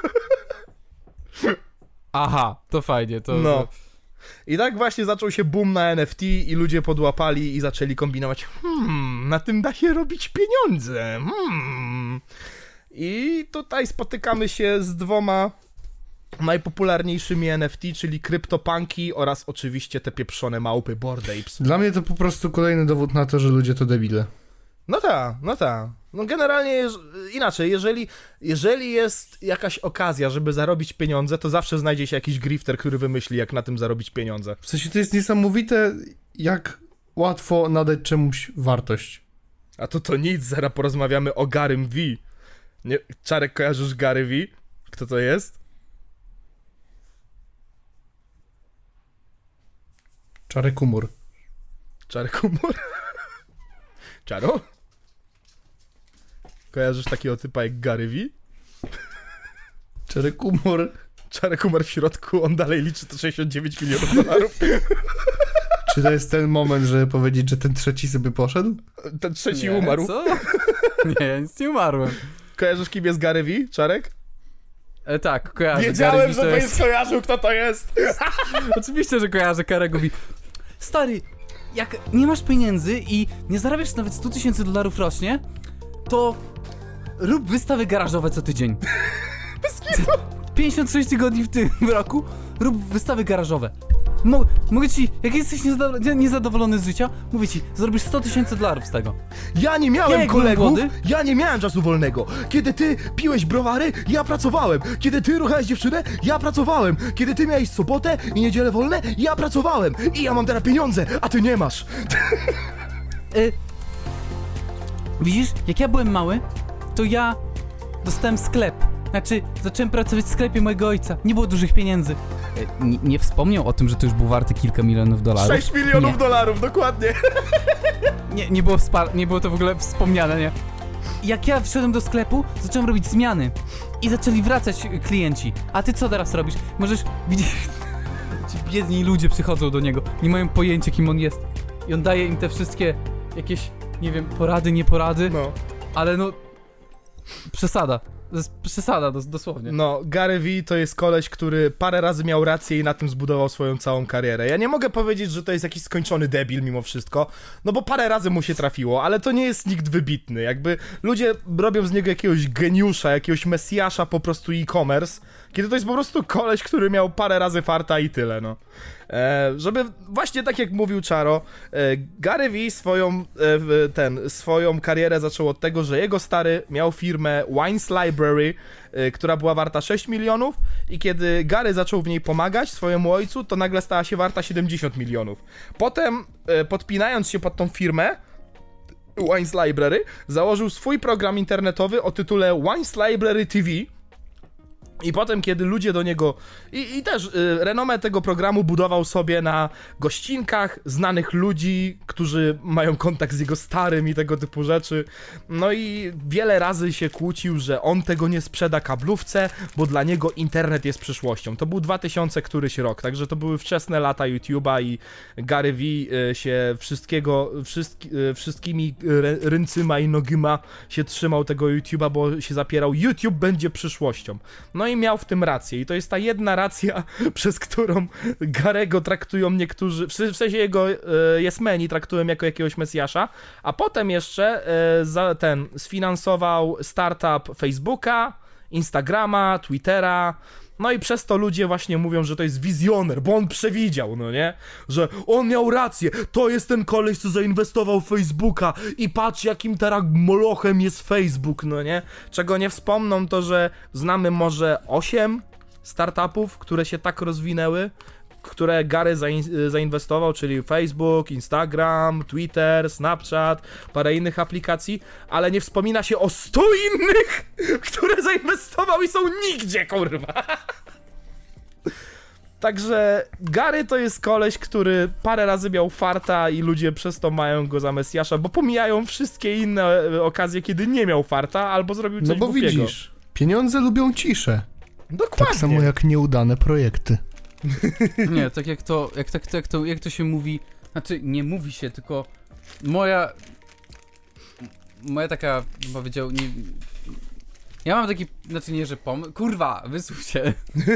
Aha, to fajnie, to... No. To... I tak właśnie zaczął się boom na N F T i ludzie podłapali i zaczęli kombinować: hmm, na tym da się robić pieniądze, hmm. I tutaj spotykamy się z dwoma najpopularniejszymi N F T, czyli CryptoPunki oraz oczywiście te pieprzone małpy Bored Apes. Dla mnie to po prostu kolejny dowód na to, że ludzie to debile. No tak, no tak. No generalnie jeż- inaczej, jeżeli, jeżeli jest jakaś okazja, żeby zarobić pieniądze, to zawsze znajdzie się jakiś grifter, który wymyśli, jak na tym zarobić pieniądze. W sensie to jest niesamowite, jak łatwo nadać czemuś wartość. A to to nic, zaraz porozmawiamy o Garym V. Nie, Czarek, kojarzysz Gary V? Kto to jest? Czarek humor. Czarek humor? Czaro? Kojarzysz takiego typa jak Gary V? Czarek humor. Czarek humor w środku, on dalej liczy to sześćdziesiąt dziewięć milionów dolarów. Czy to jest ten moment, żeby powiedzieć, że ten trzeci sobie poszedł? Ten trzeci Nie, umarł. Co? Nie, ja nic nie umarłem. Kojarzysz, kim jest Gary V, Czarek? E, tak, kojarzę. Wiedziałem, Gary że to będziesz jest... kojarzył, kto to jest. Oczywiście, że kojarzę Gary'ego V. Stary, jak nie masz pieniędzy i nie zarabiasz nawet sto tysięcy dolarów rocznie, to rób wystawy garażowe co tydzień. Bez kitu. pięćdziesiąt sześć tygodni w tym roku rób wystawy garażowe. Mo- mogę ci, jak jesteś niezado- niezadowolony z życia, mówię ci, zrobisz sto tysięcy dolarów z tego. Ja nie miałem Jak byłem kolegów, młody? ja nie miałem czasu wolnego. Kiedy ty piłeś browary, ja pracowałem. Kiedy ty ruchałeś dziewczynę, ja pracowałem. Kiedy ty miałeś sobotę i niedzielę wolne, ja pracowałem. I ja mam teraz pieniądze, a ty nie masz. Y- Widzisz, jak ja byłem mały, to ja dostałem sklep. Znaczy, zacząłem pracować w sklepie mojego ojca. Nie było dużych pieniędzy. Y, n- nie wspomniał o tym, że to już był warty kilka milionów dolarów. sześć milionów Nie. dolarów, dokładnie. Nie, nie było wspar- nie było to w ogóle wspomniane, nie? Jak ja wszedłem do sklepu, zacząłem robić zmiany i zaczęli wracać klienci. A ty co teraz robisz? Możesz widzieć, ci biedni ludzie przychodzą do niego, nie mają pojęcia, kim on jest. I on daje im te wszystkie jakieś, nie wiem, porady, nie porady, No. ale no przesada. To jest przesada, dos- dosłownie. No, Gary V to jest koleś, który parę razy miał rację i na tym zbudował swoją całą karierę. Ja nie mogę powiedzieć, że to jest jakiś skończony debil mimo wszystko, no bo parę razy mu się trafiło, ale to nie jest nikt wybitny. Jakby ludzie robią z niego jakiegoś geniusza, jakiegoś mesjasza po prostu e-commerce, kiedy to jest po prostu koleś, który miał parę razy farta i tyle, no. E, żeby właśnie tak jak mówił Czaro, e, Gary V swoją, e, ten, swoją karierę zaczął od tego, że jego stary miał firmę Wines Library, e, która była warta sześć milionów i kiedy Gary zaczął w niej pomagać swojemu ojcu, to nagle stała się warta siedemdziesiąt milionów. Potem, e, podpinając się pod tą firmę Wines Library, założył swój program internetowy o tytule Wines Library T V, I potem, kiedy ludzie do niego... I, i też y, renomę tego programu budował sobie na gościnkach znanych ludzi, którzy mają kontakt z jego starym i tego typu rzeczy. No i wiele razy się kłócił, że on tego nie sprzeda kablówce, bo dla niego internet jest przyszłością. To był dwa tysiące któryś rok, także to były wczesne lata YouTube'a i Gary V y, się wszystkiego, wszystki, y, wszystkimi ry, ręcyma i nogyma się trzymał tego YouTube'a, bo się zapierał, YouTube będzie przyszłością. No i miał w tym rację. I to jest ta jedna racja, przez którą Garego traktują niektórzy, w sensie jego e, Yesmeni traktują jako jakiegoś mesjasza, a potem jeszcze e, za ten sfinansował startup Facebooka, Instagrama, Twittera. No i przez to ludzie właśnie mówią, że to jest wizjoner, bo on przewidział, no nie? Że on miał rację, to jest ten koleś, co zainwestował w Facebooka i patrz, jakim teraz molochem jest Facebook, no nie? Czego nie wspomną to, że znamy może osiem startupów, które się tak rozwinęły, które Gary zain- zainwestował, czyli Facebook, Instagram, Twitter, Snapchat, parę innych aplikacji, ale nie wspomina się o stu innych, które zainwestował i są nigdzie, kurwa. Także Gary to jest koleś, który parę razy miał farta i ludzie przez to mają go za mesjasza, bo pomijają wszystkie inne okazje, kiedy nie miał farta albo zrobił coś No bo głupiego. widzisz, pieniądze lubią ciszę. Dokładnie. Tak samo jak nieudane projekty. Nie, tak jak to, jak, tak, jak, to, jak to się mówi, znaczy nie mówi się, tylko moja, moja taka, bym powiedział, nie, ja mam taki, znaczy nie, że pomysł, kurwa, wysłuch się.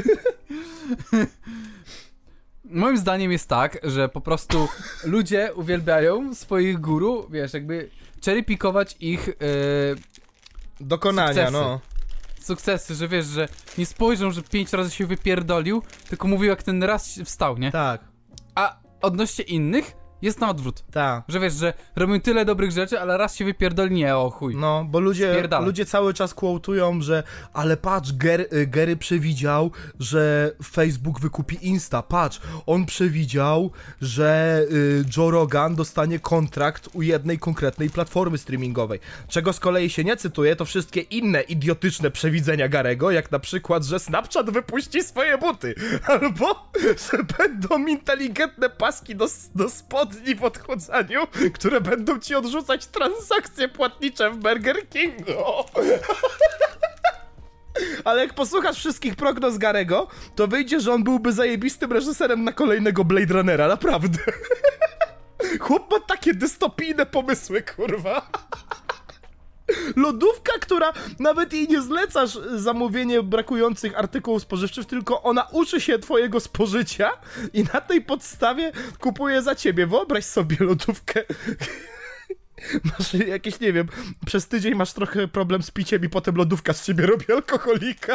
Moim zdaniem jest tak, że po prostu ludzie uwielbiają swoich guru, wiesz, jakby cherrypikować ich yy, Dokonania, sukcesy. no. sukcesy, że wiesz, że nie spojrzą, że pięć razy się wypierdolił, tylko mówił jak ten raz wstał, nie? Tak, A odnośnie innych jest na odwrót. tak. Że wiesz, że robią tyle dobrych rzeczy, ale raz się wypierdoli, nie, o chuj. No, bo ludzie, Spierdalaj. ludzie cały czas quotują, że ale patrz, Gary, Gary przewidział, że Facebook wykupi Insta, patrz, on przewidział, że y, Joe Rogan dostanie kontrakt u jednej konkretnej platformy streamingowej. Czego z kolei się nie cytuje, to wszystkie inne idiotyczne przewidzenia Garego, jak na przykład, że Snapchat wypuści swoje buty, albo, że będą inteligentne paski do, do spodni w odchudzaniu, które będą ci odrzucać transakcje płatnicze w Burger Kingu. Ale jak posłuchasz wszystkich prognoz Garego, to wyjdzie, że on byłby zajebistym reżyserem na kolejnego Blade Runnera, naprawdę. Chłop ma takie dystopijne pomysły, kurwa. Lodówka, która nawet jej nie zlecasz zamówienie brakujących artykułów spożywczych, tylko ona uczy się twojego spożycia i na tej podstawie kupuje za ciebie. Wyobraź sobie lodówkę. Masz jakieś, nie wiem, przez tydzień masz trochę problem z piciem i potem lodówka z ciebie robi alkoholika.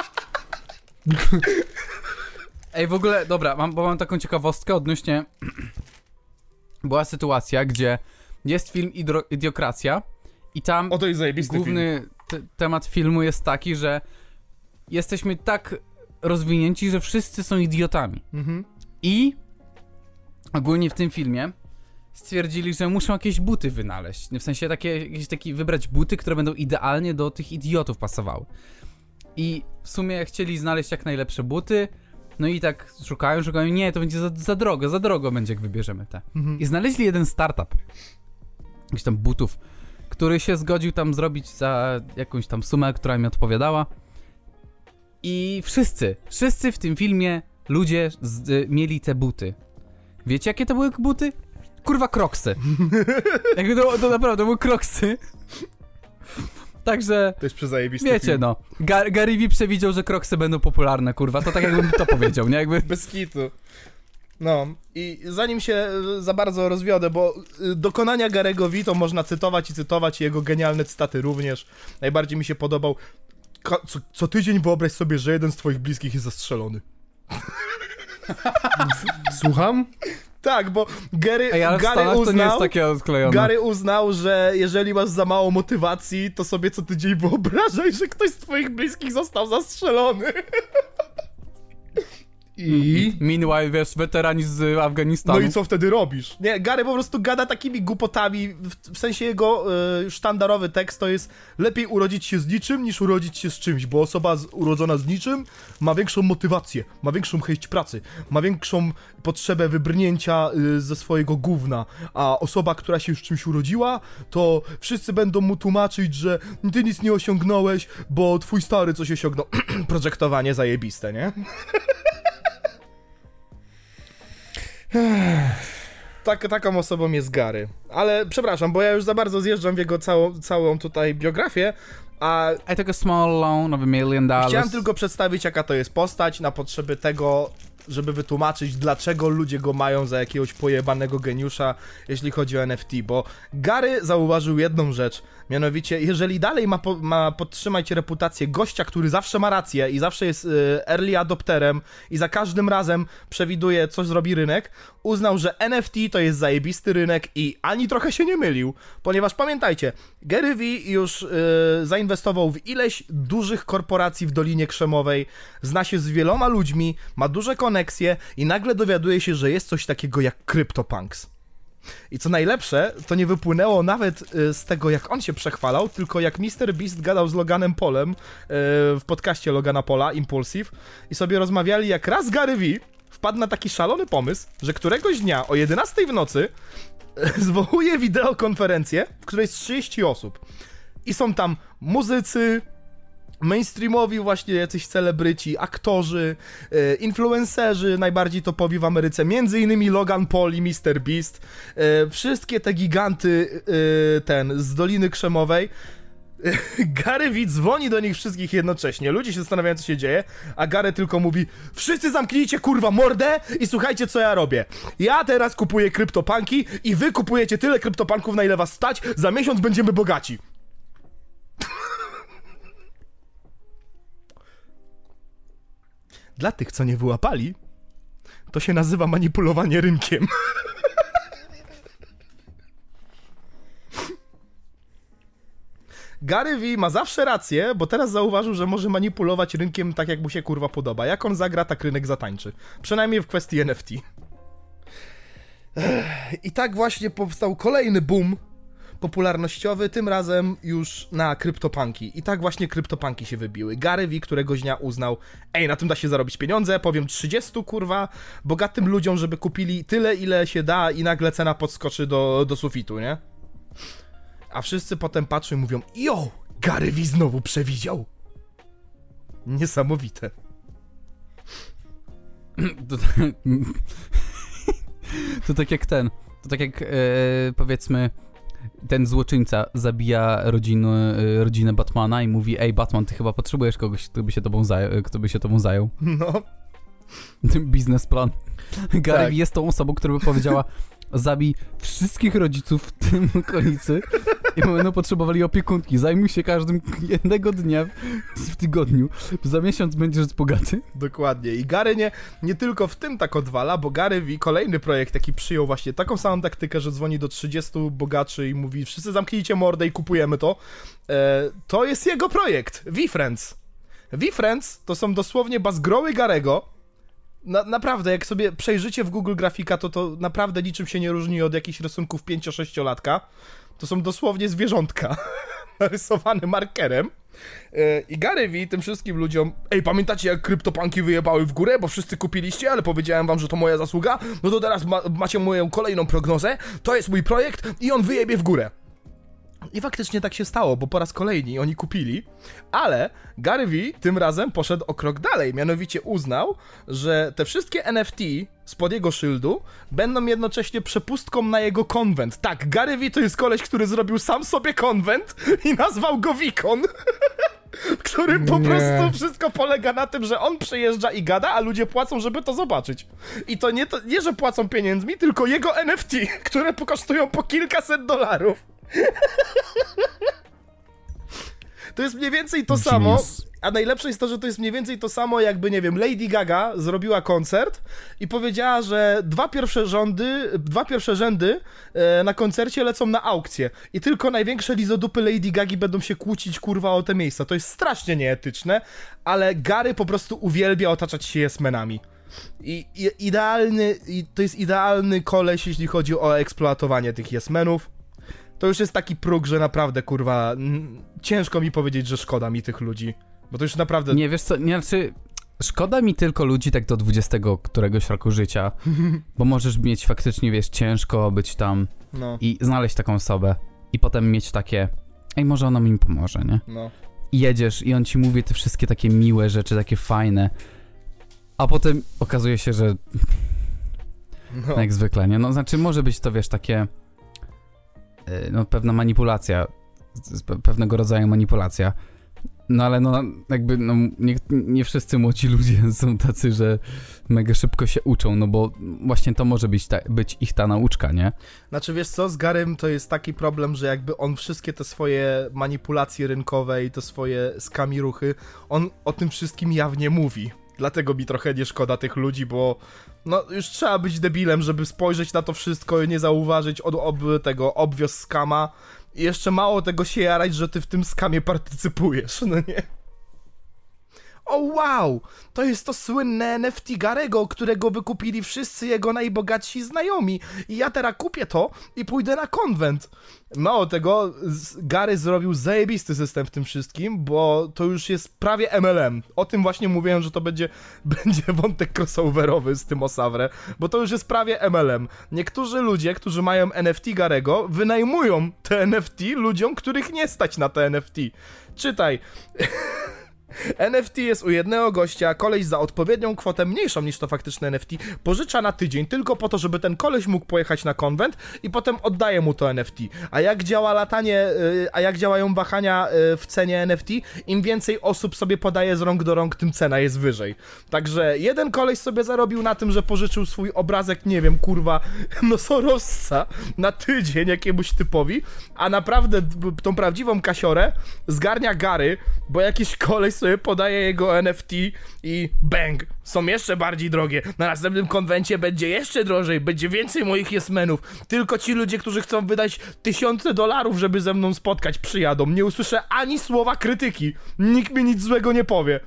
Ej, w ogóle, dobra, mam, bo mam taką ciekawostkę odnośnie... Była sytuacja, gdzie jest film Idro- Idiokracja i tam O, to jest zajebisty główny film. te- temat filmu jest taki, że jesteśmy tak rozwinięci, że wszyscy są idiotami. Mhm. I ogólnie w tym filmie stwierdzili, że muszą jakieś buty wynaleźć. W sensie takie, jakieś takie wybrać buty, które będą idealnie do tych idiotów pasowały. I w sumie chcieli znaleźć jak najlepsze buty, no i tak szukają, szukają, nie, to będzie za, za drogo, za drogo będzie jak wybierzemy te. Mhm. I znaleźli jeden startup, jakichś tam butów, który się zgodził tam zrobić za jakąś tam sumę, która mi odpowiadała. I wszyscy, wszyscy w tym filmie ludzie z, y, mieli te buty. Wiecie jakie to były buty? Kurwa kroksy. Jakby to, to naprawdę były kroksy. Także, To jest przezajebisty wiecie film. no, Gar- Gary Vee przewidział, że kroksy będą popularne, kurwa, to tak jakbym to powiedział, nie? Jakby... Bez kitu. No, i zanim się y, za bardzo rozwiodę, bo y, dokonania Garego V to można cytować i cytować, i jego genialne cytaty również. Najbardziej mi się podobał. Ka- co, co tydzień wyobraź sobie, że jeden z twoich bliskich jest zastrzelony. Słucham? Tak, bo Gary, Ej, ale w Gary Stanach to nie uznał... jest takie odklejone. Gary uznał, że jeżeli masz za mało motywacji, to sobie co tydzień wyobrażaj, że ktoś z twoich bliskich został zastrzelony. I... Meanwhile, wiesz, weterani z Afganistanu. No i co wtedy robisz? Nie, Gary po prostu gada takimi głupotami, w, w sensie jego y, sztandarowy tekst to jest lepiej urodzić się z niczym niż urodzić się z czymś, bo osoba z, urodzona z niczym ma większą motywację, ma większą chęć pracy, ma większą potrzebę wybrnięcia y, ze swojego gówna, a osoba, która się już czymś urodziła, to wszyscy będą mu tłumaczyć, że ty nic nie osiągnąłeś, bo twój stary coś osiągnął. Projektowanie zajebiste, nie? Tak, taką osobą jest Gary. Ale przepraszam, bo ja już za bardzo zjeżdżam w jego całą, całą tutaj biografię, a I took a small loan of a million dollars. chciałem tylko przedstawić, jaka to jest postać na potrzeby tego, żeby wytłumaczyć, dlaczego ludzie go mają za jakiegoś pojebanego geniusza, jeśli chodzi o N F T, bo Gary zauważył jedną rzecz, mianowicie, jeżeli dalej ma, po, ma podtrzymać reputację gościa, który zawsze ma rację i zawsze jest y, early adopterem i za każdym razem przewiduje, co zrobi rynek, uznał, że N F T to jest zajebisty rynek i ani trochę się nie mylił, ponieważ pamiętajcie, Gary Vee już y, zainwestował w ileś dużych korporacji w Dolinie Krzemowej, zna się z wieloma ludźmi, ma duże koneksje i nagle dowiaduje się, że jest coś takiego jak CryptoPunks. I co najlepsze, to nie wypłynęło nawet y, z tego, jak on się przechwalał, tylko jak mister Beast gadał z Loganem Polem y, w podcaście Logana Pola, Impulsive, i sobie rozmawiali, jak raz Gary Vee wpadł na taki szalony pomysł, że któregoś dnia o jedenastej w nocy y, zwołuje wideokonferencję, w której jest trzydzieści osób. I są tam muzycy, mainstreamowi właśnie jacyś celebryci, aktorzy, e, influencerzy, najbardziej topowi w Ameryce, między innymi Logan Paul i mister Beast, e, wszystkie te giganty, e, ten, z Doliny Krzemowej. Gary Vee dzwoni do nich wszystkich jednocześnie, ludzie się zastanawiają, co się dzieje, a Gary tylko mówi: wszyscy zamknijcie kurwa mordę i słuchajcie, co ja robię. Ja teraz kupuję kryptopanki i wy kupujecie tyle kryptopanków, na ile was stać, za miesiąc będziemy bogaci. Dla tych, co nie wyłapali, to się nazywa manipulowanie rynkiem. Gary Vee ma zawsze rację, bo teraz zauważył, że może manipulować rynkiem tak, jak mu się kurwa podoba. Jak on zagra, tak rynek zatańczy. Przynajmniej w kwestii N F T. I tak właśnie powstał kolejny boom popularnościowy, tym razem już na kryptopanki. I tak właśnie kryptopanki się wybiły. Gary Vee któregoś dnia uznał: ej, na tym da się zarobić pieniądze, powiem trzydziestu kurwa bogatym ludziom, żeby kupili tyle, ile się da, i nagle cena podskoczy do, do sufitu, nie? A wszyscy potem patrzą i mówią: jo, Gary Vee znowu przewidział. Niesamowite. To, to tak jak ten, to tak jak e, powiedzmy ten złoczyńca zabija rodzinę, rodzinę Batmana i mówi: ej Batman, ty chyba potrzebujesz kogoś, kto by się tobą zajął, kto by się tobą zajął. No. Biznesplan. Gary Tak. Vee jest tą osobą, która by powiedziała: zabij wszystkich rodziców w tym okolicy i będą potrzebowali opiekunki. Zajmuj się każdym jednego dnia w tygodniu. Za miesiąc będziesz bogaty. Dokładnie. I Gary nie, nie tylko w tym tak odwala, bo Gary Vee kolejny projekt, taki przyjął właśnie taką samą taktykę, że dzwoni do trzydziestu bogaczy i mówi: wszyscy zamknijcie mordę i kupujemy to. E, to jest jego projekt. VeeFriends. VeeFriends to są dosłownie bazgroły Garego. Na, naprawdę, jak sobie przejrzycie w Google grafika, to to naprawdę niczym się nie różni od jakichś rysunków pięcio-sześciolatka. To są dosłownie zwierzątka narysowane markerem. Yy, I Gary Vee tym wszystkim ludziom: ej, pamiętacie, jak kryptopanki wyjebały w górę, bo wszyscy kupiliście, ale powiedziałem wam, że to moja zasługa? No to teraz ma, macie moją kolejną prognozę, to jest mój projekt i on wyjebie w górę. I faktycznie tak się stało, bo po raz kolejny oni kupili, ale Gary Vee tym razem poszedł o krok dalej, mianowicie uznał, że te wszystkie N F T spod jego szyldu będą jednocześnie przepustką na jego konwent. Tak, Gary Vee to jest koleś, który zrobił sam sobie konwent i nazwał go VeeCon, w którym po Nie. prostu wszystko polega na tym, że on przyjeżdża i gada, a ludzie płacą, żeby to zobaczyć. I to nie, to nie że płacą pieniędzmi, tylko jego N F T, które kosztują po kilkaset dolarów. To jest mniej więcej to samo, Genius. a najlepsze jest to, że to jest mniej więcej to samo, jakby, nie wiem, Lady Gaga zrobiła koncert i powiedziała, że dwa pierwsze rządy, dwa pierwsze rzędy e, na koncercie lecą na aukcję i tylko największe lizodupy Lady Gagi będą się kłócić, kurwa, o te miejsca. To jest strasznie nieetyczne, ale Gary po prostu uwielbia otaczać się yes-menami. I, i idealny, i to jest idealny koleś, jeśli chodzi o eksploatowanie tych yes-menów. To już jest taki próg, że naprawdę, kurwa, n- ciężko mi powiedzieć, że szkoda mi tych ludzi. Bo to już naprawdę... Nie, wiesz co, nie, znaczy... Szkoda mi tylko ludzi tak do dwudziestego któregoś roku życia, bo możesz mieć faktycznie, wiesz, ciężko być tam No, i znaleźć taką osobę i potem mieć takie, ej, może ona mi pomoże, nie? no. I jedziesz i on ci mówi te wszystkie takie miłe rzeczy, takie fajne, a potem okazuje się, że no. jak zwykle, nie? No, znaczy może być to, wiesz, takie yy, no pewna manipulacja, z- z pe- pewnego rodzaju manipulacja. No ale no jakby no nie, nie wszyscy młodzi ludzie są tacy, że mega szybko się uczą, no bo właśnie to może być, ta, być ich ta nauczka, nie? Znaczy wiesz co, z Garym to jest taki problem, że jakby on wszystkie te swoje manipulacje rynkowe i te swoje skami ruchy, on o tym wszystkim jawnie mówi. Dlatego mi trochę nie szkoda tych ludzi, bo no już trzeba być debilem, żeby spojrzeć na to wszystko i nie zauważyć od ob tego obvious skama. I jeszcze mało tego się jarać, że ty w tym skamie partycypujesz, no nie? O wow! To jest to słynne N F T Garego, którego wykupili wszyscy jego najbogatsi znajomi. I ja teraz kupię to i pójdę na konwent. Mało tego, Gary zrobił zajebisty system w tym wszystkim, bo to już jest prawie M L M. O tym właśnie mówiłem, że to będzie, będzie wątek crossoverowy z tym Osawre, bo to już jest prawie M L M. Niektórzy ludzie, którzy mają N F T Garego, wynajmują te N F T ludziom, których nie stać na te N F T. Czytaj... N F T jest u jednego gościa, koleś za odpowiednią kwotę mniejszą niż to faktyczne N F T pożycza na tydzień tylko po to, żeby ten koleś mógł pojechać na konwent i potem oddaje mu to N F T. A jak działa latanie, yy, a jak działają wahania yy, w cenie N F T, im więcej osób sobie podaje z rąk do rąk, tym cena jest wyżej. Także jeden koleś sobie zarobił na tym, że pożyczył swój obrazek, nie wiem, kurwa, nosorożca na tydzień jakiemuś typowi, a naprawdę tą prawdziwą kasiorę zgarnia Gary, bo jakiś koleś sobie podaje jego N F T i bang, są jeszcze bardziej drogie. Na następnym konwencie będzie jeszcze drożej, będzie więcej moich yes-menów. Tylko ci ludzie, którzy chcą wydać tysiące dolarów, żeby ze mną spotkać, przyjadą. Nie usłyszę ani słowa krytyki. Nikt mi nic złego nie powie.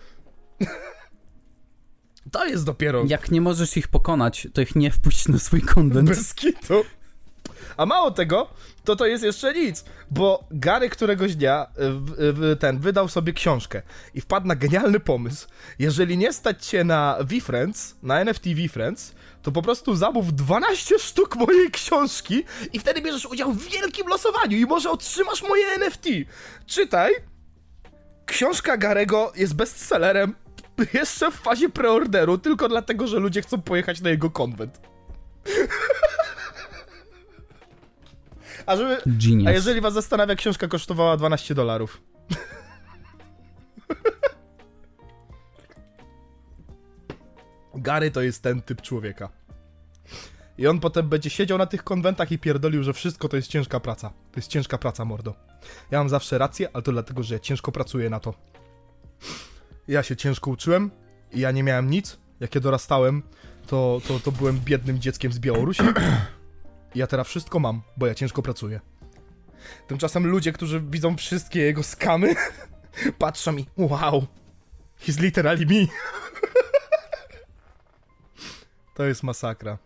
To jest dopiero... Jak nie możesz ich pokonać, to ich nie wpuść na swój konwent. Bez kitu. A mało tego, to to jest jeszcze nic, bo Gary któregoś dnia w, w, ten wydał sobie książkę i wpadł na genialny pomysł. Jeżeli nie stać cię na VeeFriends, na N F T VeeFriends, to po prostu zamów dwanaście sztuk mojej książki i wtedy bierzesz udział w wielkim losowaniu i może otrzymasz moje N F T. Czytaj. Książka Garego jest bestsellerem jeszcze w fazie preorderu, tylko dlatego, że ludzie chcą pojechać na jego konwent. A, żeby, Genius. a jeżeli was zastanawia, książka kosztowała dwanaście dolarów. Gary to jest ten typ człowieka. I on potem będzie siedział na tych konwentach i pierdolił, że wszystko to jest ciężka praca. To jest ciężka praca, mordo. Ja mam zawsze rację, ale to dlatego, że ja ciężko pracuję na to. Ja się ciężko uczyłem i ja nie miałem nic. Jak ja dorastałem, to, to, to byłem biednym dzieckiem z Białorusi. I ja teraz wszystko mam, bo ja ciężko pracuję. Tymczasem ludzie, którzy widzą wszystkie jego skamy, patrzą mi, wow, he's literally me. To jest masakra.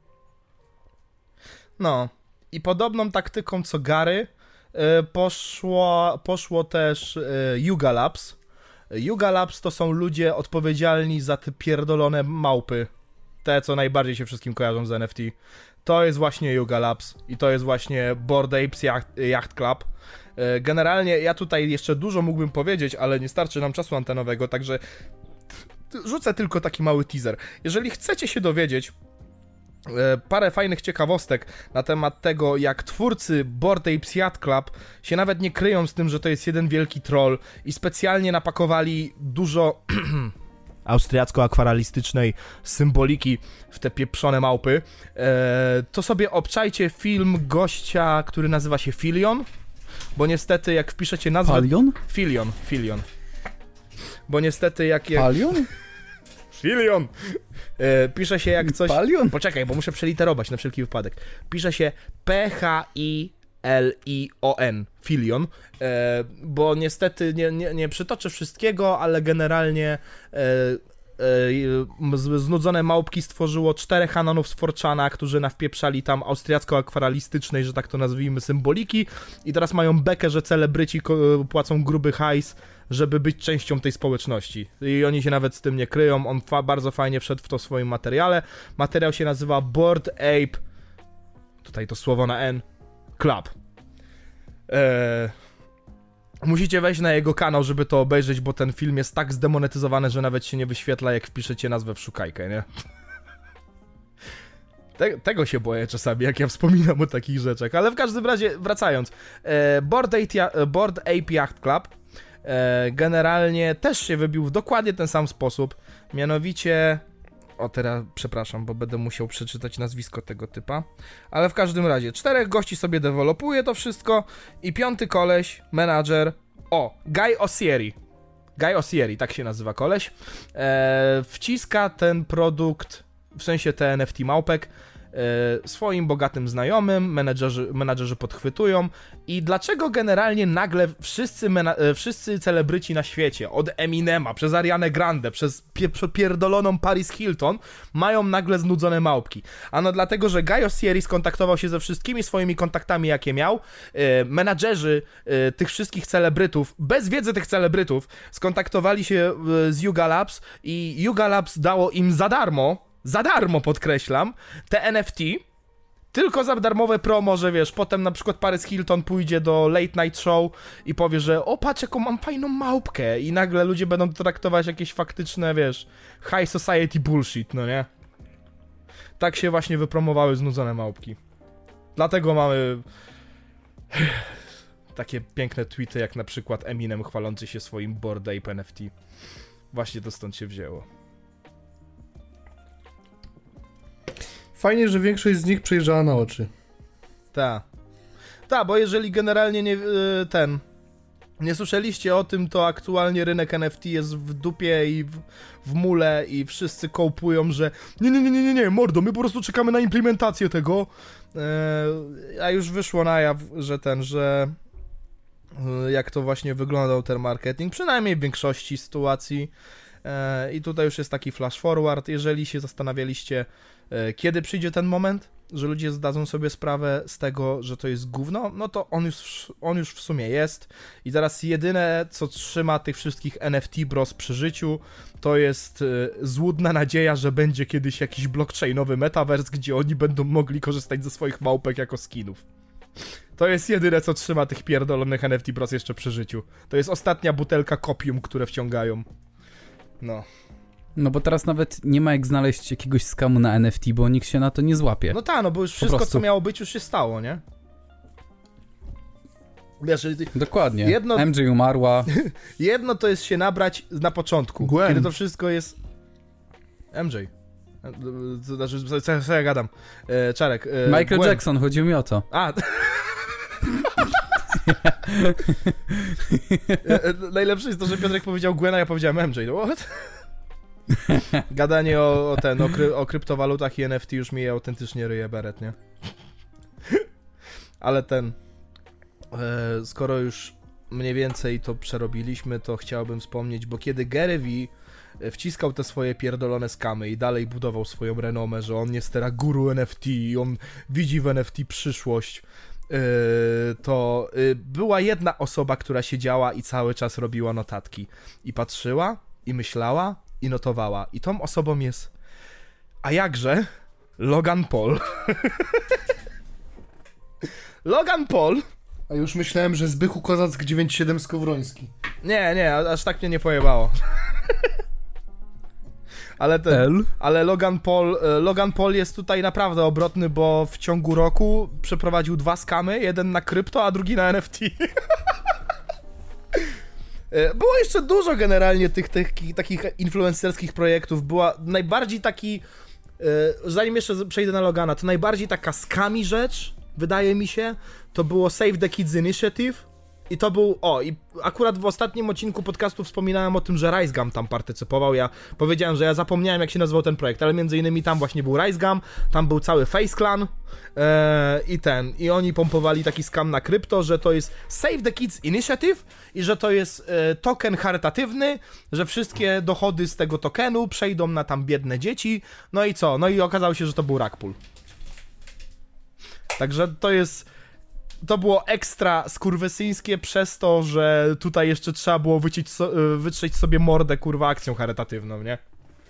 No, i podobną taktyką co Gary y, poszło, poszło też y, Yuga Labs. Yuga Labs to są ludzie odpowiedzialni za te pierdolone małpy. Te, co najbardziej się wszystkim kojarzą z N F T. To jest właśnie Yuga Labs i to jest właśnie Bored Apes Yacht, Yacht Club. Generalnie ja tutaj jeszcze dużo mógłbym powiedzieć, ale nie starczy nam czasu antenowego, także rzucę tylko taki mały teaser. Jeżeli chcecie się dowiedzieć parę fajnych ciekawostek na temat tego, jak twórcy Bored Apes Yacht Club się nawet nie kryją z tym, że to jest jeden wielki troll i specjalnie napakowali dużo austriacko-akwarelistycznej symboliki w te pieprzone małpy, to sobie obczajcie film gościa, który nazywa się Filion, bo niestety jak wpiszecie nazwę... Palion? Filion, Filion. Bo niestety jak... jak... Palion? Filion! E, pisze się jak coś... Palion? Poczekaj, bo muszę przeliterować na wszelki wypadek. Pisze się P H I L I O N, Filion, e, bo niestety nie, nie, nie przytoczę wszystkiego, ale generalnie e, e, z, znudzone małpki stworzyło czterech Anonów z four chana, którzy nawpieprzali tam austriacko-akwarelistycznej, że tak to nazwijmy, symboliki i teraz mają bekę, że celebryci ko- płacą gruby hajs, żeby być częścią tej społeczności. I oni się nawet z tym nie kryją, on fa- bardzo fajnie wszedł w to w swoim materiale. Materiał się nazywa Bored Ape, tutaj to słowo na N, Club. Eee... Musicie wejść na jego kanał, żeby to obejrzeć, bo ten film jest tak zdemonetyzowany, że nawet się nie wyświetla, jak wpiszecie nazwę w szukajkę, nie? Te, tego się boję czasami, jak ja wspominam o takich rzeczach, ale w każdym razie, wracając. E, Bored Ape, Bored Ape Yacht Club e, generalnie też się wybił w dokładnie ten sam sposób, mianowicie... O, teraz przepraszam, bo będę musiał przeczytać nazwisko tego typa. Ale w każdym razie, czterech gości sobie dewelopuje to wszystko i piąty koleś, menadżer, o, Guy Osieri. Guy Osieri, tak się nazywa koleś. E, wciska ten produkt, w sensie te N F T małpek, e, swoim bogatym znajomym, menedżerzy, menadżerzy podchwytują. I dlaczego generalnie nagle wszyscy, mena- wszyscy celebryci na świecie, od Eminema, przez Arianę Grande, przez pie- pierdoloną Paris Hilton, mają nagle znudzone małpki? Ano dlatego, że Guy Osieri skontaktował się ze wszystkimi swoimi kontaktami, jakie miał. E, menadżerzy e, tych wszystkich celebrytów, bez wiedzy tych celebrytów, skontaktowali się e, z Yuga Labs i Yuga Labs dało im za darmo, za darmo podkreślam, te N F T, tylko za darmowe promo, że wiesz, potem na przykład Paris Hilton pójdzie do Late Night Show i powie, że o patrz jaką mam fajną małpkę i nagle ludzie będą traktować jakieś faktyczne, wiesz, high society bullshit, no nie? Tak się właśnie wypromowały znudzone małpki. Dlatego mamy takie piękne tweety jak na przykład Eminem chwalący się swoim Bored Ape N F T. Właśnie to stąd się wzięło. Fajnie, że większość z nich przejrzała na oczy. Ta. Ta, bo jeżeli generalnie nie, yy, ten, nie słyszeliście o tym, to aktualnie rynek N F T jest w dupie i w, w mule i wszyscy kołpują, że nie, nie, nie, nie, nie, nie, mordo, my po prostu czekamy na implementację tego, yy, a już wyszło na jaw, że ten, że yy, jak to właśnie wyglądał ten marketing, przynajmniej w większości sytuacji. yy, I tutaj już jest taki flash forward, jeżeli się zastanawialiście, kiedy przyjdzie ten moment, że ludzie zdadzą sobie sprawę z tego, że to jest gówno, no to on już, on już w sumie jest i teraz jedyne, co trzyma tych wszystkich N F T bros przy życiu, to jest złudna nadzieja, że będzie kiedyś jakiś blockchainowy metaverse, gdzie oni będą mogli korzystać ze swoich małpek jako skinów. To jest jedyne, co trzyma tych pierdolonych N F T bros jeszcze przy życiu. To jest ostatnia butelka kopium, które wciągają. No. No bo teraz nawet nie ma jak znaleźć jakiegoś skamu na N F T, bo nikt się na to nie złapie. No tak, no bo już wszystko, co miało być, już się stało, nie? Wiesz, dokładnie. Jedno, M J umarła. Jedno to jest się nabrać na początku, Gwen. kiedy to wszystko jest... M J. To znaczy, co, co ja gadam? E, Czarek. E, Michael Gwen. Jackson, chodziło mi o to. A. Najlepsze jest to, że Piotrek powiedział Gwen, a ja powiedziałem M J. No what? Gadanie o, o ten, o, kry, o kryptowalutach i N F T już mi autentycznie ryje beret, nie? Ale ten, e, skoro już mniej więcej to przerobiliśmy, to chciałbym wspomnieć, bo kiedy Gary Vee wciskał te swoje pierdolone skamy i dalej budował swoją renomę, że on jest teraz guru N F T i on widzi w N F T przyszłość, e, to e, była jedna osoba, która siedziała i cały czas robiła notatki i patrzyła i myślała i notowała. I tą osobą jest, a jakże, Logan Paul. Logan Paul. A już myślałem, że Zbychu Kozack dziewięćdziesiąt siedem Skowroński. Nie, nie, aż tak mnie nie pojebało. Ale ten, L? ale Logan Paul, Logan Paul jest tutaj naprawdę obrotny, bo w ciągu roku przeprowadził dwa skamy, jeden na krypto, a drugi na N F T. Było jeszcze dużo generalnie tych, tych takich influencerskich projektów. Była najbardziej taki, zanim jeszcze przejdę na Logana, to najbardziej taka skami rzecz, wydaje mi się, to było Save the Kids Initiative. I to był, o, i akurat w ostatnim odcinku podcastu wspominałem o tym, że RiseGum tam partycypował. Ja powiedziałem, że ja zapomniałem, jak się nazywał ten projekt, ale między innymi tam właśnie był RiseGum, tam był cały Face Clan e, i ten, i oni pompowali taki scam na krypto, że to jest Save the Kids Initiative i że to jest e, token charytatywny, że wszystkie dochody z tego tokenu przejdą na tam biedne dzieci, no i co? No i okazało się, że to był rug pull. Także to jest... To było ekstra skurwysyńskie przez to, że tutaj jeszcze trzeba było wycić so, wytrzeć sobie mordę, kurwa, akcją charytatywną, nie?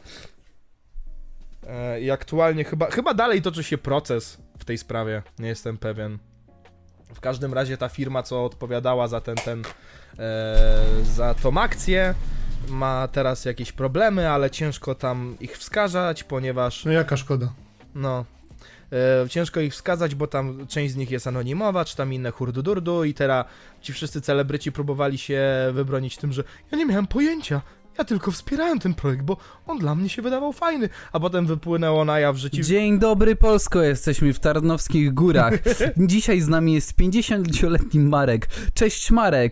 E, I aktualnie chyba, chyba dalej toczy się proces w tej sprawie, nie jestem pewien. W każdym razie ta firma, co odpowiadała za ten, ten, e, za tą akcję, ma teraz jakieś problemy, ale ciężko tam ich wskazać, ponieważ... No jaka szkoda. No... E, ciężko ich wskazać, bo tam część z nich jest anonimowa, czy tam inne hurdudurdu i teraz ci wszyscy celebryci próbowali się wybronić tym, że ja nie miałem pojęcia, ja tylko wspierałem ten projekt, bo on dla mnie się wydawał fajny, a potem wypłynęło na jaw, że ci... Dzień dobry Polsko, jesteśmy w Tarnowskich Górach. Dzisiaj z nami jest pięćdziesięcioletni Marek. Cześć Marek!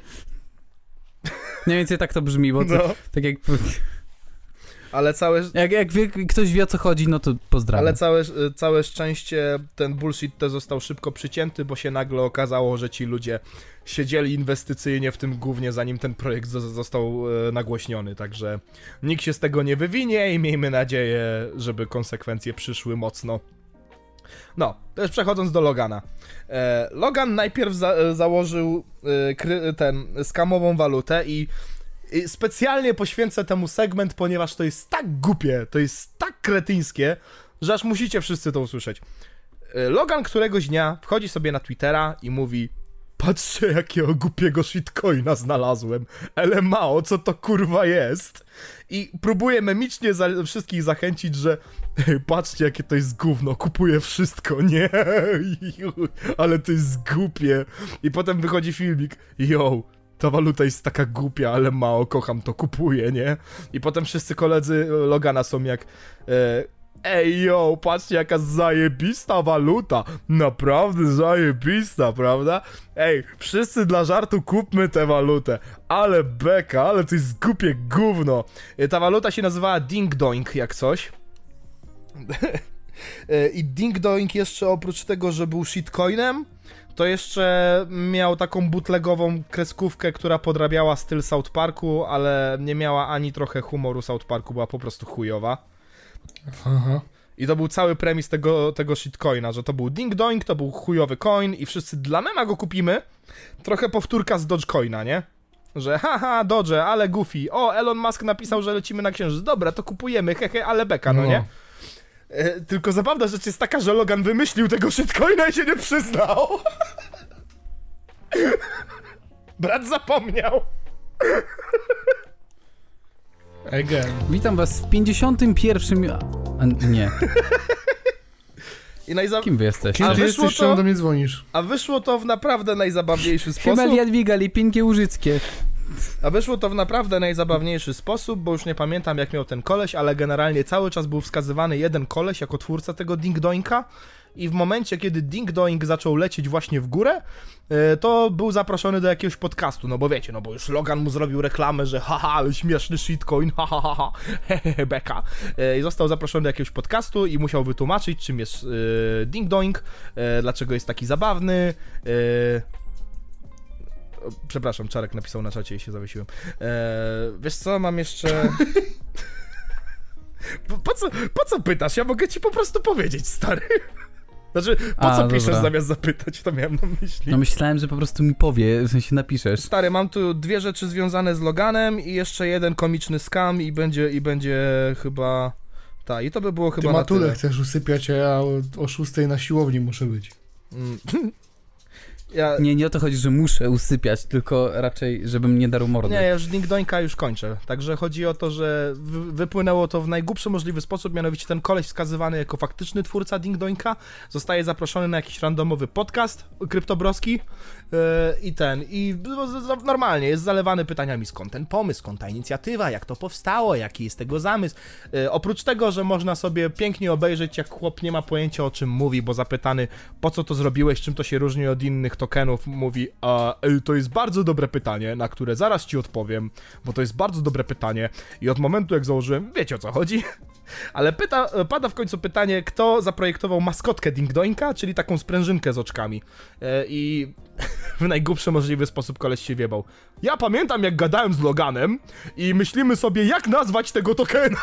Mniej więcej tak to brzmi, bo to, No. tak jak... Ale całe... Jak, jak wie, ktoś wie o co chodzi, no to pozdrawiam. Ale całe, całe szczęście ten bullshit te został szybko przycięty, bo się nagle okazało, że ci ludzie siedzieli inwestycyjnie w tym gównie, zanim ten projekt zo- został e, nagłośniony, także nikt się z tego nie wywinie i miejmy nadzieję, żeby konsekwencje przyszły mocno. No, też przechodząc do Logana. E, Logan najpierw za- założył e, kry- ten skamową walutę i I specjalnie poświęcę temu segment, ponieważ to jest tak głupie, to jest tak kretyńskie, że aż musicie wszyscy to usłyszeć. Logan któregoś dnia wchodzi sobie na Twittera i mówi: patrzcie, jakiego głupiego shitcoina znalazłem. Ele Mao, co to kurwa jest? I próbuje memicznie za- wszystkich zachęcić, że hej, patrzcie, jakie to jest gówno, kupuję wszystko, nie? Ale to jest głupie. I potem wychodzi filmik: yo, ta waluta jest taka głupia, ale Mao, kocham to, kupuję, nie? I potem wszyscy koledzy Logana są jak e, ej, yo, patrzcie jaka zajebista waluta, naprawdę zajebista, prawda? Ej, wszyscy dla żartu kupmy tę walutę, ale beka, ale to jest głupie gówno. E, ta waluta się nazywała Ding Doink, jak coś. e, I Ding Doink jeszcze oprócz tego, że był shitcoinem, to jeszcze miał taką bootlegową kreskówkę, która podrabiała styl South Parku, ale nie miała ani trochę humoru South Parku, była po prostu chujowa. Aha. I to był cały premis tego, tego shitcoina, że to był Ding Doink, to był chujowy coin i wszyscy dla mema go kupimy. Trochę powtórka z Dogecoina, nie? Że haha, Doge, ale goofy. O, Elon Musk napisał, że lecimy na Księżyc. Dobra, to kupujemy, hehe, ale beka, no, no. nie? E, tylko zabawna rzecz jest taka, że Logan wymyślił tego shitcoina i się nie przyznał. Brat zapomniał. Again. Witam was w pięćdziesiątym pierwszym... A, nie. I najza... Kim wy jesteście? Kim A ty wyszło jesteś, to- czemu do mnie dzwonisz? A wyszło to w naprawdę najzabawniejszy Himmel sposób. Jadwiga Lipinkie Łużyckie. A wyszło to w naprawdę najzabawniejszy sposób, bo już nie pamiętam jak miał ten koleś, ale generalnie cały czas był wskazywany jeden koleś jako twórca tego Ding Doinka. I w momencie, kiedy Ding Doink zaczął lecieć właśnie w górę, to był zaproszony do jakiegoś podcastu, no bo wiecie, no bo już Logan mu zrobił reklamę, że haha, ale śmieszny shitcoin, haha, haha, hehehe, beka. I został zaproszony do jakiegoś podcastu i musiał wytłumaczyć, czym jest Ding Doink, dlaczego jest taki zabawny. Przepraszam, Czarek napisał na czacie i się zawiesiłem. Wiesz co, mam jeszcze... Po, po, co, po co pytasz? Ja mogę ci po prostu powiedzieć, stary. Znaczy, po A, co piszesz dobra. zamiast zapytać, to miałem na myśli. No myślałem, że po prostu mi powie, w sensie napiszesz. Stary, mam tu dwie rzeczy związane z Loganem i jeszcze jeden komiczny scam i będzie, i będzie chyba... Ta, i to by było Ty chyba na matulę tyle. chcesz usypiać, a ja o, o szóstej na siłowni muszę być. Mm. Ja... Nie, nie o to chodzi, że muszę usypiać, tylko raczej, żebym nie darł mordy. Nie, ja już Ding Doinka już kończę. Także chodzi o to, że wy- wypłynęło to w najgłupszy możliwy sposób, mianowicie ten koleś wskazywany jako faktyczny twórca Ding Doinka zostaje zaproszony na jakiś randomowy podcast kryptobroski yy, i ten, i z- z- normalnie jest zalewany pytaniami, skąd ten pomysł, skąd ta inicjatywa, jak to powstało, jaki jest tego zamysł. Yy, oprócz tego, że można sobie pięknie obejrzeć, jak chłop nie ma pojęcia o czym mówi, bo zapytany, po co to zrobiłeś, czym to się różni od innych tokenów mówi, a, to jest bardzo dobre pytanie, na które zaraz ci odpowiem, bo to jest bardzo dobre pytanie i od momentu jak założyłem, wiecie o co chodzi, ale pyta, pada w końcu pytanie, kto zaprojektował maskotkę Ding Doinka, czyli taką sprężynkę z oczkami i w najgłupszy możliwy sposób koleś się wiebał. Ja pamiętam jak gadałem z Loganem i myślimy sobie jak nazwać tego tokena.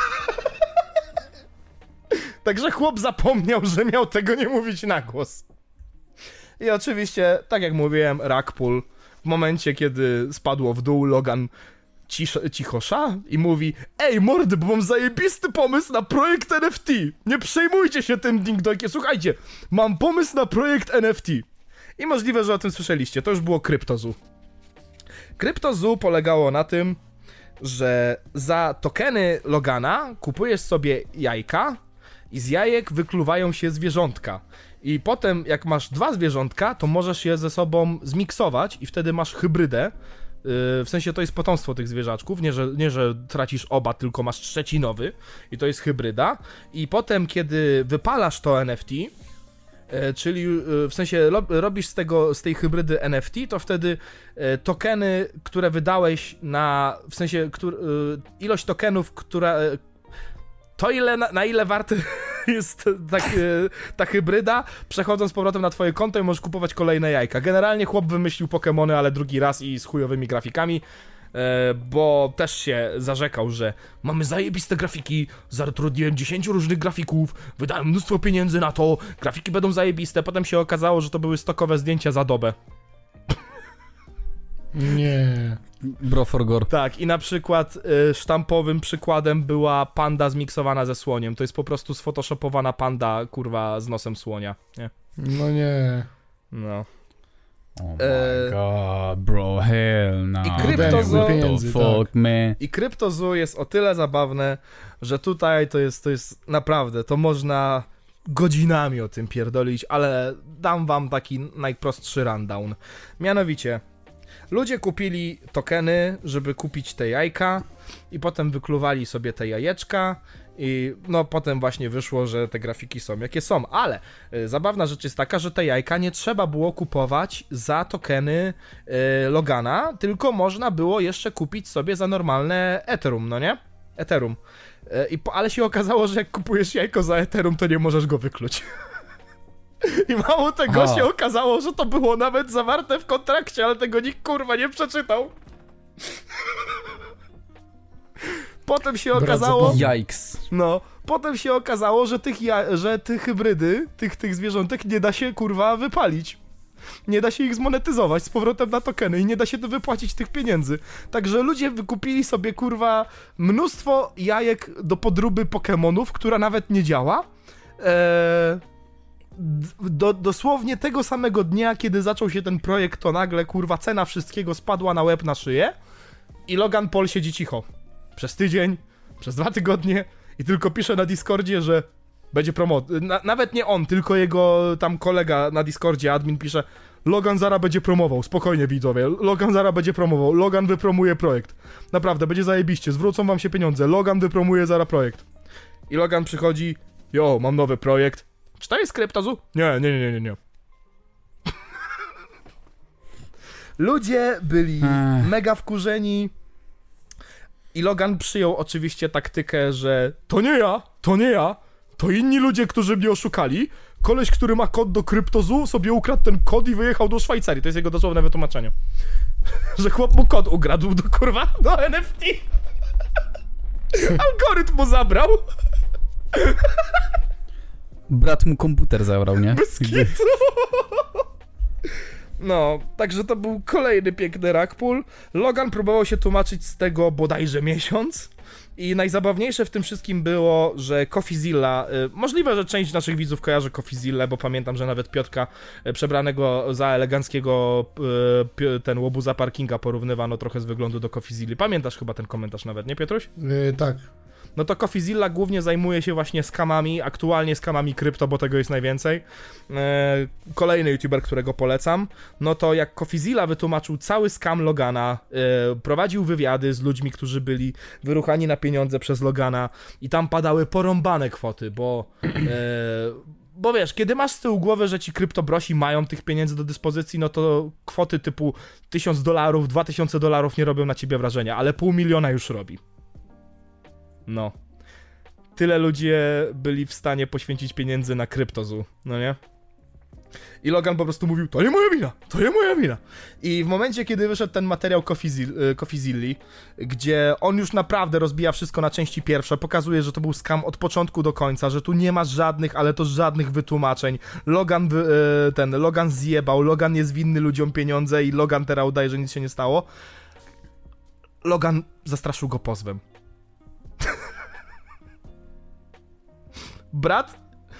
Także chłop zapomniał, że miał tego nie mówić na głos. I oczywiście, tak jak mówiłem, Rackpool w momencie, kiedy spadło w dół, Logan cicho, cichosza i mówi: ej mordy, bo mam zajebisty pomysł na projekt N F T. Nie przejmujcie się tym ding-dongiem. Słuchajcie, mam pomysł na projekt N F T. I możliwe, że o tym słyszeliście. To już było CryptoZoo. CryptoZoo polegało na tym, że za tokeny Logana kupujesz sobie jajka i z jajek wykluwają się zwierzątka. I potem, jak masz dwa zwierzątka, to możesz je ze sobą zmiksować i wtedy masz hybrydę. Yy, w sensie to jest potomstwo tych zwierzaczków, nie że, nie że tracisz oba, tylko masz trzeci nowy i to jest hybryda. I potem, kiedy wypalasz to N F T, yy, czyli yy, w sensie lo, robisz z tego, z tej hybrydy N F T, to wtedy yy, tokeny, które wydałeś na, w sensie któr, yy, ilość tokenów, która... Yy, to ile, na, na ile warty jest tak, yy, ta hybryda, przechodząc z powrotem na twoje konto i możesz kupować kolejne jajka. Generalnie chłop wymyślił Pokemony, ale drugi raz i z chujowymi grafikami, yy, bo też się zarzekał, że mamy zajebiste grafiki, zatrudniłem dziesięciu różnych grafików, wydałem mnóstwo pieniędzy na to, grafiki będą zajebiste, potem się okazało, że to były stokowe zdjęcia za dobę. Nie. Bro for gore. Tak, i na przykład y, sztampowym przykładem była panda zmiksowana ze słoniem. To jest po prostu sfotoshopowana panda, kurwa, z nosem słonia, nie? No nie. No. Oh my e... god, bro, hell no. I CryptoZoo, fuck tak. me. I CryptoZoo jest o tyle zabawne, że tutaj to jest, to jest naprawdę, to można godzinami o tym pierdolić, ale dam wam taki najprostszy rundown. Mianowicie, ludzie kupili tokeny, żeby kupić te jajka i potem wykluwali sobie te jajeczka i no potem właśnie wyszło, że te grafiki są jakie są, ale y, zabawna rzecz jest taka, że te jajka nie trzeba było kupować za tokeny y, Logana, tylko można było jeszcze kupić sobie za normalne Ethereum, no nie? Ethereum. Y, i po, ale się okazało, że jak kupujesz jajko za Ethereum, to nie możesz go wykluć. I mało tego Aha. się okazało, że to było nawet zawarte w kontrakcie, ale tego nikt kurwa nie przeczytał. Potem się okazało... Yikes. No, potem się okazało, że tych, ja... że tych hybrydy, tych, tych zwierzątek nie da się kurwa wypalić. Nie da się ich zmonetyzować z powrotem na tokeny i nie da się to wypłacić tych pieniędzy. Także ludzie wykupili sobie kurwa mnóstwo jajek do podróby Pokemonów, która nawet nie działa. Eee... Do, dosłownie tego samego dnia, kiedy zaczął się ten projekt, to nagle, kurwa, cena wszystkiego spadła na łeb na szyję i Logan Paul siedzi cicho. Przez tydzień, przez dwa tygodnie i tylko pisze na Discordzie, że będzie promo... Na, nawet nie on, tylko jego tam kolega na Discordzie, admin pisze: Logan Zara będzie promował, spokojnie widzowie, Logan Zara będzie promował, Logan wypromuje projekt. Naprawdę, będzie zajebiście, zwrócą wam się pieniądze, Logan wypromuje Zara projekt. I Logan przychodzi: jo, mam nowy projekt. Czy to jest CryptoZoo? Nie, nie, nie, nie, nie. Ludzie byli Ech. mega wkurzeni i Logan przyjął oczywiście taktykę, że to nie ja, to nie ja, to inni ludzie, którzy mnie oszukali. Koleś, który ma kod do CryptoZoo, sobie ukradł ten kod i wyjechał do Szwajcarii. To jest jego dosłowne wytłumaczenie. Że chłop mu kod ukradł do kurwa, do N F T. Algorytm mu zabrał. Brat mu komputer zabrał, nie? Bez kitu. No, także to był kolejny piękny Rackpool. Logan próbował się tłumaczyć z tego bodajże miesiąc. I najzabawniejsze w tym wszystkim było, że CoffeeZilla, y, możliwe, że część naszych widzów kojarzy CoffeeZilla, bo pamiętam, że nawet Piotrka y, przebranego za eleganckiego y, ten łobuza parkinga porównywano trochę z wyglądu do CoffeeZilli. Pamiętasz chyba ten komentarz nawet, nie Piotruś? Yy, tak. No to CoffeeZilla głównie zajmuje się właśnie skamami, aktualnie skamami krypto, bo tego jest najwięcej. Eee, kolejny youtuber, którego polecam, no to jak CoffeeZilla wytłumaczył cały skam Logana, e, prowadził wywiady z ludźmi, którzy byli wyruchani na pieniądze przez Logana i tam padały porąbane kwoty, bo e, bo wiesz, kiedy masz z tyłu głowy, że ci kryptobrosi mają tych pieniędzy do dyspozycji, no to kwoty typu tysiąc dolarów, dwa tysiące dolarów nie robią na ciebie wrażenia, ale pół miliona już robi. No. Tyle ludzie byli w stanie poświęcić pieniędzy na kryptozu, no nie? I Logan po prostu mówił, to nie moja wina, to nie moja wina. I w momencie, kiedy wyszedł ten materiał Coffeezilli, gdzie on już naprawdę rozbija wszystko na części pierwsze, pokazuje, że to był scam od początku do końca, że tu nie ma żadnych, ale to żadnych wytłumaczeń. Logan, ten, Logan zjebał, Logan jest winny ludziom pieniądze i Logan teraz udaje, że nic się nie stało. Logan zastraszył go pozwem. Brat...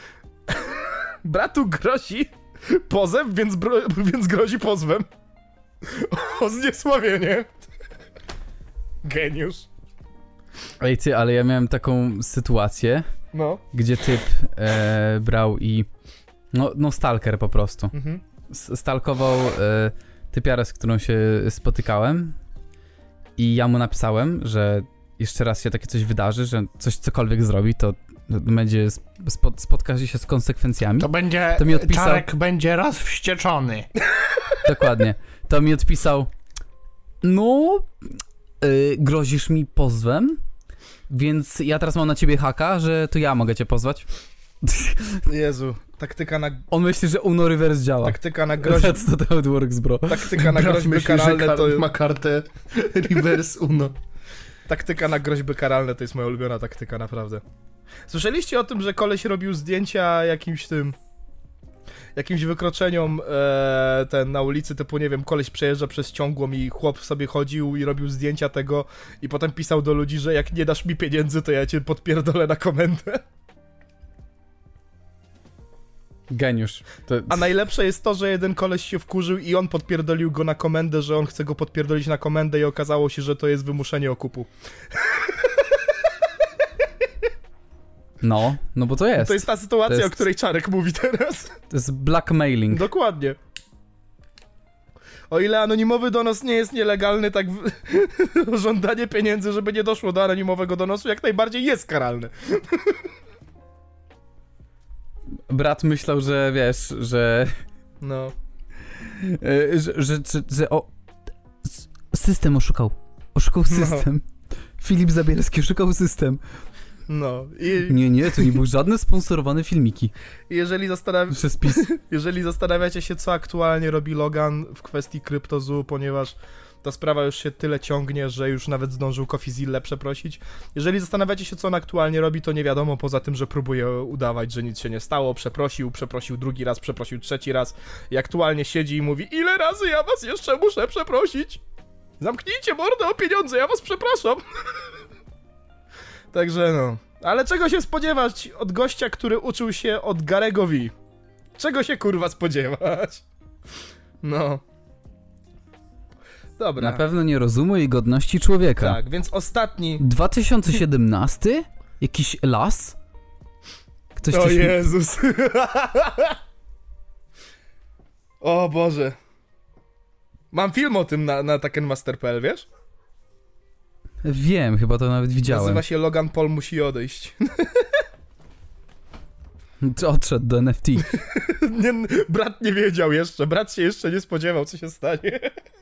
Bratu grozi pozew, więc, bro- więc grozi pozwem. O zniesławienie. Geniusz. Ej ty, ale ja miałem taką sytuację, No. gdzie typ e, brał i... No, no stalker po prostu. Mhm. S- Stalkował e, typiarę, z którą się spotykałem i ja mu napisałem, że jeszcze raz się takie coś wydarzy, że coś cokolwiek zrobi, to będzie spo, spotka się z konsekwencjami. To będzie, To mi odpisał- Czarek będzie raz wścieczony. Dokładnie. To mi odpisał, no, yy, grozisz mi pozwem, więc ja teraz mam na ciebie haka, że to ja mogę cię pozwać. Jezu, taktyka na... On myśli, że Uno Reverse działa. Taktyka na groźby... That's how it works, bro. Taktyka na Brat groźby myśli, że karalne kar- to... ma kartę reverse uno. Taktyka na groźby karalne to jest moja ulubiona taktyka, naprawdę. Słyszeliście o tym, że koleś robił zdjęcia jakimś tym... Jakimś wykroczeniem e, ten na ulicy, typu nie wiem, koleś przejeżdża przez ciągłą i chłop sobie chodził i robił zdjęcia tego i potem pisał do ludzi, że jak nie dasz mi pieniędzy, to ja cię podpierdolę na komendę. Geniusz. To... A najlepsze jest to, że jeden koleś się wkurzył i on podpierdolił go na komendę, że on chce go podpierdolić na komendę i okazało się, że to jest wymuszenie okupu. No, no bo to jest. To jest ta sytuacja, To jest- o której Czarek mówi teraz. To jest blackmailing. Dokładnie. O ile anonimowy donos nie jest nielegalny, tak w... żądanie pieniędzy, żeby nie doszło do anonimowego donosu, jak najbardziej jest karalne. Brat myślał, że wiesz, że... No. e, że, że, że, że o... s- System oszukał. Oszukał system. Filip Zabierski oszukał system. No. I Nie, nie, to nie były żadne sponsorowane filmiki. jeżeli, zastanaw... Przez PiS. jeżeli zastanawiacie się, co aktualnie robi Logan w kwestii kryptozu, ponieważ ta sprawa już się tyle ciągnie, że już nawet zdążył Coffeezillę przeprosić. Jeżeli zastanawiacie się, co on aktualnie robi, to nie wiadomo, poza tym, że próbuje udawać, że nic się nie stało, przeprosił, przeprosił drugi raz, przeprosił trzeci raz i aktualnie siedzi i mówi, ile razy ja was jeszcze muszę przeprosić? Zamknijcie mordę o pieniądze, ja was przepraszam. Także no. Ale czego się spodziewać od gościa, który uczył się od Garego V? Czego się kurwa spodziewać? No. Dobra. Na pewno nie rozumu i godności człowieka. Tak, więc ostatni... dwa tysiące siedemnasty? Jakiś las? Ktoś O coś... Jezus. O Boże. Mam film o tym na, na takenmaster kropka p l, wiesz? Wiem, chyba to nawet widziałem. Nazywa się Logan Paul musi odejść. Odszedł do N F T. Nie, brat nie wiedział jeszcze, brat się jeszcze nie spodziewał, co się stanie.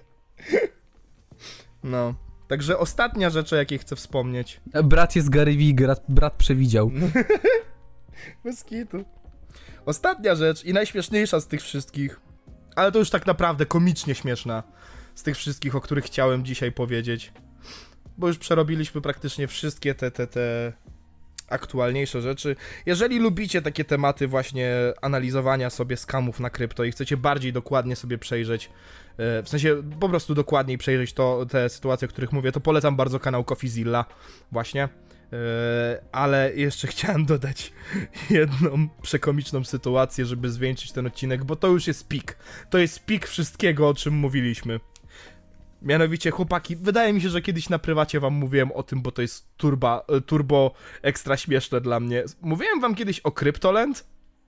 No. Także ostatnia rzecz, o jakiej chcę wspomnieć. Brat jest Gary V, brat, brat przewidział. Bez kitu. Ostatnia rzecz i najśmieszniejsza z tych wszystkich, ale to już tak naprawdę komicznie śmieszna z tych wszystkich, o których chciałem dzisiaj powiedzieć, bo już przerobiliśmy praktycznie wszystkie te, te, te aktualniejsze rzeczy. Jeżeli lubicie takie tematy właśnie analizowania sobie skamów na krypto i chcecie bardziej dokładnie sobie przejrzeć, w sensie po prostu dokładniej przejrzeć to, te sytuacje, o których mówię, to polecam bardzo kanał Coffeezilla właśnie. Ale jeszcze chciałem dodać jedną przekomiczną sytuację, żeby zwieńczyć ten odcinek, bo to już jest pik. To jest pik wszystkiego, o czym mówiliśmy. Mianowicie, chłopaki, wydaje mi się, że kiedyś na prywacie wam mówiłem o tym, bo to jest turba, turbo ekstra śmieszne dla mnie. Mówiłem wam kiedyś o Cryptoland?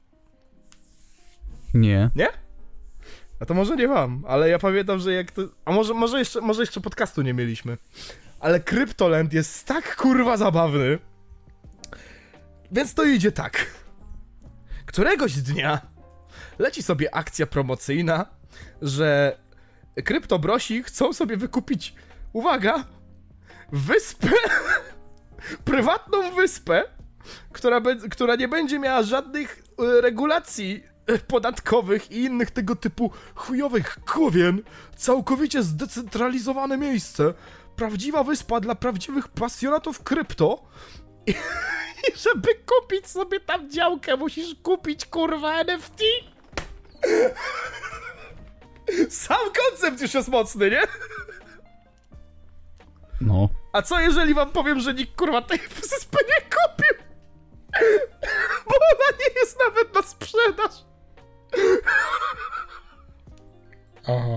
Nie. Nie? A to może nie wam, ale ja pamiętam, że jak to... A może, może, jeszcze, może jeszcze podcastu nie mieliśmy. Ale Cryptoland jest tak kurwa zabawny. Więc to idzie tak. któregoś dnia leci sobie akcja promocyjna, że kryptobrosi chcą sobie wykupić, uwaga, wyspę, prywatną wyspę, która, be, która nie będzie miała żadnych e, regulacji podatkowych i innych tego typu chujowych gówien. Całkowicie zdecentralizowane miejsce. Prawdziwa wyspa dla prawdziwych pasjonatów krypto. I, i żeby kupić sobie tam działkę, musisz kupić kurwa N F T. Sam koncept już jest mocny, nie? No. A co jeżeli wam powiem, że nikt kurwa tej wyspy nie kupił? Bo ona nie jest nawet na sprzedaż. Aha.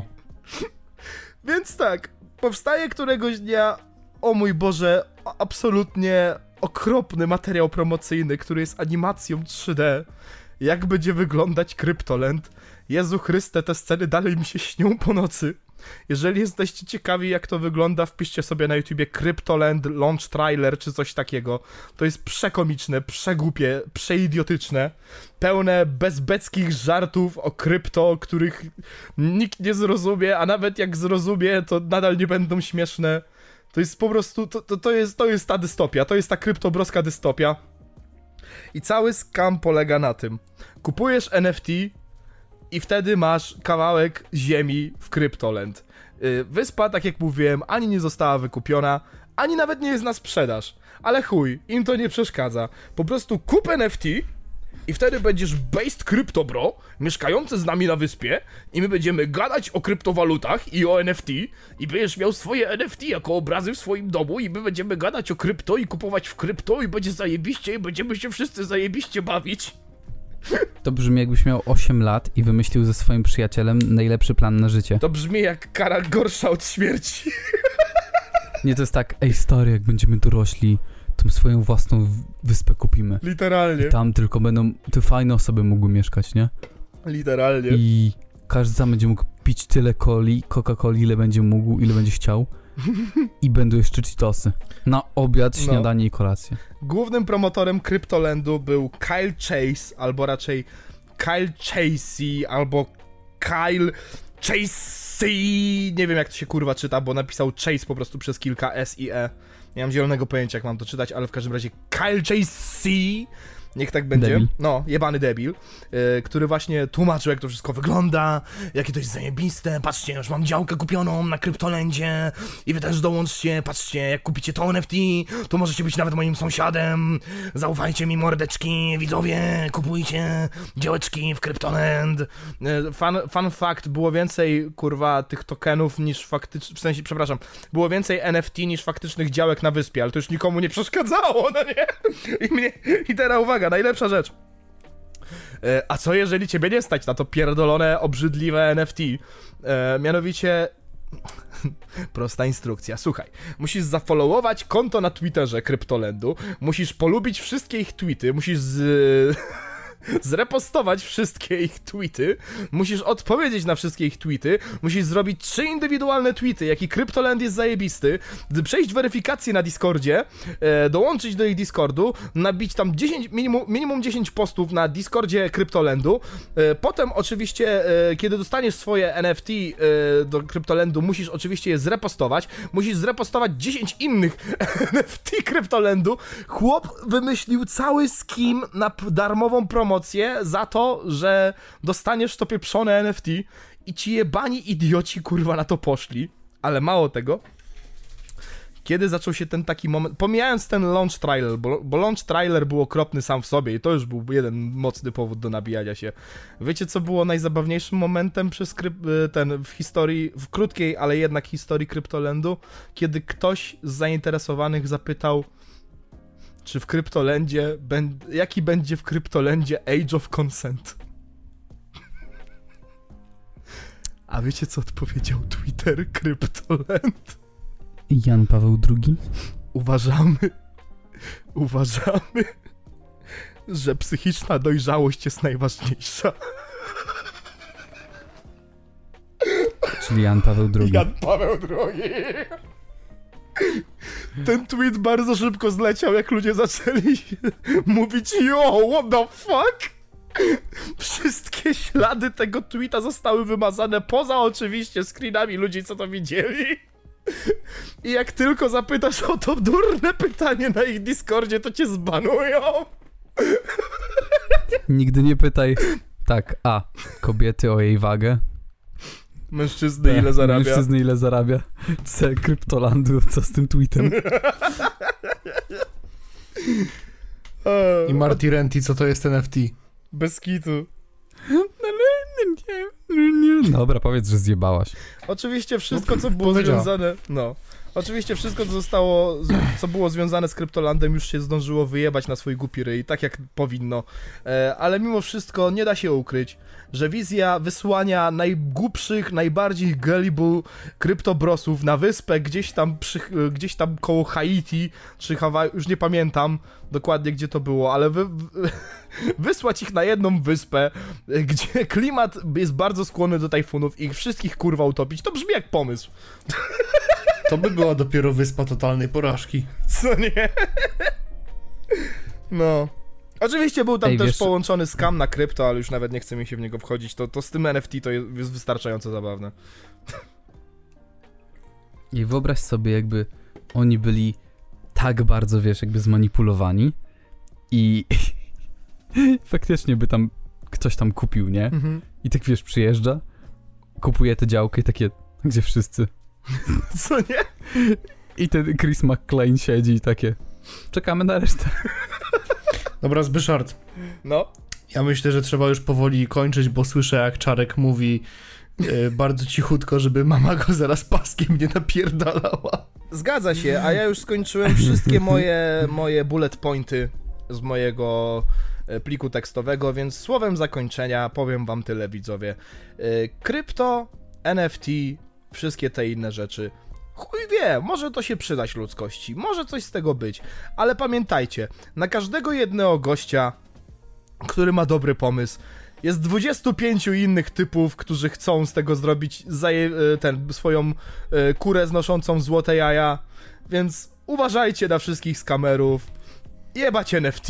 Więc tak, powstaje któregoś dnia, o mój Boże, absolutnie okropny materiał promocyjny, który jest animacją trzy D. Jak będzie wyglądać Cryptoland? Jezu Chryste, te sceny dalej mi się śnią po nocy. Jeżeli jesteście ciekawi, jak to wygląda, wpiszcie sobie na YouTubie Cryptoland Launch Trailer czy coś takiego. To jest przekomiczne, przegłupie, przeidiotyczne, pełne bezbeckich żartów o krypto, których nikt nie zrozumie, a nawet jak zrozumie, to nadal nie będą śmieszne. To jest po prostu, to, to, to, jest, to jest ta dystopia, to jest ta kryptobroska dystopia. I cały scam polega na tym. Kupujesz N F T i wtedy masz kawałek ziemi w Cryptoland. Yy, wyspa, tak jak mówiłem, ani nie została wykupiona, ani nawet nie jest na sprzedaż. Ale chuj, im to nie przeszkadza. Po prostu kup N F T i wtedy będziesz based crypto bro, mieszkający z nami na wyspie i my będziemy gadać o kryptowalutach i o N F T i będziesz miał swoje N F T jako obrazy w swoim domu i my będziemy gadać o krypto i kupować w krypto i będzie zajebiście i będziemy się wszyscy zajebiście bawić. To brzmi, jakbyś miał osiem lat i wymyślił ze swoim przyjacielem najlepszy plan na życie. To brzmi jak kara gorsza od śmierci. Nie, to jest tak, ej stary, jak będziemy dorośli, tą swoją własną wyspę kupimy. Literalnie. I tam tylko będą te fajne osoby mogły mieszkać, nie? Literalnie. I każdy tam będzie mógł pić tyle coli, Coca-Coli, ile będzie mógł, ile będzie chciał. I będą jeszcze cheatosy. Na obiad, śniadanie no. i kolację. Głównym promotorem Cryptolandu był Kyle Chase, albo raczej Kyle Chasey, albo Kyle Chasey. Nie wiem jak to się kurwa czyta, bo napisał Chase po prostu przez kilka S i E. Nie mam zielonego pojęcia jak mam to czytać, ale w każdym razie Kyle Chasey. Niech tak będzie. Debil. No, jebany debil, yy, który właśnie tłumaczył, jak to wszystko wygląda, jakie to jest zajebiste, patrzcie, już mam działkę kupioną na Kryptolandzie i wy też dołączcie, patrzcie, jak kupicie to N F T, to możecie być nawet moim sąsiadem, zaufajcie mi mordeczki, widzowie, kupujcie działeczki w Cryptoland. Yy, fun, fun fact, było więcej, kurwa, tych tokenów niż faktycznie, w sensie, przepraszam, było więcej N F T niż faktycznych działek na wyspie, ale to już nikomu nie przeszkadzało, no nie? I, mnie, i teraz uwaga, najlepsza rzecz. E, a co jeżeli ciebie nie stać na to pierdolone, obrzydliwe N F T? E, mianowicie... Prosta instrukcja, słuchaj. Musisz zafollowować konto na Twitterze Cryptolandu, musisz polubić wszystkie ich tweety, musisz z... zrepostować wszystkie ich tweety, musisz odpowiedzieć na wszystkie ich tweety, musisz zrobić trzy indywidualne tweety, jaki Cryptoland jest zajebisty, przejść weryfikację na Discordzie, e, dołączyć do ich Discordu, nabić tam dziesięć, minimum, minimum dziesięć postów na Discordzie Cryptolandu, e, potem oczywiście, e, kiedy dostaniesz swoje N F T e, do Cryptolandu, musisz oczywiście je zrepostować, musisz zrepostować dziesięć innych N F T Cryptolandu. Chłop wymyślił cały skim na darmową promocję za to, że dostaniesz to pieprzone N F T i ci jebani idioci kurwa na to poszli, ale mało tego, kiedy zaczął się ten taki moment, pomijając ten launch trailer, bo, bo launch trailer był okropny sam w sobie i to już był jeden mocny powód do nabijania się. Wiecie co było najzabawniejszym momentem przez kryp- ten w historii, w krótkiej, ale jednak historii Cryptolandu, kiedy ktoś z zainteresowanych zapytał, czy w Cryptolandzie, ben, jaki będzie w Cryptolandzie Age of Consent? A wiecie co odpowiedział Twitter Cryptoland? Jan Paweł drugi? Uważamy, uważamy, że psychiczna dojrzałość jest najważniejsza. Czyli Jan Paweł drugi. Jan Paweł drugi. Ten tweet bardzo szybko zleciał, jak ludzie zaczęli mówić yo, what the fuck? Wszystkie ślady tego tweeta zostały wymazane, poza oczywiście screenami ludzi, co to widzieli. I jak tylko zapytasz o to durne pytanie na ich Discordzie, to cię zbanują. Nigdy nie pytaj. Tak, a. Kobiety o jej wagę. Mężczyzny B, ile zarabia. Mężczyzny ile zarabia. C. Kryptolandu, co z tym tweetem? I Marty Renty, co to jest N F T? Bez kitu. Dobra, powiedz, że zjebałaś. Oczywiście wszystko, co było Powiedziała. związane... No. Oczywiście wszystko, co zostało, co było związane z Kryptolandem, już się zdążyło wyjebać na swój głupi ryj, tak jak powinno. E, ale mimo wszystko nie da się ukryć, że wizja wysłania najgłupszych, najbardziej gullible kryptobrosów na wyspę gdzieś tam, przy, gdzieś tam koło Haiti, czy Hawaju, już nie pamiętam dokładnie gdzie to było, ale wy, wy, wysłać ich na jedną wyspę, gdzie klimat jest bardzo skłonny do tajfunów i ich wszystkich kurwa utopić, to brzmi jak pomysł. To by była dopiero wyspa totalnej porażki. Co nie? No. Oczywiście był tam Ej, też wiesz- połączony scam na krypto, ale już nawet nie chce mi się w niego wchodzić. To, to z tym N F T to jest jest wystarczająco zabawne. I wyobraź sobie, jakby oni byli tak bardzo, wiesz, jakby zmanipulowani i faktycznie by tam ktoś tam kupił, nie? Mhm. I tak, wiesz, przyjeżdża, kupuje tę działkę i takie, gdzie wszyscy? Co nie? I ten Chris McClane siedzi i takie, czekamy na resztę. Dobra, Zbyszard. No. Ja myślę, że trzeba już powoli kończyć, bo słyszę, jak Czarek mówi e, bardzo cichutko, żeby mama go zaraz paskiem nie napierdalała. Zgadza się, a ja już skończyłem wszystkie moje, moje bullet pointy z mojego e, pliku tekstowego, więc słowem zakończenia powiem wam tyle, widzowie. E, Krypto, N F T, wszystkie te inne rzeczy. Chuj wie, może to się przydać ludzkości, może coś z tego być, ale pamiętajcie, na każdego jednego gościa, który ma dobry pomysł, jest dwudziestu pięciu innych typów, którzy chcą z tego zrobić zaje- ten, swoją e, kurę znoszącą złote jaja, więc uważajcie na wszystkich skamerów, jebać N F T.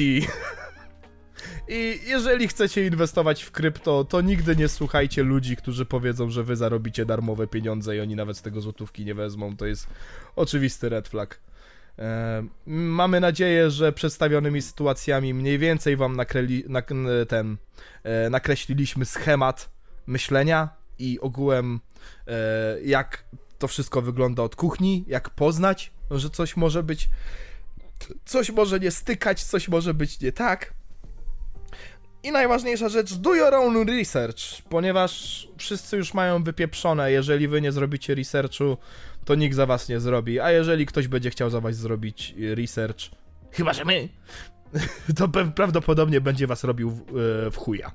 I jeżeli chcecie inwestować w krypto, to nigdy nie słuchajcie ludzi, którzy powiedzą, że wy zarobicie darmowe pieniądze i oni nawet z tego złotówki nie wezmą. To jest oczywisty red flag. E, mamy nadzieję, że przedstawionymi sytuacjami mniej więcej wam nakreli, nak, ten, e, nakreśliliśmy schemat myślenia i ogółem e, jak to wszystko wygląda od kuchni, jak poznać, że coś może być, coś może nie stykać, coś może być nie tak. I najważniejsza rzecz, do your own research, ponieważ wszyscy już mają wypieprzone, jeżeli wy nie zrobicie researchu, to nikt za was nie zrobi, a jeżeli ktoś będzie chciał za was zrobić research, chyba że my, to pe- prawdopodobnie będzie was robił w, e, w chuja.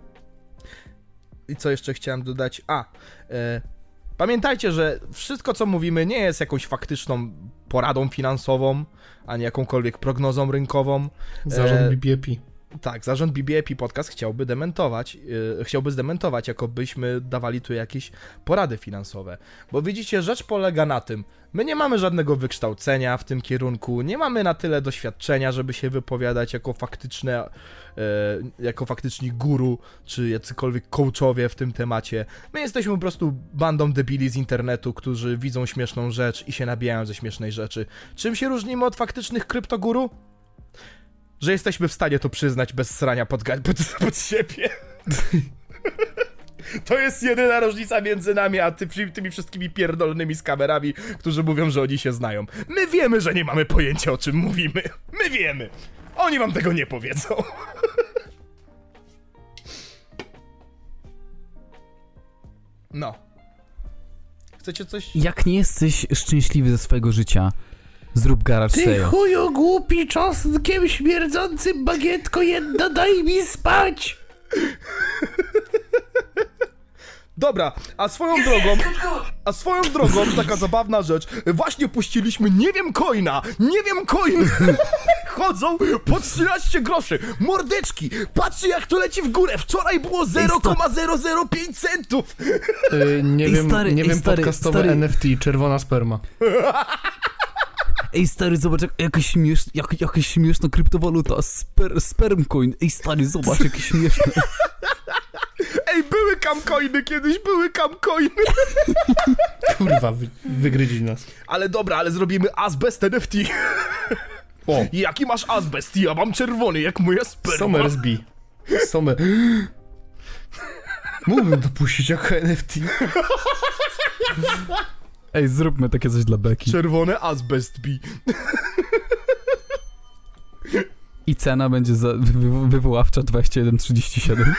I co jeszcze chciałem dodać? A, e, pamiętajcie, że wszystko co mówimy nie jest jakąś faktyczną poradą finansową, ani jakąkolwiek prognozą rynkową. Zarząd E, B B P. Tak, zarząd B B A P Podcast chciałby dementować, yy, chciałby zdementować, jakobyśmy dawali tu jakieś porady finansowe. Bo widzicie, rzecz polega na tym, my nie mamy żadnego wykształcenia w tym kierunku, nie mamy na tyle doświadczenia, żeby się wypowiadać jako faktyczne, yy, jako faktyczni guru, czy jacykolwiek coachowie w tym temacie. My jesteśmy po prostu bandą debili z internetu, którzy widzą śmieszną rzecz i się nabijają ze śmiesznej rzeczy. Czym się różnimy od faktycznych kryptoguru? Że jesteśmy w stanie to przyznać bez srania pod, pod, pod siebie. To jest jedyna różnica między nami, a ty, tymi wszystkimi pierdolnymi skamerami, którzy mówią, że oni się znają. My wiemy, że nie mamy pojęcia, o czym mówimy. My wiemy. Oni wam tego nie powiedzą. No. Chcecie coś? Jak nie jesteś szczęśliwy ze swojego życia, zrób garage Ty sale. chuju głupi, czosnkiem śmierdzący bagietko jedna, daj mi spać! Dobra, a swoją drogą, a swoją drogą, taka zabawna rzecz, właśnie puściliśmy nie wiem coina, nie wiem coin, chodzą po trzynaście groszy, mordeczki, patrzcie jak to leci w górę, wczoraj było zero przecinek zero zero pięć centów. Yy, nie Ej, wiem, stary, nie ej, wiem stary, podcastowe stary. N F T, czerwona sperma. Ej stary, zobacz, jak, jakaś, śmiesz, jak, jakaś śmieszna kryptowaluta, sper, spermcoin. Ej stary, zobacz, jakie śmieszne. Ej, były camcoiny kiedyś, były camcoiny. Kurwa, wy, wygryźli nas. Ale dobra, ale zrobimy azbest N F T. O, Jaki masz azbest? Ja mam czerwony, jak moja sperma. Somersby. Somer... Mógłbym dopuścić jako N F T. Ej, zróbmy takie coś dla Beki. Czerwone azbest B. I cena będzie za, wy, wywoławcza dwadzieścia jeden trzydzieści siedem.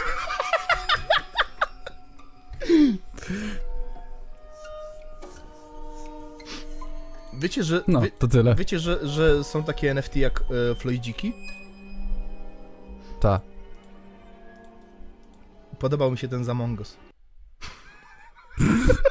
Wiecie, że... No, wie, to tyle. wiecie, że, że są takie N F T jak e, Floydziki? Ta. Podobał mi się ten z Among Us.